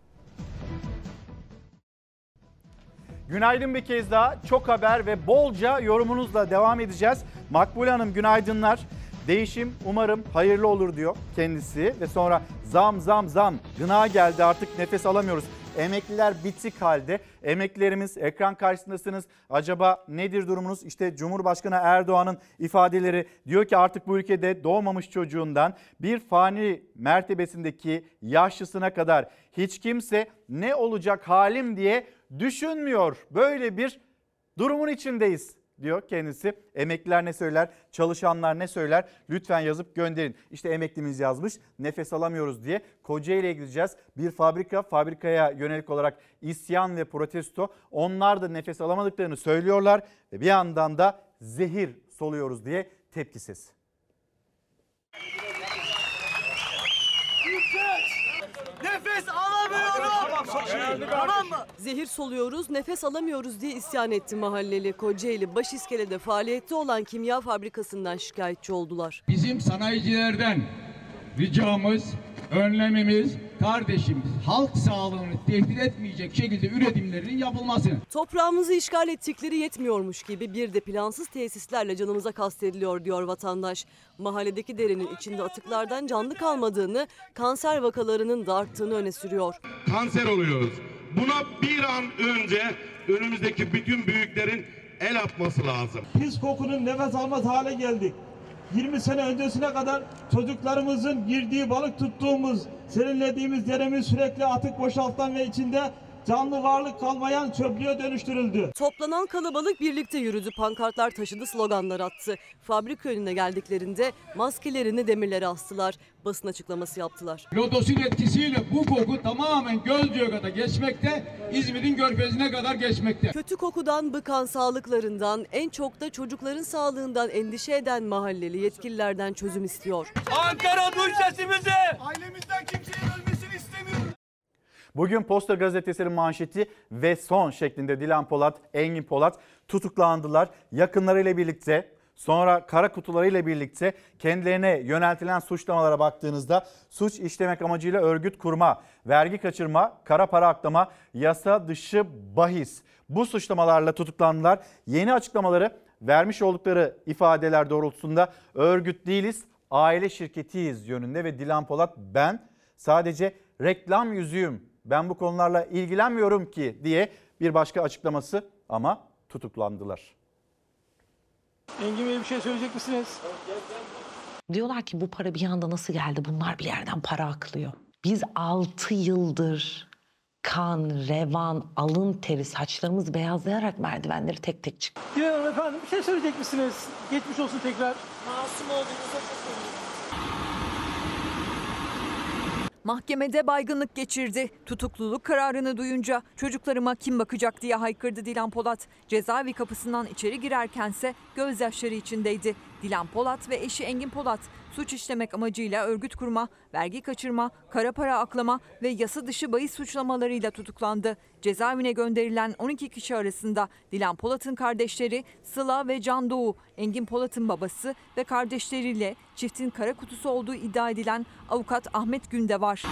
Günaydın bir kez daha. Çok haber ve bolca yorumunuzla devam edeceğiz. Makbule Hanım günaydınlar. Değişim umarım hayırlı olur diyor kendisi ve sonra zam zam zam gına geldi, artık nefes alamıyoruz. Emekliler bitik halde. Emeklilerimiz ekran karşısındasınız. Acaba nedir durumunuz? İşte Cumhurbaşkanı Erdoğan'ın ifadeleri, diyor ki artık bu ülkede doğmamış çocuğundan bir fani mertebesindeki yaşlısına kadar hiç kimse ne olacak halim diye düşünmüyor. Böyle bir durumun içindeyiz diyor kendisi. Emekliler ne söyler, çalışanlar ne söyler? Lütfen yazıp gönderin. İşte emeklimiz yazmış, nefes alamıyoruz diye. Kocaeli'ye gideceğiz. Bir fabrika, fabrikaya yönelik olarak isyan ve protesto. Onlar da nefes alamadıklarını söylüyorlar ve bir yandan da zehir soluyoruz diye tepki sesi. Nefes alamıyorum. Tamam mı? Zehir soluyoruz, nefes alamıyoruz diye isyan etti mahalleli. Kocaeli Başiskele'de faaliyette olan kimya fabrikasından şikayetçi oldular. Bizim sanayicilerden ricamız, önlemimiz, kardeşimiz halk sağlığını tehdit etmeyecek şekilde üretimlerinin yapılması. Toprağımızı işgal ettikleri yetmiyormuş gibi bir de plansız tesislerle canımıza kastediliyor diyor vatandaş. Mahalledeki derenin içinde atıklardan canlı kalmadığını, kanser vakalarının da arttığını öne sürüyor. Kanser oluyoruz. Buna bir an önce önümüzdeki bütün büyüklerin el atması lazım. Pis kokunun nefes almaz hale geldik. yirmi sene öncesine kadar çocuklarımızın girdiği, balık tuttuğumuz, serinlediğimiz deremiz sürekli atık boşaltan ve içinde canlı varlık kalmayan çöplüğe dönüştürüldü. Toplanan kalabalık birlikte yürüdü, pankartlar taşıdı, sloganlar attı. Fabrika önüne geldiklerinde maskelerini demirlere astılar, basın açıklaması yaptılar. Lodosun etkisiyle bu koku tamamen Gölcük'e kadar geçmekte, İzmir'in Körfezi'ne kadar geçmekte. Kötü kokudan bıkan sağlıklarından, en çok da çocukların sağlığından endişe eden mahalleli yetkililerden çözüm istiyor. Ankara duy sesimizi! Ailemizden kimsenin ölmesini istemiyoruz. Bugün Posta Gazetesi'nin manşeti ve son şeklinde Dilan Polat, Engin Polat tutuklandılar. Yakınlarıyla birlikte, sonra kara kutularıyla birlikte kendilerine yöneltilen suçlamalara baktığınızda suç işlemek amacıyla örgüt kurma, vergi kaçırma, kara para aklama, yasa dışı bahis. Bu suçlamalarla tutuklandılar. Yeni açıklamaları, vermiş oldukları ifadeler doğrultusunda örgüt değiliz, aile şirketiyiz yönünde ve Dilan Polat ben sadece reklam yüzüğüm, ben bu konularla ilgilenmiyorum ki diye bir başka açıklaması ama tutuklandılar. Engin Bey bir şey söyleyecek misiniz? Diyorlar ki bu para bir anda nasıl geldi? Bunlar bir yerden para aklıyor. Biz altı yıldır kan, revan, alın teri, saçlarımız beyazlayarak merdivenleri tek tek çıktık. Diyorum efendim bir şey söyleyecek misiniz? Geçmiş olsun tekrar. Masum olduğunuza çok eminim. Mahkemede baygınlık geçirdi. Tutukluluk kararını duyunca çocuklarıma kim bakacak diye haykırdı Dilan Polat. Cezaevi kapısından içeri girerkense gözyaşları içindeydi. Dilan Polat ve eşi Engin Polat suç işlemek amacıyla örgüt kurma, vergi kaçırma, kara para aklama ve yasa dışı bahis suçlamalarıyla tutuklandı. Cezaevine gönderilen on iki kişi arasında Dilan Polat'ın kardeşleri Sıla ve Can Doğu, Engin Polat'ın babası ve kardeşleriyle çiftin kara kutusu olduğu iddia edilen avukat Ahmet Gün de var.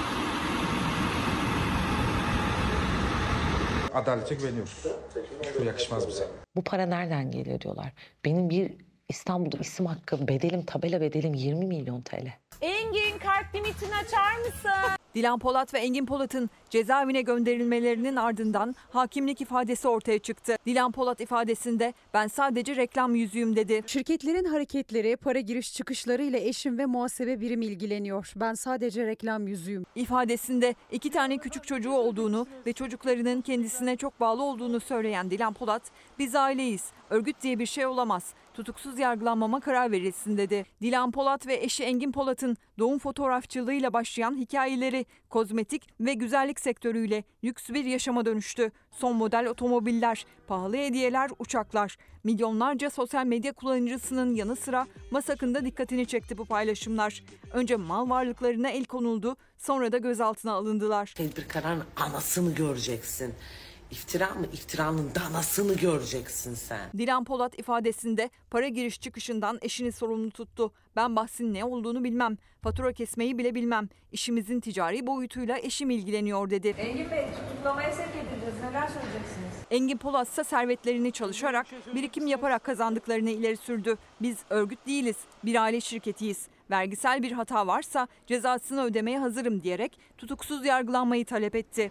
Adalete güveniyoruz. Bu yakışmaz bize. Bu para nereden geliyor diyorlar. Benim bir İstanbul'da isim hakkı bedelim, tabela bedelim yirmi milyon T L. Engin kart limitini açar mısın? Dilan Polat ve Engin Polat'ın cezaevine gönderilmelerinin ardından hakimlik ifadesi ortaya çıktı. Dilan Polat ifadesinde ben sadece reklam yüzüğüm dedi. Şirketlerin hareketleri, para giriş çıkışları ile eşim ve muhasebe birimi ilgileniyor. Ben sadece reklam yüzüğüm. İfadesinde iki tane küçük çocuğu olduğunu ve çocuklarının kendisine çok bağlı olduğunu söyleyen Dilan Polat, biz aileyiz, örgüt diye bir şey olamaz, tutuksuz yargılanmama karar verilsin dedi. Dilan Polat ve eşi Engin Polat'ın doğum fotoğrafçılığıyla başlayan hikayeleri kozmetik ve güzellik sektörüyle lüks bir yaşama dönüştü. Son model otomobiller, pahalı hediyeler, uçaklar. Milyonlarca sosyal medya kullanıcısının yanı sıra MASAK'ın da dikkatini çekti bu paylaşımlar. Önce mal varlıklarına el konuldu, sonra da gözaltına alındılar. Tedbir kararının anasını göreceksin. İftira mı? İftiranın danasını göreceksin sen. Dilan Polat ifadesinde para giriş çıkışından eşini sorumlu tuttu. Ben bahsin ne olduğunu bilmem, fatura kesmeyi bile bilmem. İşimizin ticari boyutuyla eşim ilgileniyor dedi. Engin Bey, tutuklamaya sevk edileceğiz. Neler söyleyeceksiniz? Engin Polat ise servetlerini çalışarak, birikim yaparak kazandıklarını ileri sürdü. Biz örgüt değiliz, bir aile şirketiyiz. Vergisel bir hata varsa cezasını ödemeye hazırım diyerek tutuksuz yargılanmayı talep etti.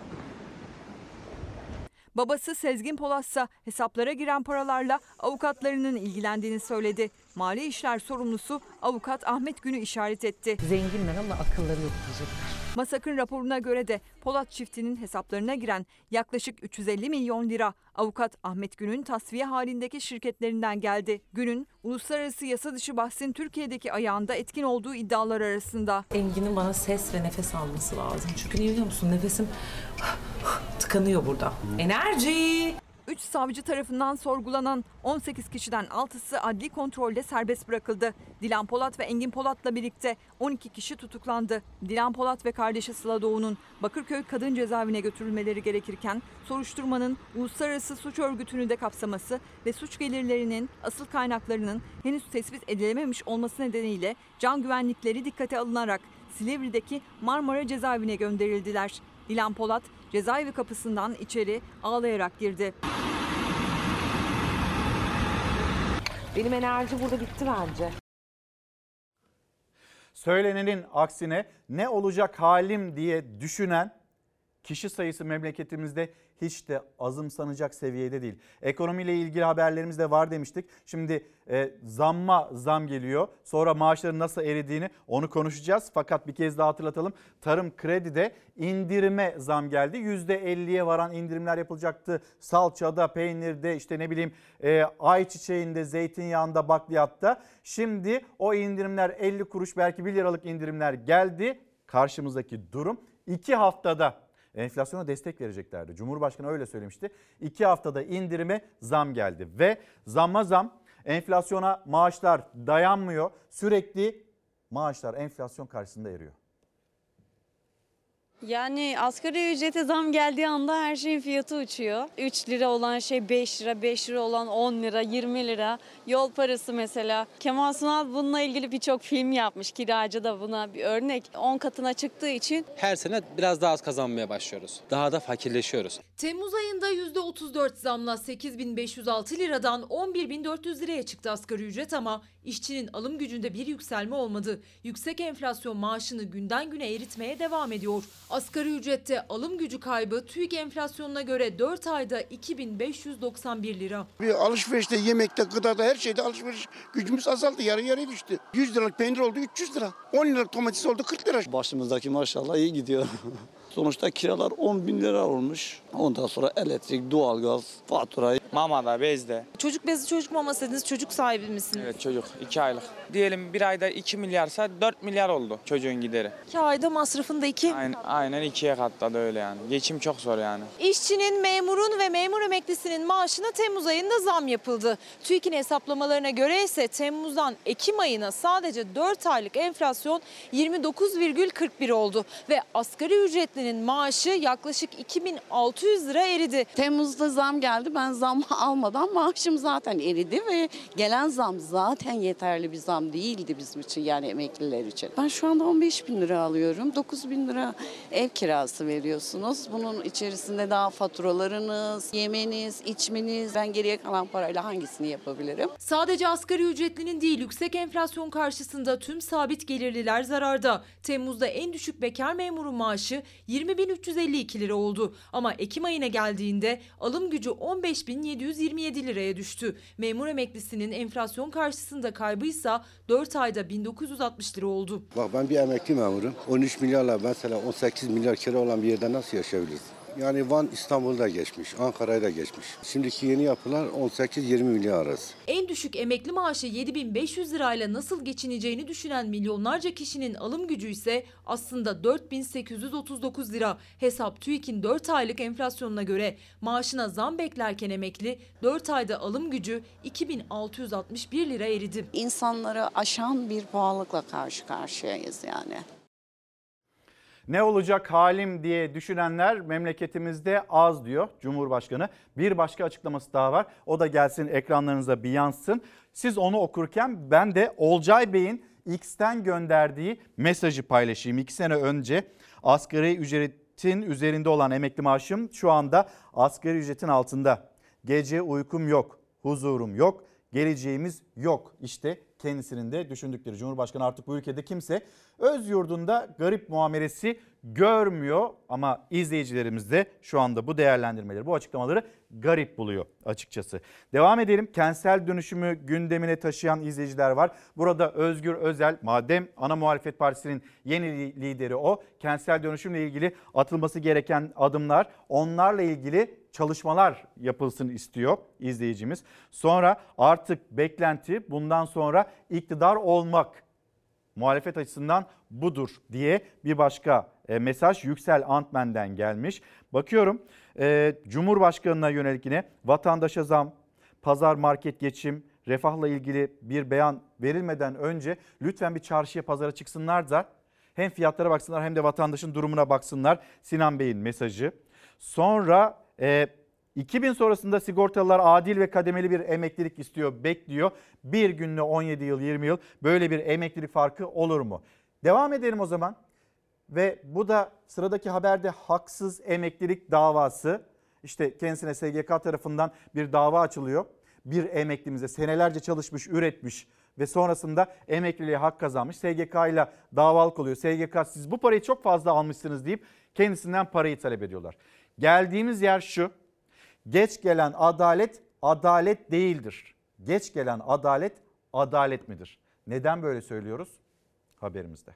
Babası Sezgin Polat ise hesaplara giren paralarla avukatlarının ilgilendiğini söyledi. Mali işler sorumlusu avukat Ahmet Gün'ü işaret etti. Zenginler ama akılları yok diyecekler. MASAK'ın raporuna göre de Polat çiftinin hesaplarına giren yaklaşık üç yüz elli milyon lira avukat Ahmet Gün'ün tasfiye halindeki şirketlerinden geldi. Gün'ün uluslararası yasa dışı bahsin Türkiye'deki ayağında etkin olduğu iddialar arasında. Engin'in bana ses ve nefes alması lazım. Çünkü niye biliyor musun? Nefesim tıkanıyor burada. Enerji! Üç savcı tarafından sorgulanan on sekiz kişiden altısı adli kontrolde serbest bırakıldı. Dilan Polat ve Engin Polat'la birlikte on iki kişi tutuklandı. Dilan Polat ve kardeşi Sıla Doğu'nun Bakırköy Kadın Cezaevine götürülmeleri gerekirken soruşturmanın uluslararası suç örgütünü de kapsaması ve suç gelirlerinin asıl kaynaklarının henüz tespit edilememiş olması nedeniyle can güvenlikleri dikkate alınarak Silivri'deki Marmara Cezaevine gönderildiler. Dilan Polat cezaevi kapısından içeri ağlayarak girdi. Benim enerji burada bitti bence. Söylenenin aksine ne olacak halim diye düşünen kişi sayısı memleketimizde hiç de azımsanacak seviyede değil. Ekonomiyle ilgili haberlerimiz de var demiştik. Şimdi e, zamma zam geliyor. Sonra maaşların nasıl eridiğini onu konuşacağız. Fakat bir kez daha hatırlatalım. Tarım kredide indirime zam geldi. yüzde elliye varan indirimler yapılacaktı. Salçada, peynirde, işte ne bileyim e, ayçiçeğinde, zeytinyağında, bakliyatta. Şimdi o indirimler elli kuruş, belki bir liralık indirimler geldi. Karşımızdaki durum iki haftada enflasyona destek vereceklerdi. Cumhurbaşkanı öyle söylemişti. İki haftada indirime zam geldi ve zamma zam, enflasyona maaşlar dayanmıyor. Sürekli maaşlar enflasyon karşısında eriyor. Yani asgari ücrete zam geldiği anda her şeyin fiyatı uçuyor. üç lira olan şey beş lira, beş lira olan on lira, yirmi lira. Yol parası mesela. Kemal Sunal bununla ilgili birçok film yapmış. Kiracı da buna bir örnek. on katına çıktığı için. Her sene biraz daha az kazanmaya başlıyoruz. Daha da fakirleşiyoruz. Temmuz ayında yüzde otuz dört zamla sekiz bin beş yüz altı liradan on bir bin dört yüz liraya çıktı asgari ücret ama işçinin alım gücünde bir yükselme olmadı. Yüksek enflasyon maaşını günden güne eritmeye devam ediyor. Asgari ücrette alım gücü kaybı TÜİK enflasyonuna göre dört ayda iki bin beş yüz doksan bir lira. Bir alışverişte, yemekte, gıdada, her şeyde alışveriş gücümüz azaldı. Yarı yarıya düştü. yüz liralık peynir oldu üç yüz lira. on liralık domates oldu kırk lira. Başımızdaki maşallah iyi gidiyor. Sonuçta kiralar on bin lira olmuş. Ondan sonra elektrik, doğalgaz, fatura. Mamada, bezde. Çocuk bezi, çocuk maması dediniz. Çocuk sahibi misiniz? Evet, çocuk. iki aylık. Diyelim bir ayda iki milyarsa dört milyar oldu çocuğun gideri. iki ayda masrafın da iki. Aynen, aynen ikiye katladı öyle yani. Geçim çok zor yani. İşçinin, memurun ve memur emeklisinin maaşına Temmuz ayında zam yapıldı. TÜİK'in hesaplamalarına göre ise Temmuz'dan Ekim ayına sadece dört aylık enflasyon yirmi dokuz virgül kırk bir oldu. Ve asgari ücretlinin maaşı yaklaşık iki bin altı yüz lira eridi. Temmuz'da zam geldi. Ben zam zam almadan maaşım zaten eridi ve gelen zam zaten yeterli bir zam değildi bizim için, yani emekliler için. Ben şu anda on beş bin lira alıyorum. dokuz bin lira ev kirası veriyorsunuz. Bunun içerisinde daha faturalarınız, yemeniz, içmeniz. Ben geriye kalan parayla hangisini yapabilirim? Sadece asgari ücretlinin değil, yüksek enflasyon karşısında tüm sabit gelirliler zararda. Temmuz'da en düşük bekar memurun maaşı yirmi bin üç yüz elli iki lira oldu. Ama Ekim ayına geldiğinde alım gücü on beş bin yedi yüz yirmi yedi liraya düştü. Memur emeklisinin enflasyon karşısında kaybıysa dört ayda bin dokuz yüz altmış lira oldu. Bak ben bir emekli memurum. on üç milyarla mesela on sekiz milyar kira olan bir yerde nasıl yaşayabiliriz? Yani Van İstanbul'da geçmiş, Ankara'yı da geçmiş. Şimdiki yeni yapılar on sekiz yirmi milyar arası. En düşük emekli maaşı yedi bin beş yüz lirayla nasıl geçineceğini düşünen milyonlarca kişinin alım gücü ise aslında dört bin sekiz yüz otuz dokuz lira. Hesap TÜİK'in dört aylık enflasyonuna göre maaşına zam beklerken emekli dört ayda alım gücü iki bin altı yüz altmış bir lira eridi. İnsanları aşan bir pahalılıkla karşı karşıyayız yani. Ne olacak halim diye düşünenler memleketimizde az diyor Cumhurbaşkanı. Bir başka açıklaması daha var. O da gelsin ekranlarınıza bir yansın. Siz onu okurken ben de Olcay Bey'in X'ten gönderdiği mesajı paylaşayım. İki sene önce asgari ücretin üzerinde olan emekli maaşım şu anda asgari ücretin altında. Gece uykum yok, huzurum yok, geleceğimiz yok. İşte kendisinin de düşündükleri. Cumhurbaşkanı artık bu ülkede kimse öz yurdunda garip muamelesi görmüyor ama izleyicilerimiz de şu anda bu değerlendirmeleri, bu açıklamaları garip buluyor açıkçası. Devam edelim. Kentsel dönüşümü gündemine taşıyan izleyiciler var. Burada Özgür Özel, madem ana muhalefet partisinin yeni lideri o, kentsel dönüşümle ilgili atılması gereken adımlar, onlarla ilgili çalışmalar yapılsın istiyor izleyicimiz. Sonra artık beklenti bundan sonra iktidar olmak. Muhalefet açısından budur diye bir başka e, mesaj Yüksel Antmen'den gelmiş. Bakıyorum e, Cumhurbaşkanı'na yönelik yine vatandaşa zam, pazar market geçim, refahla ilgili bir beyan verilmeden önce lütfen bir çarşıya pazara çıksınlar da hem fiyatlara baksınlar hem de vatandaşın durumuna baksınlar. Sinan Bey'in mesajı. Sonra e, iki bin sonrasında sigortalılar adil ve kademeli bir emeklilik istiyor, bekliyor. Bir günle on yedi yıl, yirmi yıl böyle bir emeklilik farkı olur mu? Devam edelim o zaman. Ve bu da sıradaki haberde haksız emeklilik davası. İşte kendisine S G K tarafından bir dava açılıyor. Bir emeklimize senelerce çalışmış, üretmiş ve sonrasında emekliliğe hak kazanmış. S G K ile davalık oluyor. S G K siz bu parayı çok fazla almışsınız deyip kendisinden parayı talep ediyorlar. Geldiğimiz yer şu. Geç gelen adalet adalet değildir. Geç gelen adalet adalet midir? Neden böyle söylüyoruz? Haberimizde.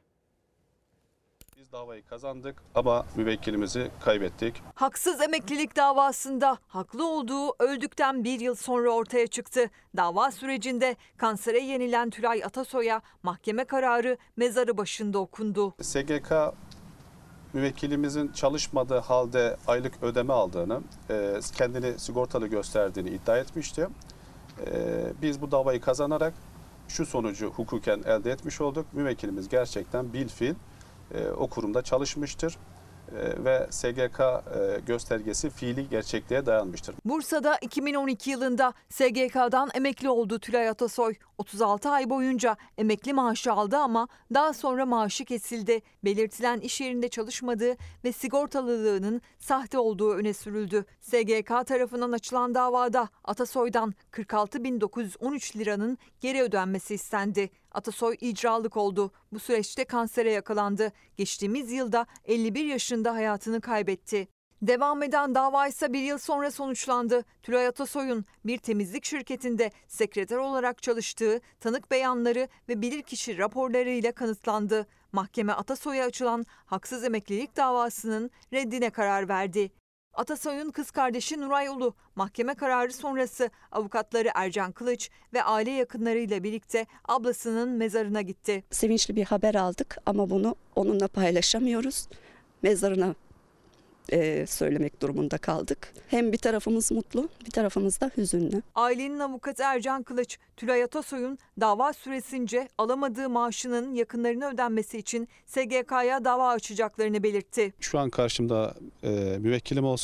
Biz davayı kazandık ama müvekkilimizi kaybettik. Haksız emeklilik davasında haklı olduğu öldükten bir yıl sonra ortaya çıktı. Dava sürecinde kansere yenilen Tülay Atasoy'a mahkeme kararı mezarı başında okundu. S G K müvekkilimizin çalışmadığı halde aylık ödeme aldığını, kendini sigortalı gösterdiğini iddia etmişti. Biz bu davayı kazanarak şu sonucu hukuken elde etmiş olduk. Müvekkilimiz gerçekten bilfiil o kurumda çalışmıştır ve S G K göstergesi fiili gerçekliğe dayanmıştır. Bursa'da iki bin on iki yılında S G K'dan emekli oldu Tülay Atasoy. otuz altı ay boyunca emekli maaşı aldı ama daha sonra maaşı kesildi. Belirtilen iş yerinde çalışmadığı ve sigortalılığının sahte olduğu öne sürüldü. S G K tarafından açılan davada Atasoy'dan kırk altı bin dokuz yüz on üç liranın geri ödenmesi istendi. Atasoy icralık oldu. Bu süreçte kansere yakalandı. Geçtiğimiz yılda elli bir yaşında hayatını kaybetti. Devam eden dava ise bir yıl sonra sonuçlandı. Tülay Atasoy'un bir temizlik şirketinde sekreter olarak çalıştığı tanık beyanları ve bilirkişi raporlarıyla kanıtlandı. Mahkeme Atasoy'a açılan haksız emeklilik davasının reddine karar verdi. Atasoy'un kız kardeşi Nuray Ulu mahkeme kararı sonrası avukatları Ercan Kılıç ve aile yakınlarıyla birlikte ablasının mezarına gitti. Sevinçli bir haber aldık ama bunu onunla paylaşamıyoruz. Mezarına e, söylemek durumunda kaldık. Hem bir tarafımız mutlu, bir tarafımız da hüzünlü. Ailenin avukatı Ercan Kılıç, Tülay Atasoy'un dava süresince alamadığı maaşının yakınlarına ödenmesi için S G K'ya dava açacaklarını belirtti. Şu an karşımda e, müvekkilim olsun,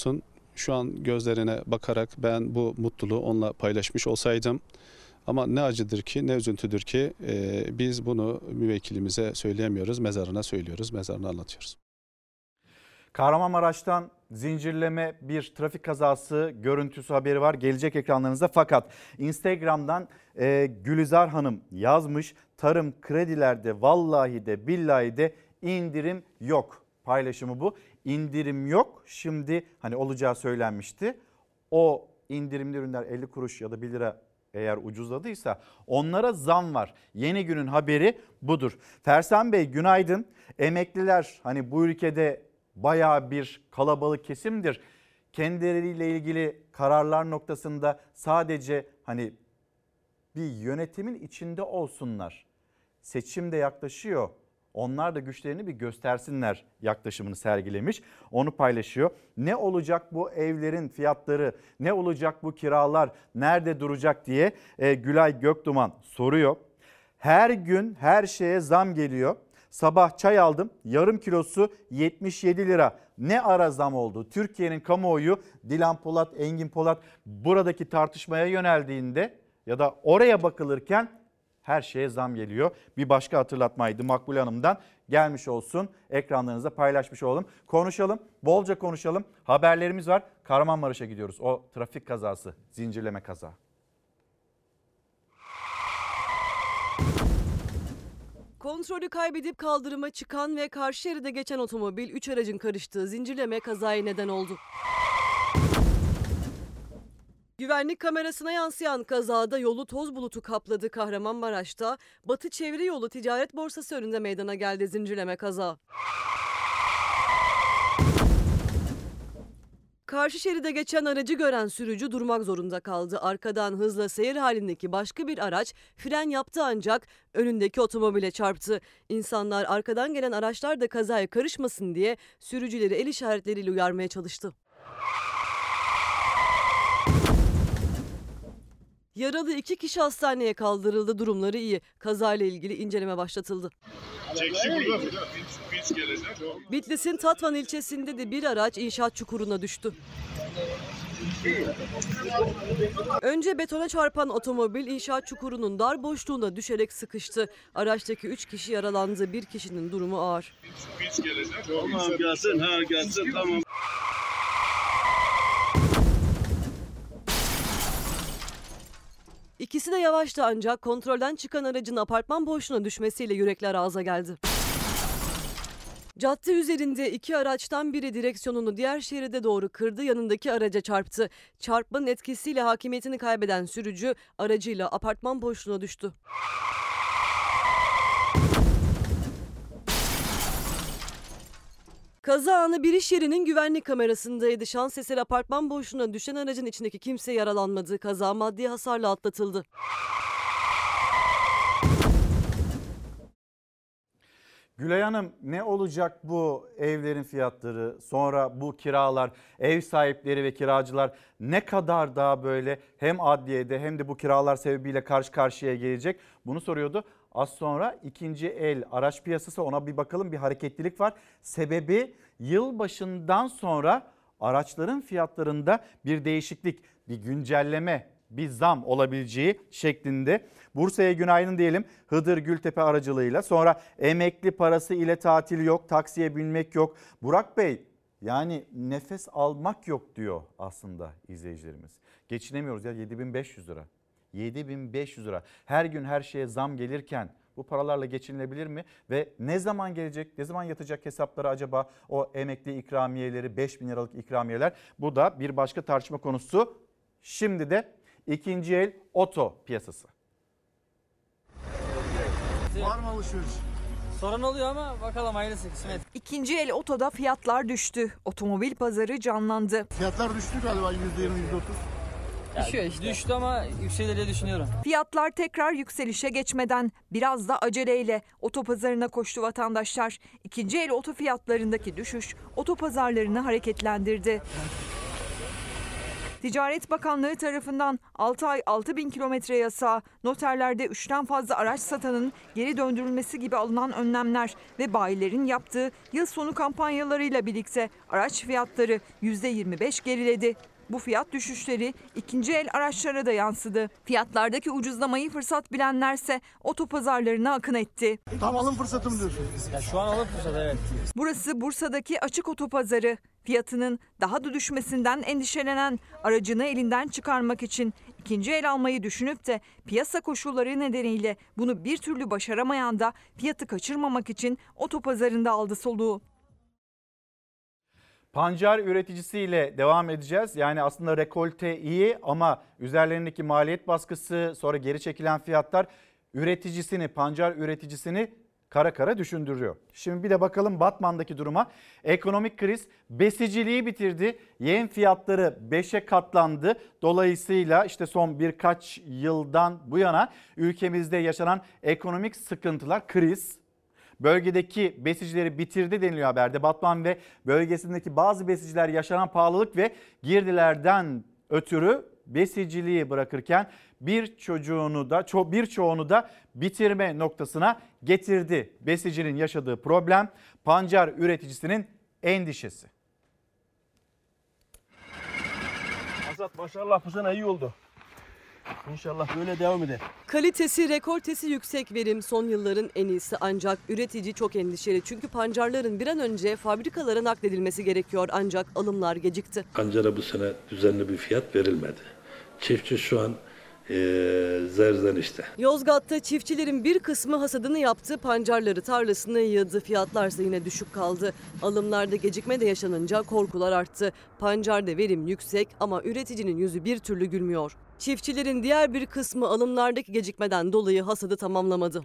şu an gözlerine bakarak ben bu mutluluğu onunla paylaşmış olsaydım. Ama ne acıdır ki, ne üzüntüdür ki e, biz bunu müvekkilimize söyleyemiyoruz, mezarına söylüyoruz, mezarına anlatıyoruz. Kahramanmaraş'tan zincirleme bir trafik kazası görüntüsü haberi var. Gelecek ekranlarınızda, fakat Instagram'dan e, Gülizar Hanım yazmış. Tarım kredilerde vallahi de billahi de indirim yok. Paylaşımı bu. İndirim yok. Şimdi hani olacağı söylenmişti. O indirimli ürünler elli kuruş ya da bir lira eğer ucuzladıysa onlara zam var. Yeni Günün haberi budur. Fersan Bey günaydın. Emekliler hani bu ülkede bayağı bir kalabalık kesimdir. Kendileriyle ilgili kararlar noktasında sadece hani bir yönetimin içinde olsunlar. Seçim de yaklaşıyor. Onlar da güçlerini bir göstersinler yaklaşımını sergilemiş. Onu paylaşıyor. Ne olacak bu evlerin fiyatları? Ne olacak bu kiralar? Nerede duracak diye e, Gülay Göktuman soruyor. Her gün her şeye zam geliyor. Sabah çay aldım, yarım kilosu yetmiş yedi lira. Ne ara zam oldu? Türkiye'nin kamuoyu Dilan Polat, Engin Polat buradaki tartışmaya yöneldiğinde ya da oraya bakılırken her şeye zam geliyor. Bir başka hatırlatmaydı Makbule Hanım'dan, gelmiş olsun, ekranlarınıza paylaşmış olalım. Konuşalım, bolca konuşalım. Haberlerimiz var. Kahramanmaraş'a gidiyoruz. O trafik kazası, zincirleme kaza. Kontrolü kaybedip kaldırıma çıkan ve karşı şeride geçen otomobil üç aracın karıştığı zincirleme kazaya neden oldu. Güvenlik kamerasına yansıyan kazada yolu toz bulutu kapladı. Kahramanmaraş'ta Batı Çevre Yolu Ticaret Borsası önünde meydana geldi zincirleme kaza. Karşı şeride geçen aracı gören sürücü durmak zorunda kaldı. Arkadan hızla seyir halindeki başka bir araç fren yaptı ancak önündeki otomobile çarptı. İnsanlar arkadan gelen araçlar da kazaya karışmasın diye sürücüleri el işaretleriyle uyarmaya çalıştı. Yaralı iki kişi hastaneye kaldırıldı. Durumları iyi. Kazayla ilgili inceleme başlatıldı. Bitlis'in Tatvan ilçesinde de bir araç inşaat çukuruna düştü. Önce betona çarpan otomobil inşaat çukurunun dar boşluğuna düşerek sıkıştı. Araçtaki üç kişi yaralandı. Bir kişinin durumu ağır. Tamam gelsin, ha gelsin, tamam. İkisi de yavaştı ancak kontrolden çıkan aracın apartman boşluğuna düşmesiyle yürekler ağza geldi. Cadde üzerinde iki araçtan biri direksiyonunu diğer şeride doğru kırdı, yanındaki araca çarptı. Çarpmanın etkisiyle hakimiyetini kaybeden sürücü aracıyla apartman boşluğuna düştü. Kaza anı bir iş yerinin güvenlik kamerasındaydı. Şans eseri apartman boşluğuna düşen aracın içindeki kimse yaralanmadı. Kaza maddi hasarla atlatıldı. Gülay Hanım, ne olacak bu evlerin fiyatları, sonra bu kiralar, ev sahipleri ve kiracılar ne kadar daha böyle hem adliyede hem de bu kiralar sebebiyle karşı karşıya gelecek? Bunu soruyordu. Az sonra ikinci el araç piyasası, ona bir bakalım, bir hareketlilik var. Sebebi yılbaşından sonra araçların fiyatlarında bir değişiklik, bir güncelleme, bir zam olabileceği şeklinde. Bursa'ya günaydın diyelim Hıdır Gültepe aracılığıyla. Sonra emekli parası ile tatil yok, taksiye binmek yok. Burak Bey, yani nefes almak yok diyor aslında izleyicilerimiz. Geçinemiyoruz ya, yedi bin beş yüz lira. yedi bin beş yüz lira. Her gün her şeye zam gelirken bu paralarla geçinilebilir mi? Ve ne zaman gelecek, ne zaman yatacak hesaplara acaba o emekli ikramiyeleri, beş bin liralık ikramiyeler? Bu da bir başka tartışma konusu. Şimdi de ikinci el oto piyasası. Var mı alışveriş? Sorun oluyor ama bakalım hayırlısı kısmet. İkinci el otoda fiyatlar düştü. Otomobil pazarı canlandı. Fiyatlar düştü galiba yüzde yirmi yüzde otuz. Düşüyor işte. Düştü ama yükselir diye düşünüyorum. Fiyatlar tekrar yükselişe geçmeden biraz da aceleyle otopazarına koştu vatandaşlar. İkinci el oto fiyatlarındaki düşüş otopazarlarını hareketlendirdi. Ticaret Bakanlığı tarafından altı ay altı bin kilometre yasağı, noterlerde üçten fazla araç satanın geri döndürülmesi gibi alınan önlemler ve bayilerin yaptığı yıl sonu kampanyalarıyla birlikte araç fiyatları yüzde yirmi beş geriledi. Bu fiyat düşüşleri ikinci el araçlara da yansıdı. Fiyatlardaki ucuzlamayı fırsat bilenlerse otopazarlarına akın etti. Tam alım fırsatı mı diyorsun? Ya şu an alım fırsatı, evet. Burası Bursa'daki açık otopazarı. Fiyatının daha da düşmesinden endişelenen, aracını elinden çıkarmak için ikinci el almayı düşünüp de piyasa koşulları nedeniyle bunu bir türlü başaramayan da fiyatı kaçırmamak için otopazarında aldı soluğu. Pancar üreticisiyle devam edeceğiz. Yani aslında rekolte iyi ama üzerlerindeki maliyet baskısı, sonra geri çekilen fiyatlar üreticisini, pancar üreticisini kara kara düşündürüyor. Şimdi bir de bakalım Batman'daki duruma. Ekonomik kriz besiciliği bitirdi. Yem fiyatları beşe katlandı. Dolayısıyla işte son birkaç yıldan bu yana ülkemizde yaşanan ekonomik sıkıntılar, kriz bölgedeki besicileri bitirdi deniliyor haberde. Batman ve bölgesindeki bazı besiciler yaşanan pahalılık ve girdilerden ötürü besiciliği bırakırken bir çocuğunu da birçoğunu da bitirme noktasına getirdi. Besicinin yaşadığı problem pancar üreticisinin endişesi. Azat maşallah bu sene iyi oldu. İnşallah böyle devam eder. Kalitesi, rekoltesi yüksek verim son yılların en iyisi, ancak üretici çok endişeli. Çünkü pancarların bir an önce fabrikalara nakledilmesi gerekiyor, ancak alımlar gecikti. Pancara bu sene düzenli bir fiyat verilmedi. Çiftçi şu an ee, zerzenişte. Yozgat'ta çiftçilerin bir kısmı hasadını yaptı, pancarları tarlasına yığdı. Fiyatlarsa yine düşük kaldı. Alımlarda gecikme de yaşanınca korkular arttı. Pancarda verim yüksek ama üreticinin yüzü bir türlü gülmüyor. Çiftçilerin diğer bir kısmı alımlardaki gecikmeden dolayı hasadı tamamlamadı.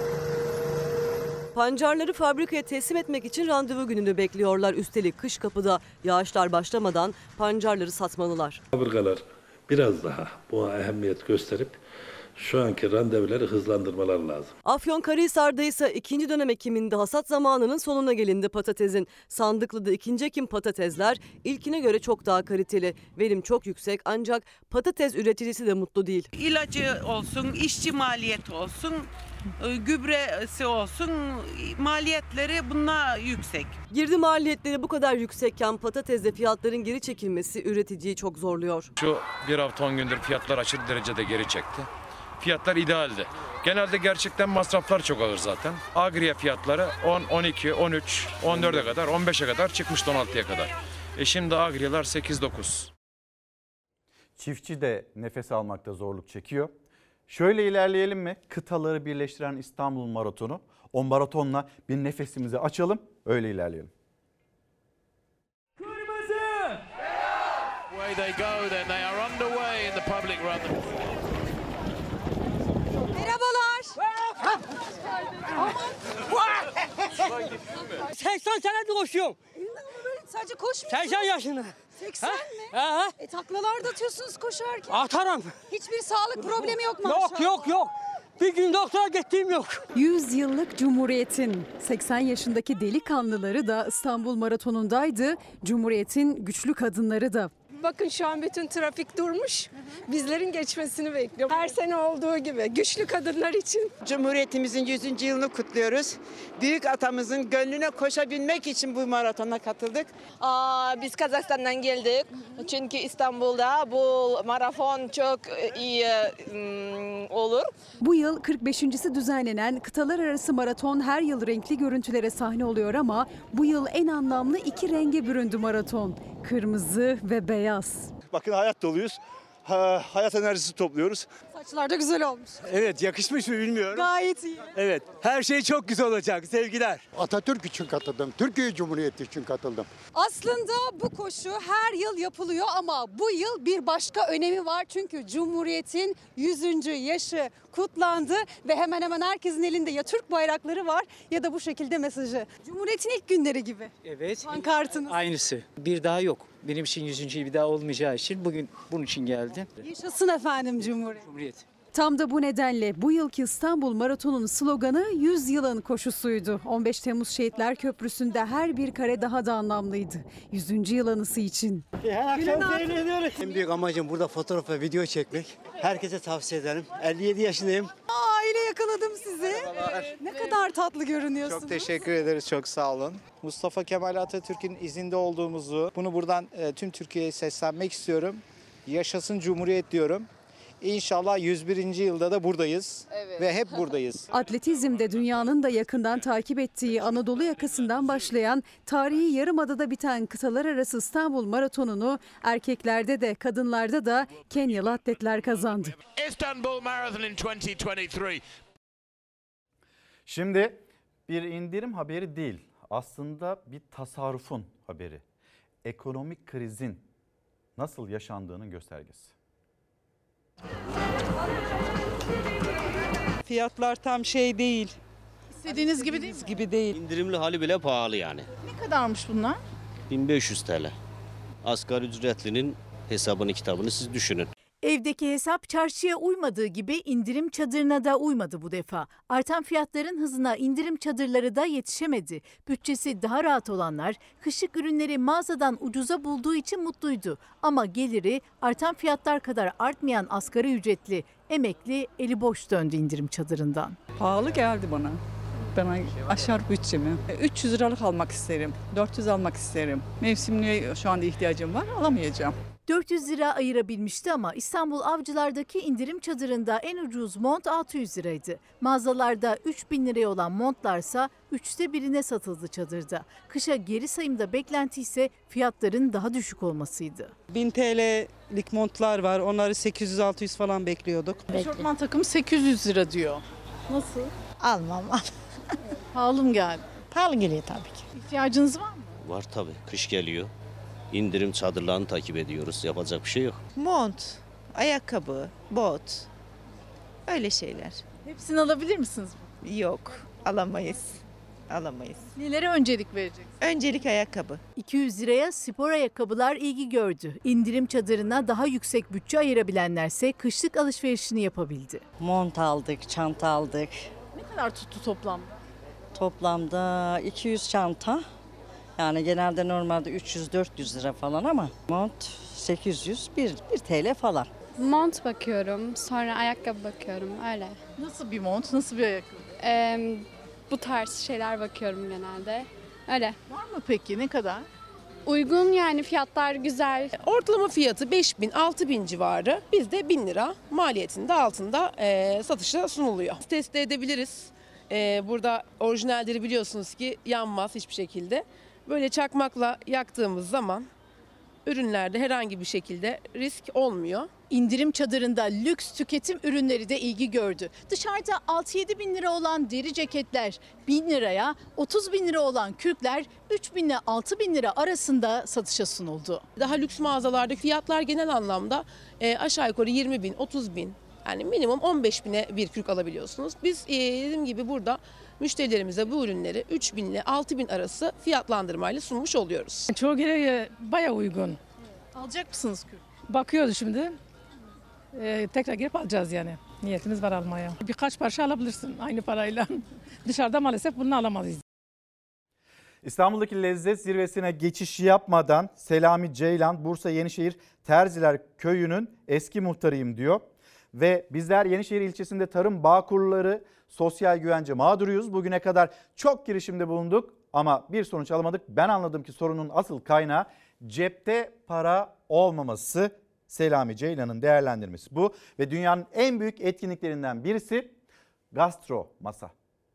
Pancarları fabrikaya teslim etmek için randevu gününü bekliyorlar. Üstelik kış kapıda, yağışlar başlamadan pancarları satmalılar. Fabrikalar biraz daha buna ehemmiyet gösterip şu anki randevuları hızlandırmalar lazım. Afyonkarahisar'da ise ikinci dönem ekiminde hasat zamanının sonuna gelindi patatesin. Sandıklı'da ikinci ekim patatesler ilkine göre çok daha kaliteli. Verim çok yüksek, ancak patates üreticisi de mutlu değil. İlacı olsun, işçi maliyeti olsun, gübresi olsun, maliyetleri bunlar yüksek. Girdi maliyetleri bu kadar yüksekken patatesde fiyatların geri çekilmesi üreticiyi çok zorluyor. Şu bir hafta on gündür fiyatlar aşırı derecede geri çekti. Fiyatlar idealdi. Genelde gerçekten masraflar çok ağır zaten. Agriye fiyatları on, on iki, on üç, on dörde kadar, on beşe kadar çıkmıştı, on altıya kadar. E şimdi agriyeler sekiz dokuz. Çiftçi de nefes almakta zorluk çekiyor. Şöyle ilerleyelim mi? Kıtaları birleştiren İstanbul Maratonu. O maratonla bir nefesimizi açalım, öyle ilerleyelim. Kırmızı! Way they go then, they are underway in the public run. Merhabalar. seksen senedir koşuyorum. Sadece koşmuyorsunuz. seksen yaşında. seksen Ha? mi? Aha. E taklalar da atıyorsunuz koşarken. Atarım. Hiçbir sağlık problemi yok maşallah. Yok yok yok. Bir gün doktora gittiğim yok. yüz yıllık Cumhuriyet'in seksen yaşındaki delikanlıları da İstanbul Maratonu'ndaydı. Cumhuriyet'in güçlü kadınları da. Bakın şu an bütün trafik durmuş. Bizlerin geçmesini bekliyorum. Her sene olduğu gibi güçlü kadınlar için. Cumhuriyetimizin yüzüncü yılını kutluyoruz. Büyük atamızın gönlüne koşabilmek için bu maratona katıldık. Aa, biz Kazakistan'dan geldik. Çünkü İstanbul'da bu maraton çok iyi um, olur. Bu yıl kırk beşincisi düzenlenen kıtalar arası maraton her yıl renkli görüntülere sahne oluyor ama bu yıl en anlamlı iki renge büründü maraton. Kırmızı ve beyaz. Bakın hayat doluyuz. Ha, hayat enerjisi topluyoruz. Saçlar da güzel olmuş. Evet, yakışmış mı bilmiyorum. Gayet iyi. Evet, her şey çok güzel olacak. Sevgiler. Atatürk için katıldım. Türkiye Cumhuriyeti için katıldım. Aslında bu koşu her yıl yapılıyor ama bu yıl bir başka önemi var. Çünkü Cumhuriyet'in yüzüncü yaşı kutlandı ve hemen hemen herkesin elinde ya Türk bayrakları var ya da bu şekilde mesajı. Cumhuriyet'in ilk günleri gibi. Evet. Pankartınız. Aynısı. Bir daha yok. Benim için yüzüncü bir daha olmayacağı için bugün bunun için geldim. Yaşasın efendim Cumhuriyet. Cumhuriyet. Tam da bu nedenle bu yılki İstanbul Maratonu'nun sloganı yüz yılın koşusuydu. on beş Temmuz Şehitler Köprüsü'nde her bir kare daha da anlamlıydı. yüzüncü yıl anısı için. En büyük amacım burada fotoğraf ve video çekmek. Herkese tavsiye ederim. elli yedi yaşındayım. Aile yakaladım sizi. Ne kadar tatlı görünüyorsunuz. Çok teşekkür ederiz, çok sağ olun. Mustafa Kemal Atatürk'ün izinde olduğumuzu, bunu buradan e, tüm Türkiye'ye seslenmek istiyorum. Yaşasın Cumhuriyet diyorum. İnşallah yüz birinci yılda da buradayız evet. Ve hep buradayız. Atletizmde dünyanın da yakından takip ettiği Anadolu yakasından başlayan, tarihi Yarımada'da biten kıtalar arası İstanbul Maratonu'nu erkeklerde de kadınlarda da Kenyalı atletler kazandı. Istanbul Marathon in twenty twenty-three. Şimdi bir indirim haberi değil, aslında bir tasarrufun haberi. Ekonomik krizin nasıl yaşandığının göstergesi. Fiyatlar tam şey değil. İstediğiniz gibi değil mi? gibi değil. İndirimli hali bile pahalı yani. Ne kadarmış bunlar? bin beş yüz T L. Asgari ücretlinin hesabını kitabını siz düşünün. Evdeki hesap çarşıya uymadığı gibi indirim çadırına da uymadı bu defa. Artan fiyatların hızına indirim çadırları da yetişemedi. Bütçesi daha rahat olanlar kışlık ürünleri mağazadan ucuza bulduğu için mutluydu. Ama geliri artan fiyatlar kadar artmayan asgari ücretli emekli eli boş döndü indirim çadırından. Pahalı geldi bana. Bana aşar bütçemi. üç yüz liralık almak isterim. dört yüz almak isterim. Mevsimliğe şu anda ihtiyacım var, alamayacağım. dört yüz lira ayırabilmişti ama İstanbul Avcılar'daki indirim çadırında en ucuz mont altı yüz liraydı. Mağazalarda üç bin liraya olan montlarsa üçte birine satıldı çadırda. Kışa geri sayımda beklenti ise fiyatların daha düşük olmasıydı. bin T L'lik montlar var. Onları sekiz yüz altı yüz falan bekliyorduk. Eşofman takım sekiz yüz lira diyor. Nasıl? Almam. Al. Pahalı mı geldi? Pahalı geliyor tabii ki. İhtiyacınız var mı? Var tabii, kış geliyor. İndirim çadırlarını takip ediyoruz. Yapacak bir şey yok. Mont, ayakkabı, bot. Öyle şeyler. Hepsini alabilir misiniz? Yok, alamayız. Alamayız. Nelere öncelik vereceksiniz? Öncelik ayakkabı. iki yüz liraya spor ayakkabılar ilgi gördü. İndirim çadırına daha yüksek bütçe ayırabilenlerse kışlık alışverişini yapabildi. Mont aldık, çanta aldık. Ne kadar tuttu toplamda? Toplamda iki yüz çanta. Yani genelde normalde üç yüz dört yüz lira falan ama mont sekiz yüz, bir T L falan. Mont bakıyorum, sonra ayakkabı bakıyorum, öyle. Nasıl bir mont, nasıl bir ayakkabı? Ee, bu tarz şeyler bakıyorum genelde, öyle. Var mı peki, ne kadar? Uygun yani, fiyatlar güzel. Ortalama fiyatı beş bin altı bin civarı. Bizde bin lira maliyetinde altında e, satışa sunuluyor. Test edebiliriz. E, burada orijinalleri biliyorsunuz ki yanmaz hiçbir şekilde. Böyle çakmakla yaktığımız zaman ürünlerde herhangi bir şekilde risk olmuyor. İndirim çadırında lüks tüketim ürünleri de ilgi gördü. Dışarıda altı yedi bin lira olan deri ceketler bin liraya, otuz bin lira olan kürkler üç bin ile altı bin lira arasında satışa sunuldu. Daha lüks mağazalarda fiyatlar genel anlamda e, aşağı yukarı yirmi bin, otuz bin, yani minimum on beş bine bir kürk alabiliyorsunuz. Biz e, dediğim gibi burada müşterilerimize bu ürünleri üç bin ile altı bin arası fiyatlandırmayla sunmuş oluyoruz. Çoğu kere bayağı uygun. Alacak mısınız kürk? Bakıyoruz şimdi. Ee, tekrar girip alacağız yani. Niyetimiz var almaya. Birkaç parça alabilirsin aynı parayla. Dışarıda maalesef bunu alamayız. İstanbul'daki lezzet zirvesine geçiş yapmadan Selami Ceylan, Bursa Yenişehir Terziler Köyü'nün eski muhtarıyım diyor. Ve bizler Yenişehir ilçesinde tarım bağkurları, sosyal güvence mağduruyuz. Bugüne kadar çok girişimde bulunduk ama bir sonuç alamadık. Ben anladım ki sorunun asıl kaynağı cepte para olmaması. Selami Ceylan'ın değerlendirmesi bu ve dünyanın en büyük etkinliklerinden birisi Gastro Masa.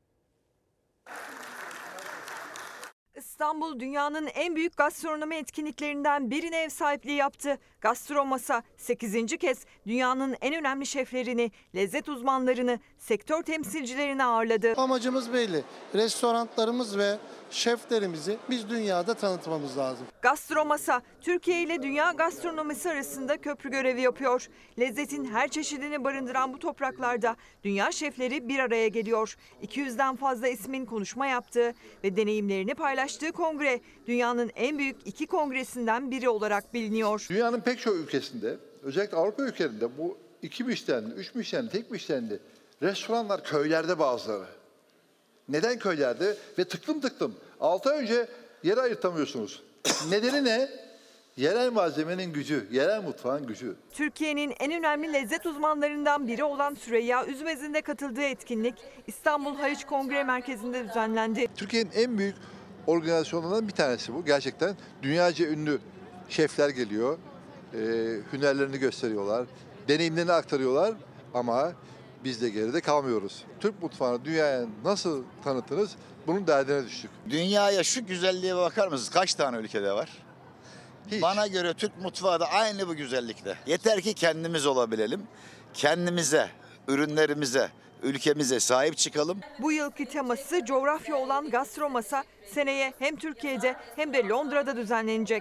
İstanbul dünyanın en büyük gastronomi etkinliklerinden birine ev sahipliği yaptı. Gastro Masa sekizinci kez dünyanın en önemli şeflerini, lezzet uzmanlarını, sektör temsilcilerini ağırladı. Amacımız belli. Restoranlarımız ve şeflerimizi biz dünyada tanıtmamız lazım. Gastro Masa Türkiye ile dünya gastronomisi arasında köprü görevi yapıyor. Lezzetin her çeşidini barındıran bu topraklarda dünya şefleri bir araya geliyor. iki yüzden fazla ismin konuşma yaptığı ve deneyimlerini paylaştığı kongre dünyanın en büyük iki kongresinden biri olarak biliniyor. Dünyanın pek çok ülkesinde, özellikle Avrupa ülkelerinde bu iki müşterili, üç müşterili, tek müşterili restoranlar köylerde bazıları. Neden köylerde? Ve tıklım tıklım. altı ay önce yer ayırtamıyorsunuz. Nedeni ne? Yerel malzemenin gücü, yerel mutfağın gücü. Türkiye'nin en önemli lezzet uzmanlarından biri olan Süreyya Üzmez'in de katıldığı etkinlik İstanbul Haliç Kongre Merkezi'nde düzenlendi. Türkiye'nin en büyük organizasyonlarından bir tanesi bu. Gerçekten dünyaca ünlü şefler geliyor, e, hünerlerini gösteriyorlar, deneyimlerini aktarıyorlar ama biz de geride kalmıyoruz. Türk mutfağını dünyaya nasıl tanıtırız? Bunun derdine düştük. Dünyaya şu güzelliğe bakar mısınız? Kaç tane ülkede var? Hiç. Bana göre Türk mutfağı da aynı bu güzellikte. Yeter ki kendimiz olabilelim. Kendimize, ürünlerimize, ülkemize sahip çıkalım. Bu yılki teması coğrafya olan Gastromasa seneye hem Türkiye'de hem de Londra'da düzenlenecek.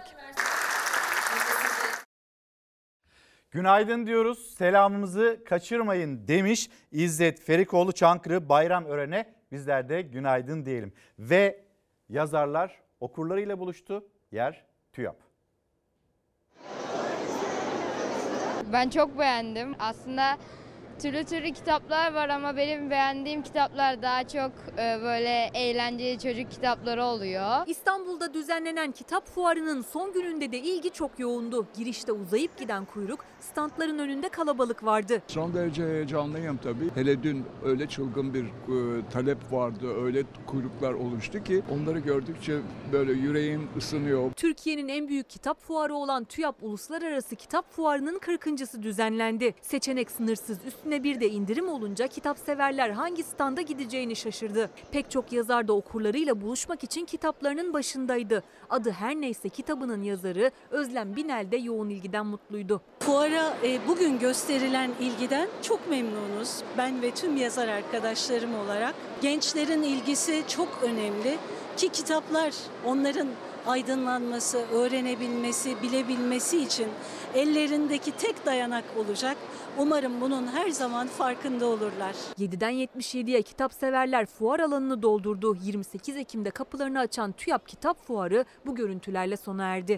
Günaydın diyoruz, selamımızı kaçırmayın demiş İzzet Ferikoğlu Çankırı Bayramören'e. Bizler de günaydın diyelim. Ve yazarlar okurlarıyla buluştu. Yer TÜYAP. Ben çok beğendim. Aslında türlü türlü kitaplar var ama benim beğendiğim kitaplar daha çok e, böyle eğlenceli çocuk kitapları oluyor. İstanbul'da düzenlenen kitap fuarının son gününde de ilgi çok yoğundu. Girişte uzayıp giden kuyruk, standların önünde kalabalık vardı. Son derece heyecanlıyım tabii. Hele dün öyle çılgın bir e, talep vardı, öyle kuyruklar oluştu ki onları gördükçe böyle yüreğim ısınıyor. Türkiye'nin en büyük kitap fuarı olan TÜYAP Uluslararası Kitap Fuarı'nın kırkıncısı düzenlendi. Seçenek sınırsız, üstüne bir de indirim olunca kitapseverler hangi standa gideceğini şaşırdı. Pek çok yazar da okurlarıyla buluşmak için kitaplarının başındaydı. Adı her neyse kitabının yazarı Özlem Binel de yoğun ilgiden mutluydu. Fuara e, bugün gösterilen ilgiden çok memnunuz. Ben ve tüm yazar arkadaşlarım olarak. Gençlerin ilgisi çok önemli ki kitaplar onların aydınlanması, öğrenebilmesi, bilebilmesi için ellerindeki tek dayanak olacak. Umarım bunun her zaman farkında olurlar. yediden yetmiş yediye kitapseverler fuar alanını doldurdu. yirmi sekiz Ekim'de kapılarını açan TÜYAP Kitap Fuarı bu görüntülerle sona erdi.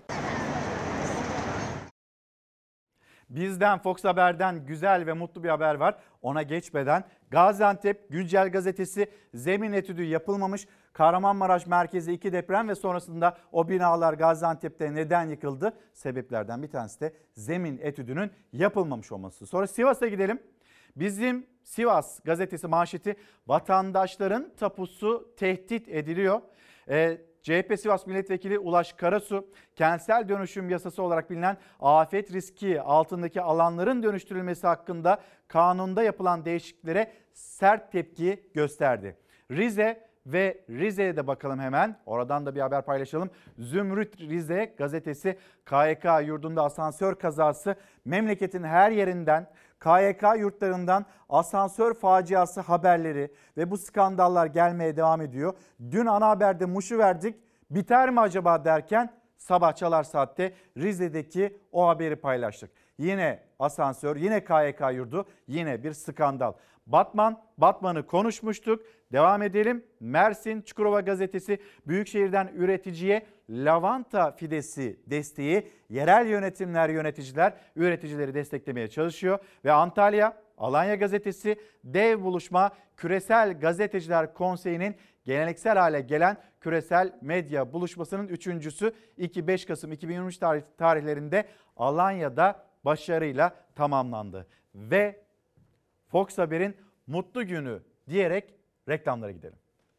Bizden Fox Haber'den güzel ve mutlu bir haber var. Ona geçmeden Gaziantep Güncel Gazetesi zemin etüdü yapılmamış. Kahramanmaraş merkezi iki deprem ve sonrasında o binalar Gaziantep'te neden yıkıldı? Sebeplerden bir tanesi de zemin etüdünün yapılmamış olması. Sonra Sivas'a gidelim. Bizim Sivas Gazetesi manşeti vatandaşların tapusu tehdit ediliyor. Ee, C H P Sivas Milletvekili Ulaş Karasu, kentsel dönüşüm yasası olarak bilinen afet riski altındaki alanların dönüştürülmesi hakkında kanunda yapılan değişikliklere sert tepki gösterdi. Rize ve Rize'ye de bakalım hemen. Oradan da bir haber paylaşalım. Zümrüt Rize gazetesi K Y K yurdunda asansör kazası, memleketin her yerinden K Y K yurtlarından asansör faciası haberleri ve bu skandallar gelmeye devam ediyor. Dün ana haberde Muş'u verdik. Biter mi acaba derken sabah Çalar Saat'te Rize'deki o haberi paylaştık. Yine asansör, yine K Y K yurdu, yine bir skandal. Batman, Batman'ı konuşmuştuk. Devam edelim. Mersin Çukurova gazetesi Büyükşehir'den üreticiye lavanta fidesi desteği, yerel yönetimler, yöneticiler üreticileri desteklemeye çalışıyor. Ve Antalya Alanya gazetesi dev buluşma Küresel Gazeteciler Konseyi'nin geleneksel hale gelen küresel medya buluşmasının üçüncüsü iki beş Kasım iki bin yirmi üç tarih, tarihlerinde Alanya'da başarıyla tamamlandı. Ve Fox Haber'in mutlu günü diyerek reklamlara gidelim.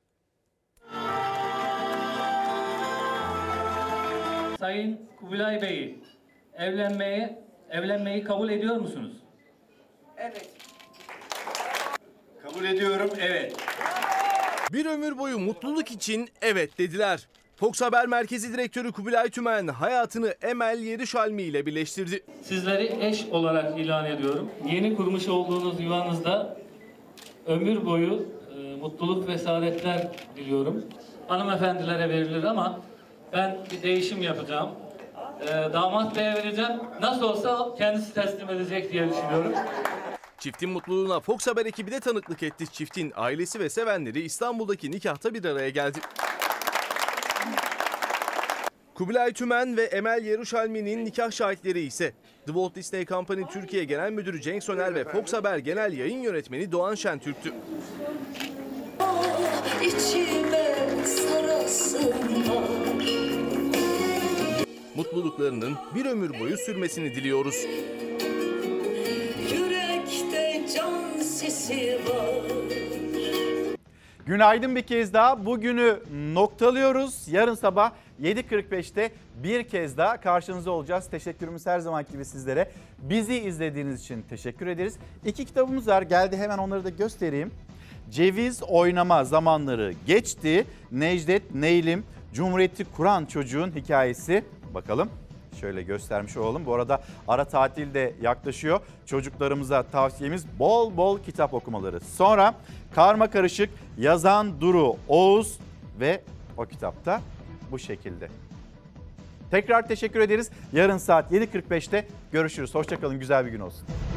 Sayın Kubilay Bey, evlenmeyi evlenmeyi kabul ediyor musunuz? Evet. Kabul ediyorum, evet. Bir ömür boyu mutluluk için evet dediler. Fox Haber Merkezi Direktörü Kubilay Tümen hayatını Emel Yerişalmi ile birleştirdi. Sizleri eş olarak ilan ediyorum. Yeni kurmuş olduğunuz yuvanızda ömür boyu e, mutluluk ve saadetler diliyorum. Hanımefendilere verilir ama ben bir değişim yapacağım. E, damat beye vereceğim. Nasıl olsa kendisi teslim edecek diye düşünüyorum. Çiftin mutluluğuna Fox Haber ekibi de tanıklık etti. Çiftin ailesi ve sevenleri İstanbul'daki nikahta bir araya geldi. Kubilay Tümen ve Emel Yeruşalmi'nin nikah şahitleri ise The Walt Disney Company Türkiye Genel Müdürü Cenk Soner ve Fox Haber Genel Yayın Yönetmeni Doğan Şentürk'tü. Mutluluklarının bir ömür boyu sürmesini diliyoruz. Yürekte can sesi var. Günaydın bir kez daha. Bugünü noktalıyoruz. Yarın sabah yedi kırk beşte bir kez daha karşınızda olacağız. Teşekkürümüz her zamanki gibi sizlere. Bizi izlediğiniz için teşekkür ederiz. İki kitabımız var. Geldi, hemen onları da göstereyim. Ceviz oynama zamanları geçti. Necdet Neylim, Cumhuriyeti kuran çocuğun hikayesi. Bakalım. Şöyle göstermiş olalım. Bu arada ara tatil de yaklaşıyor. Çocuklarımıza tavsiyemiz bol bol kitap okumaları. Sonra Karma Karışık, yazan Duru Oğuz ve o kitapta bu şekilde. Tekrar teşekkür ederiz. Yarın saat yedi kırk beşte görüşürüz. Hoşça kalın. Güzel bir gün olsun.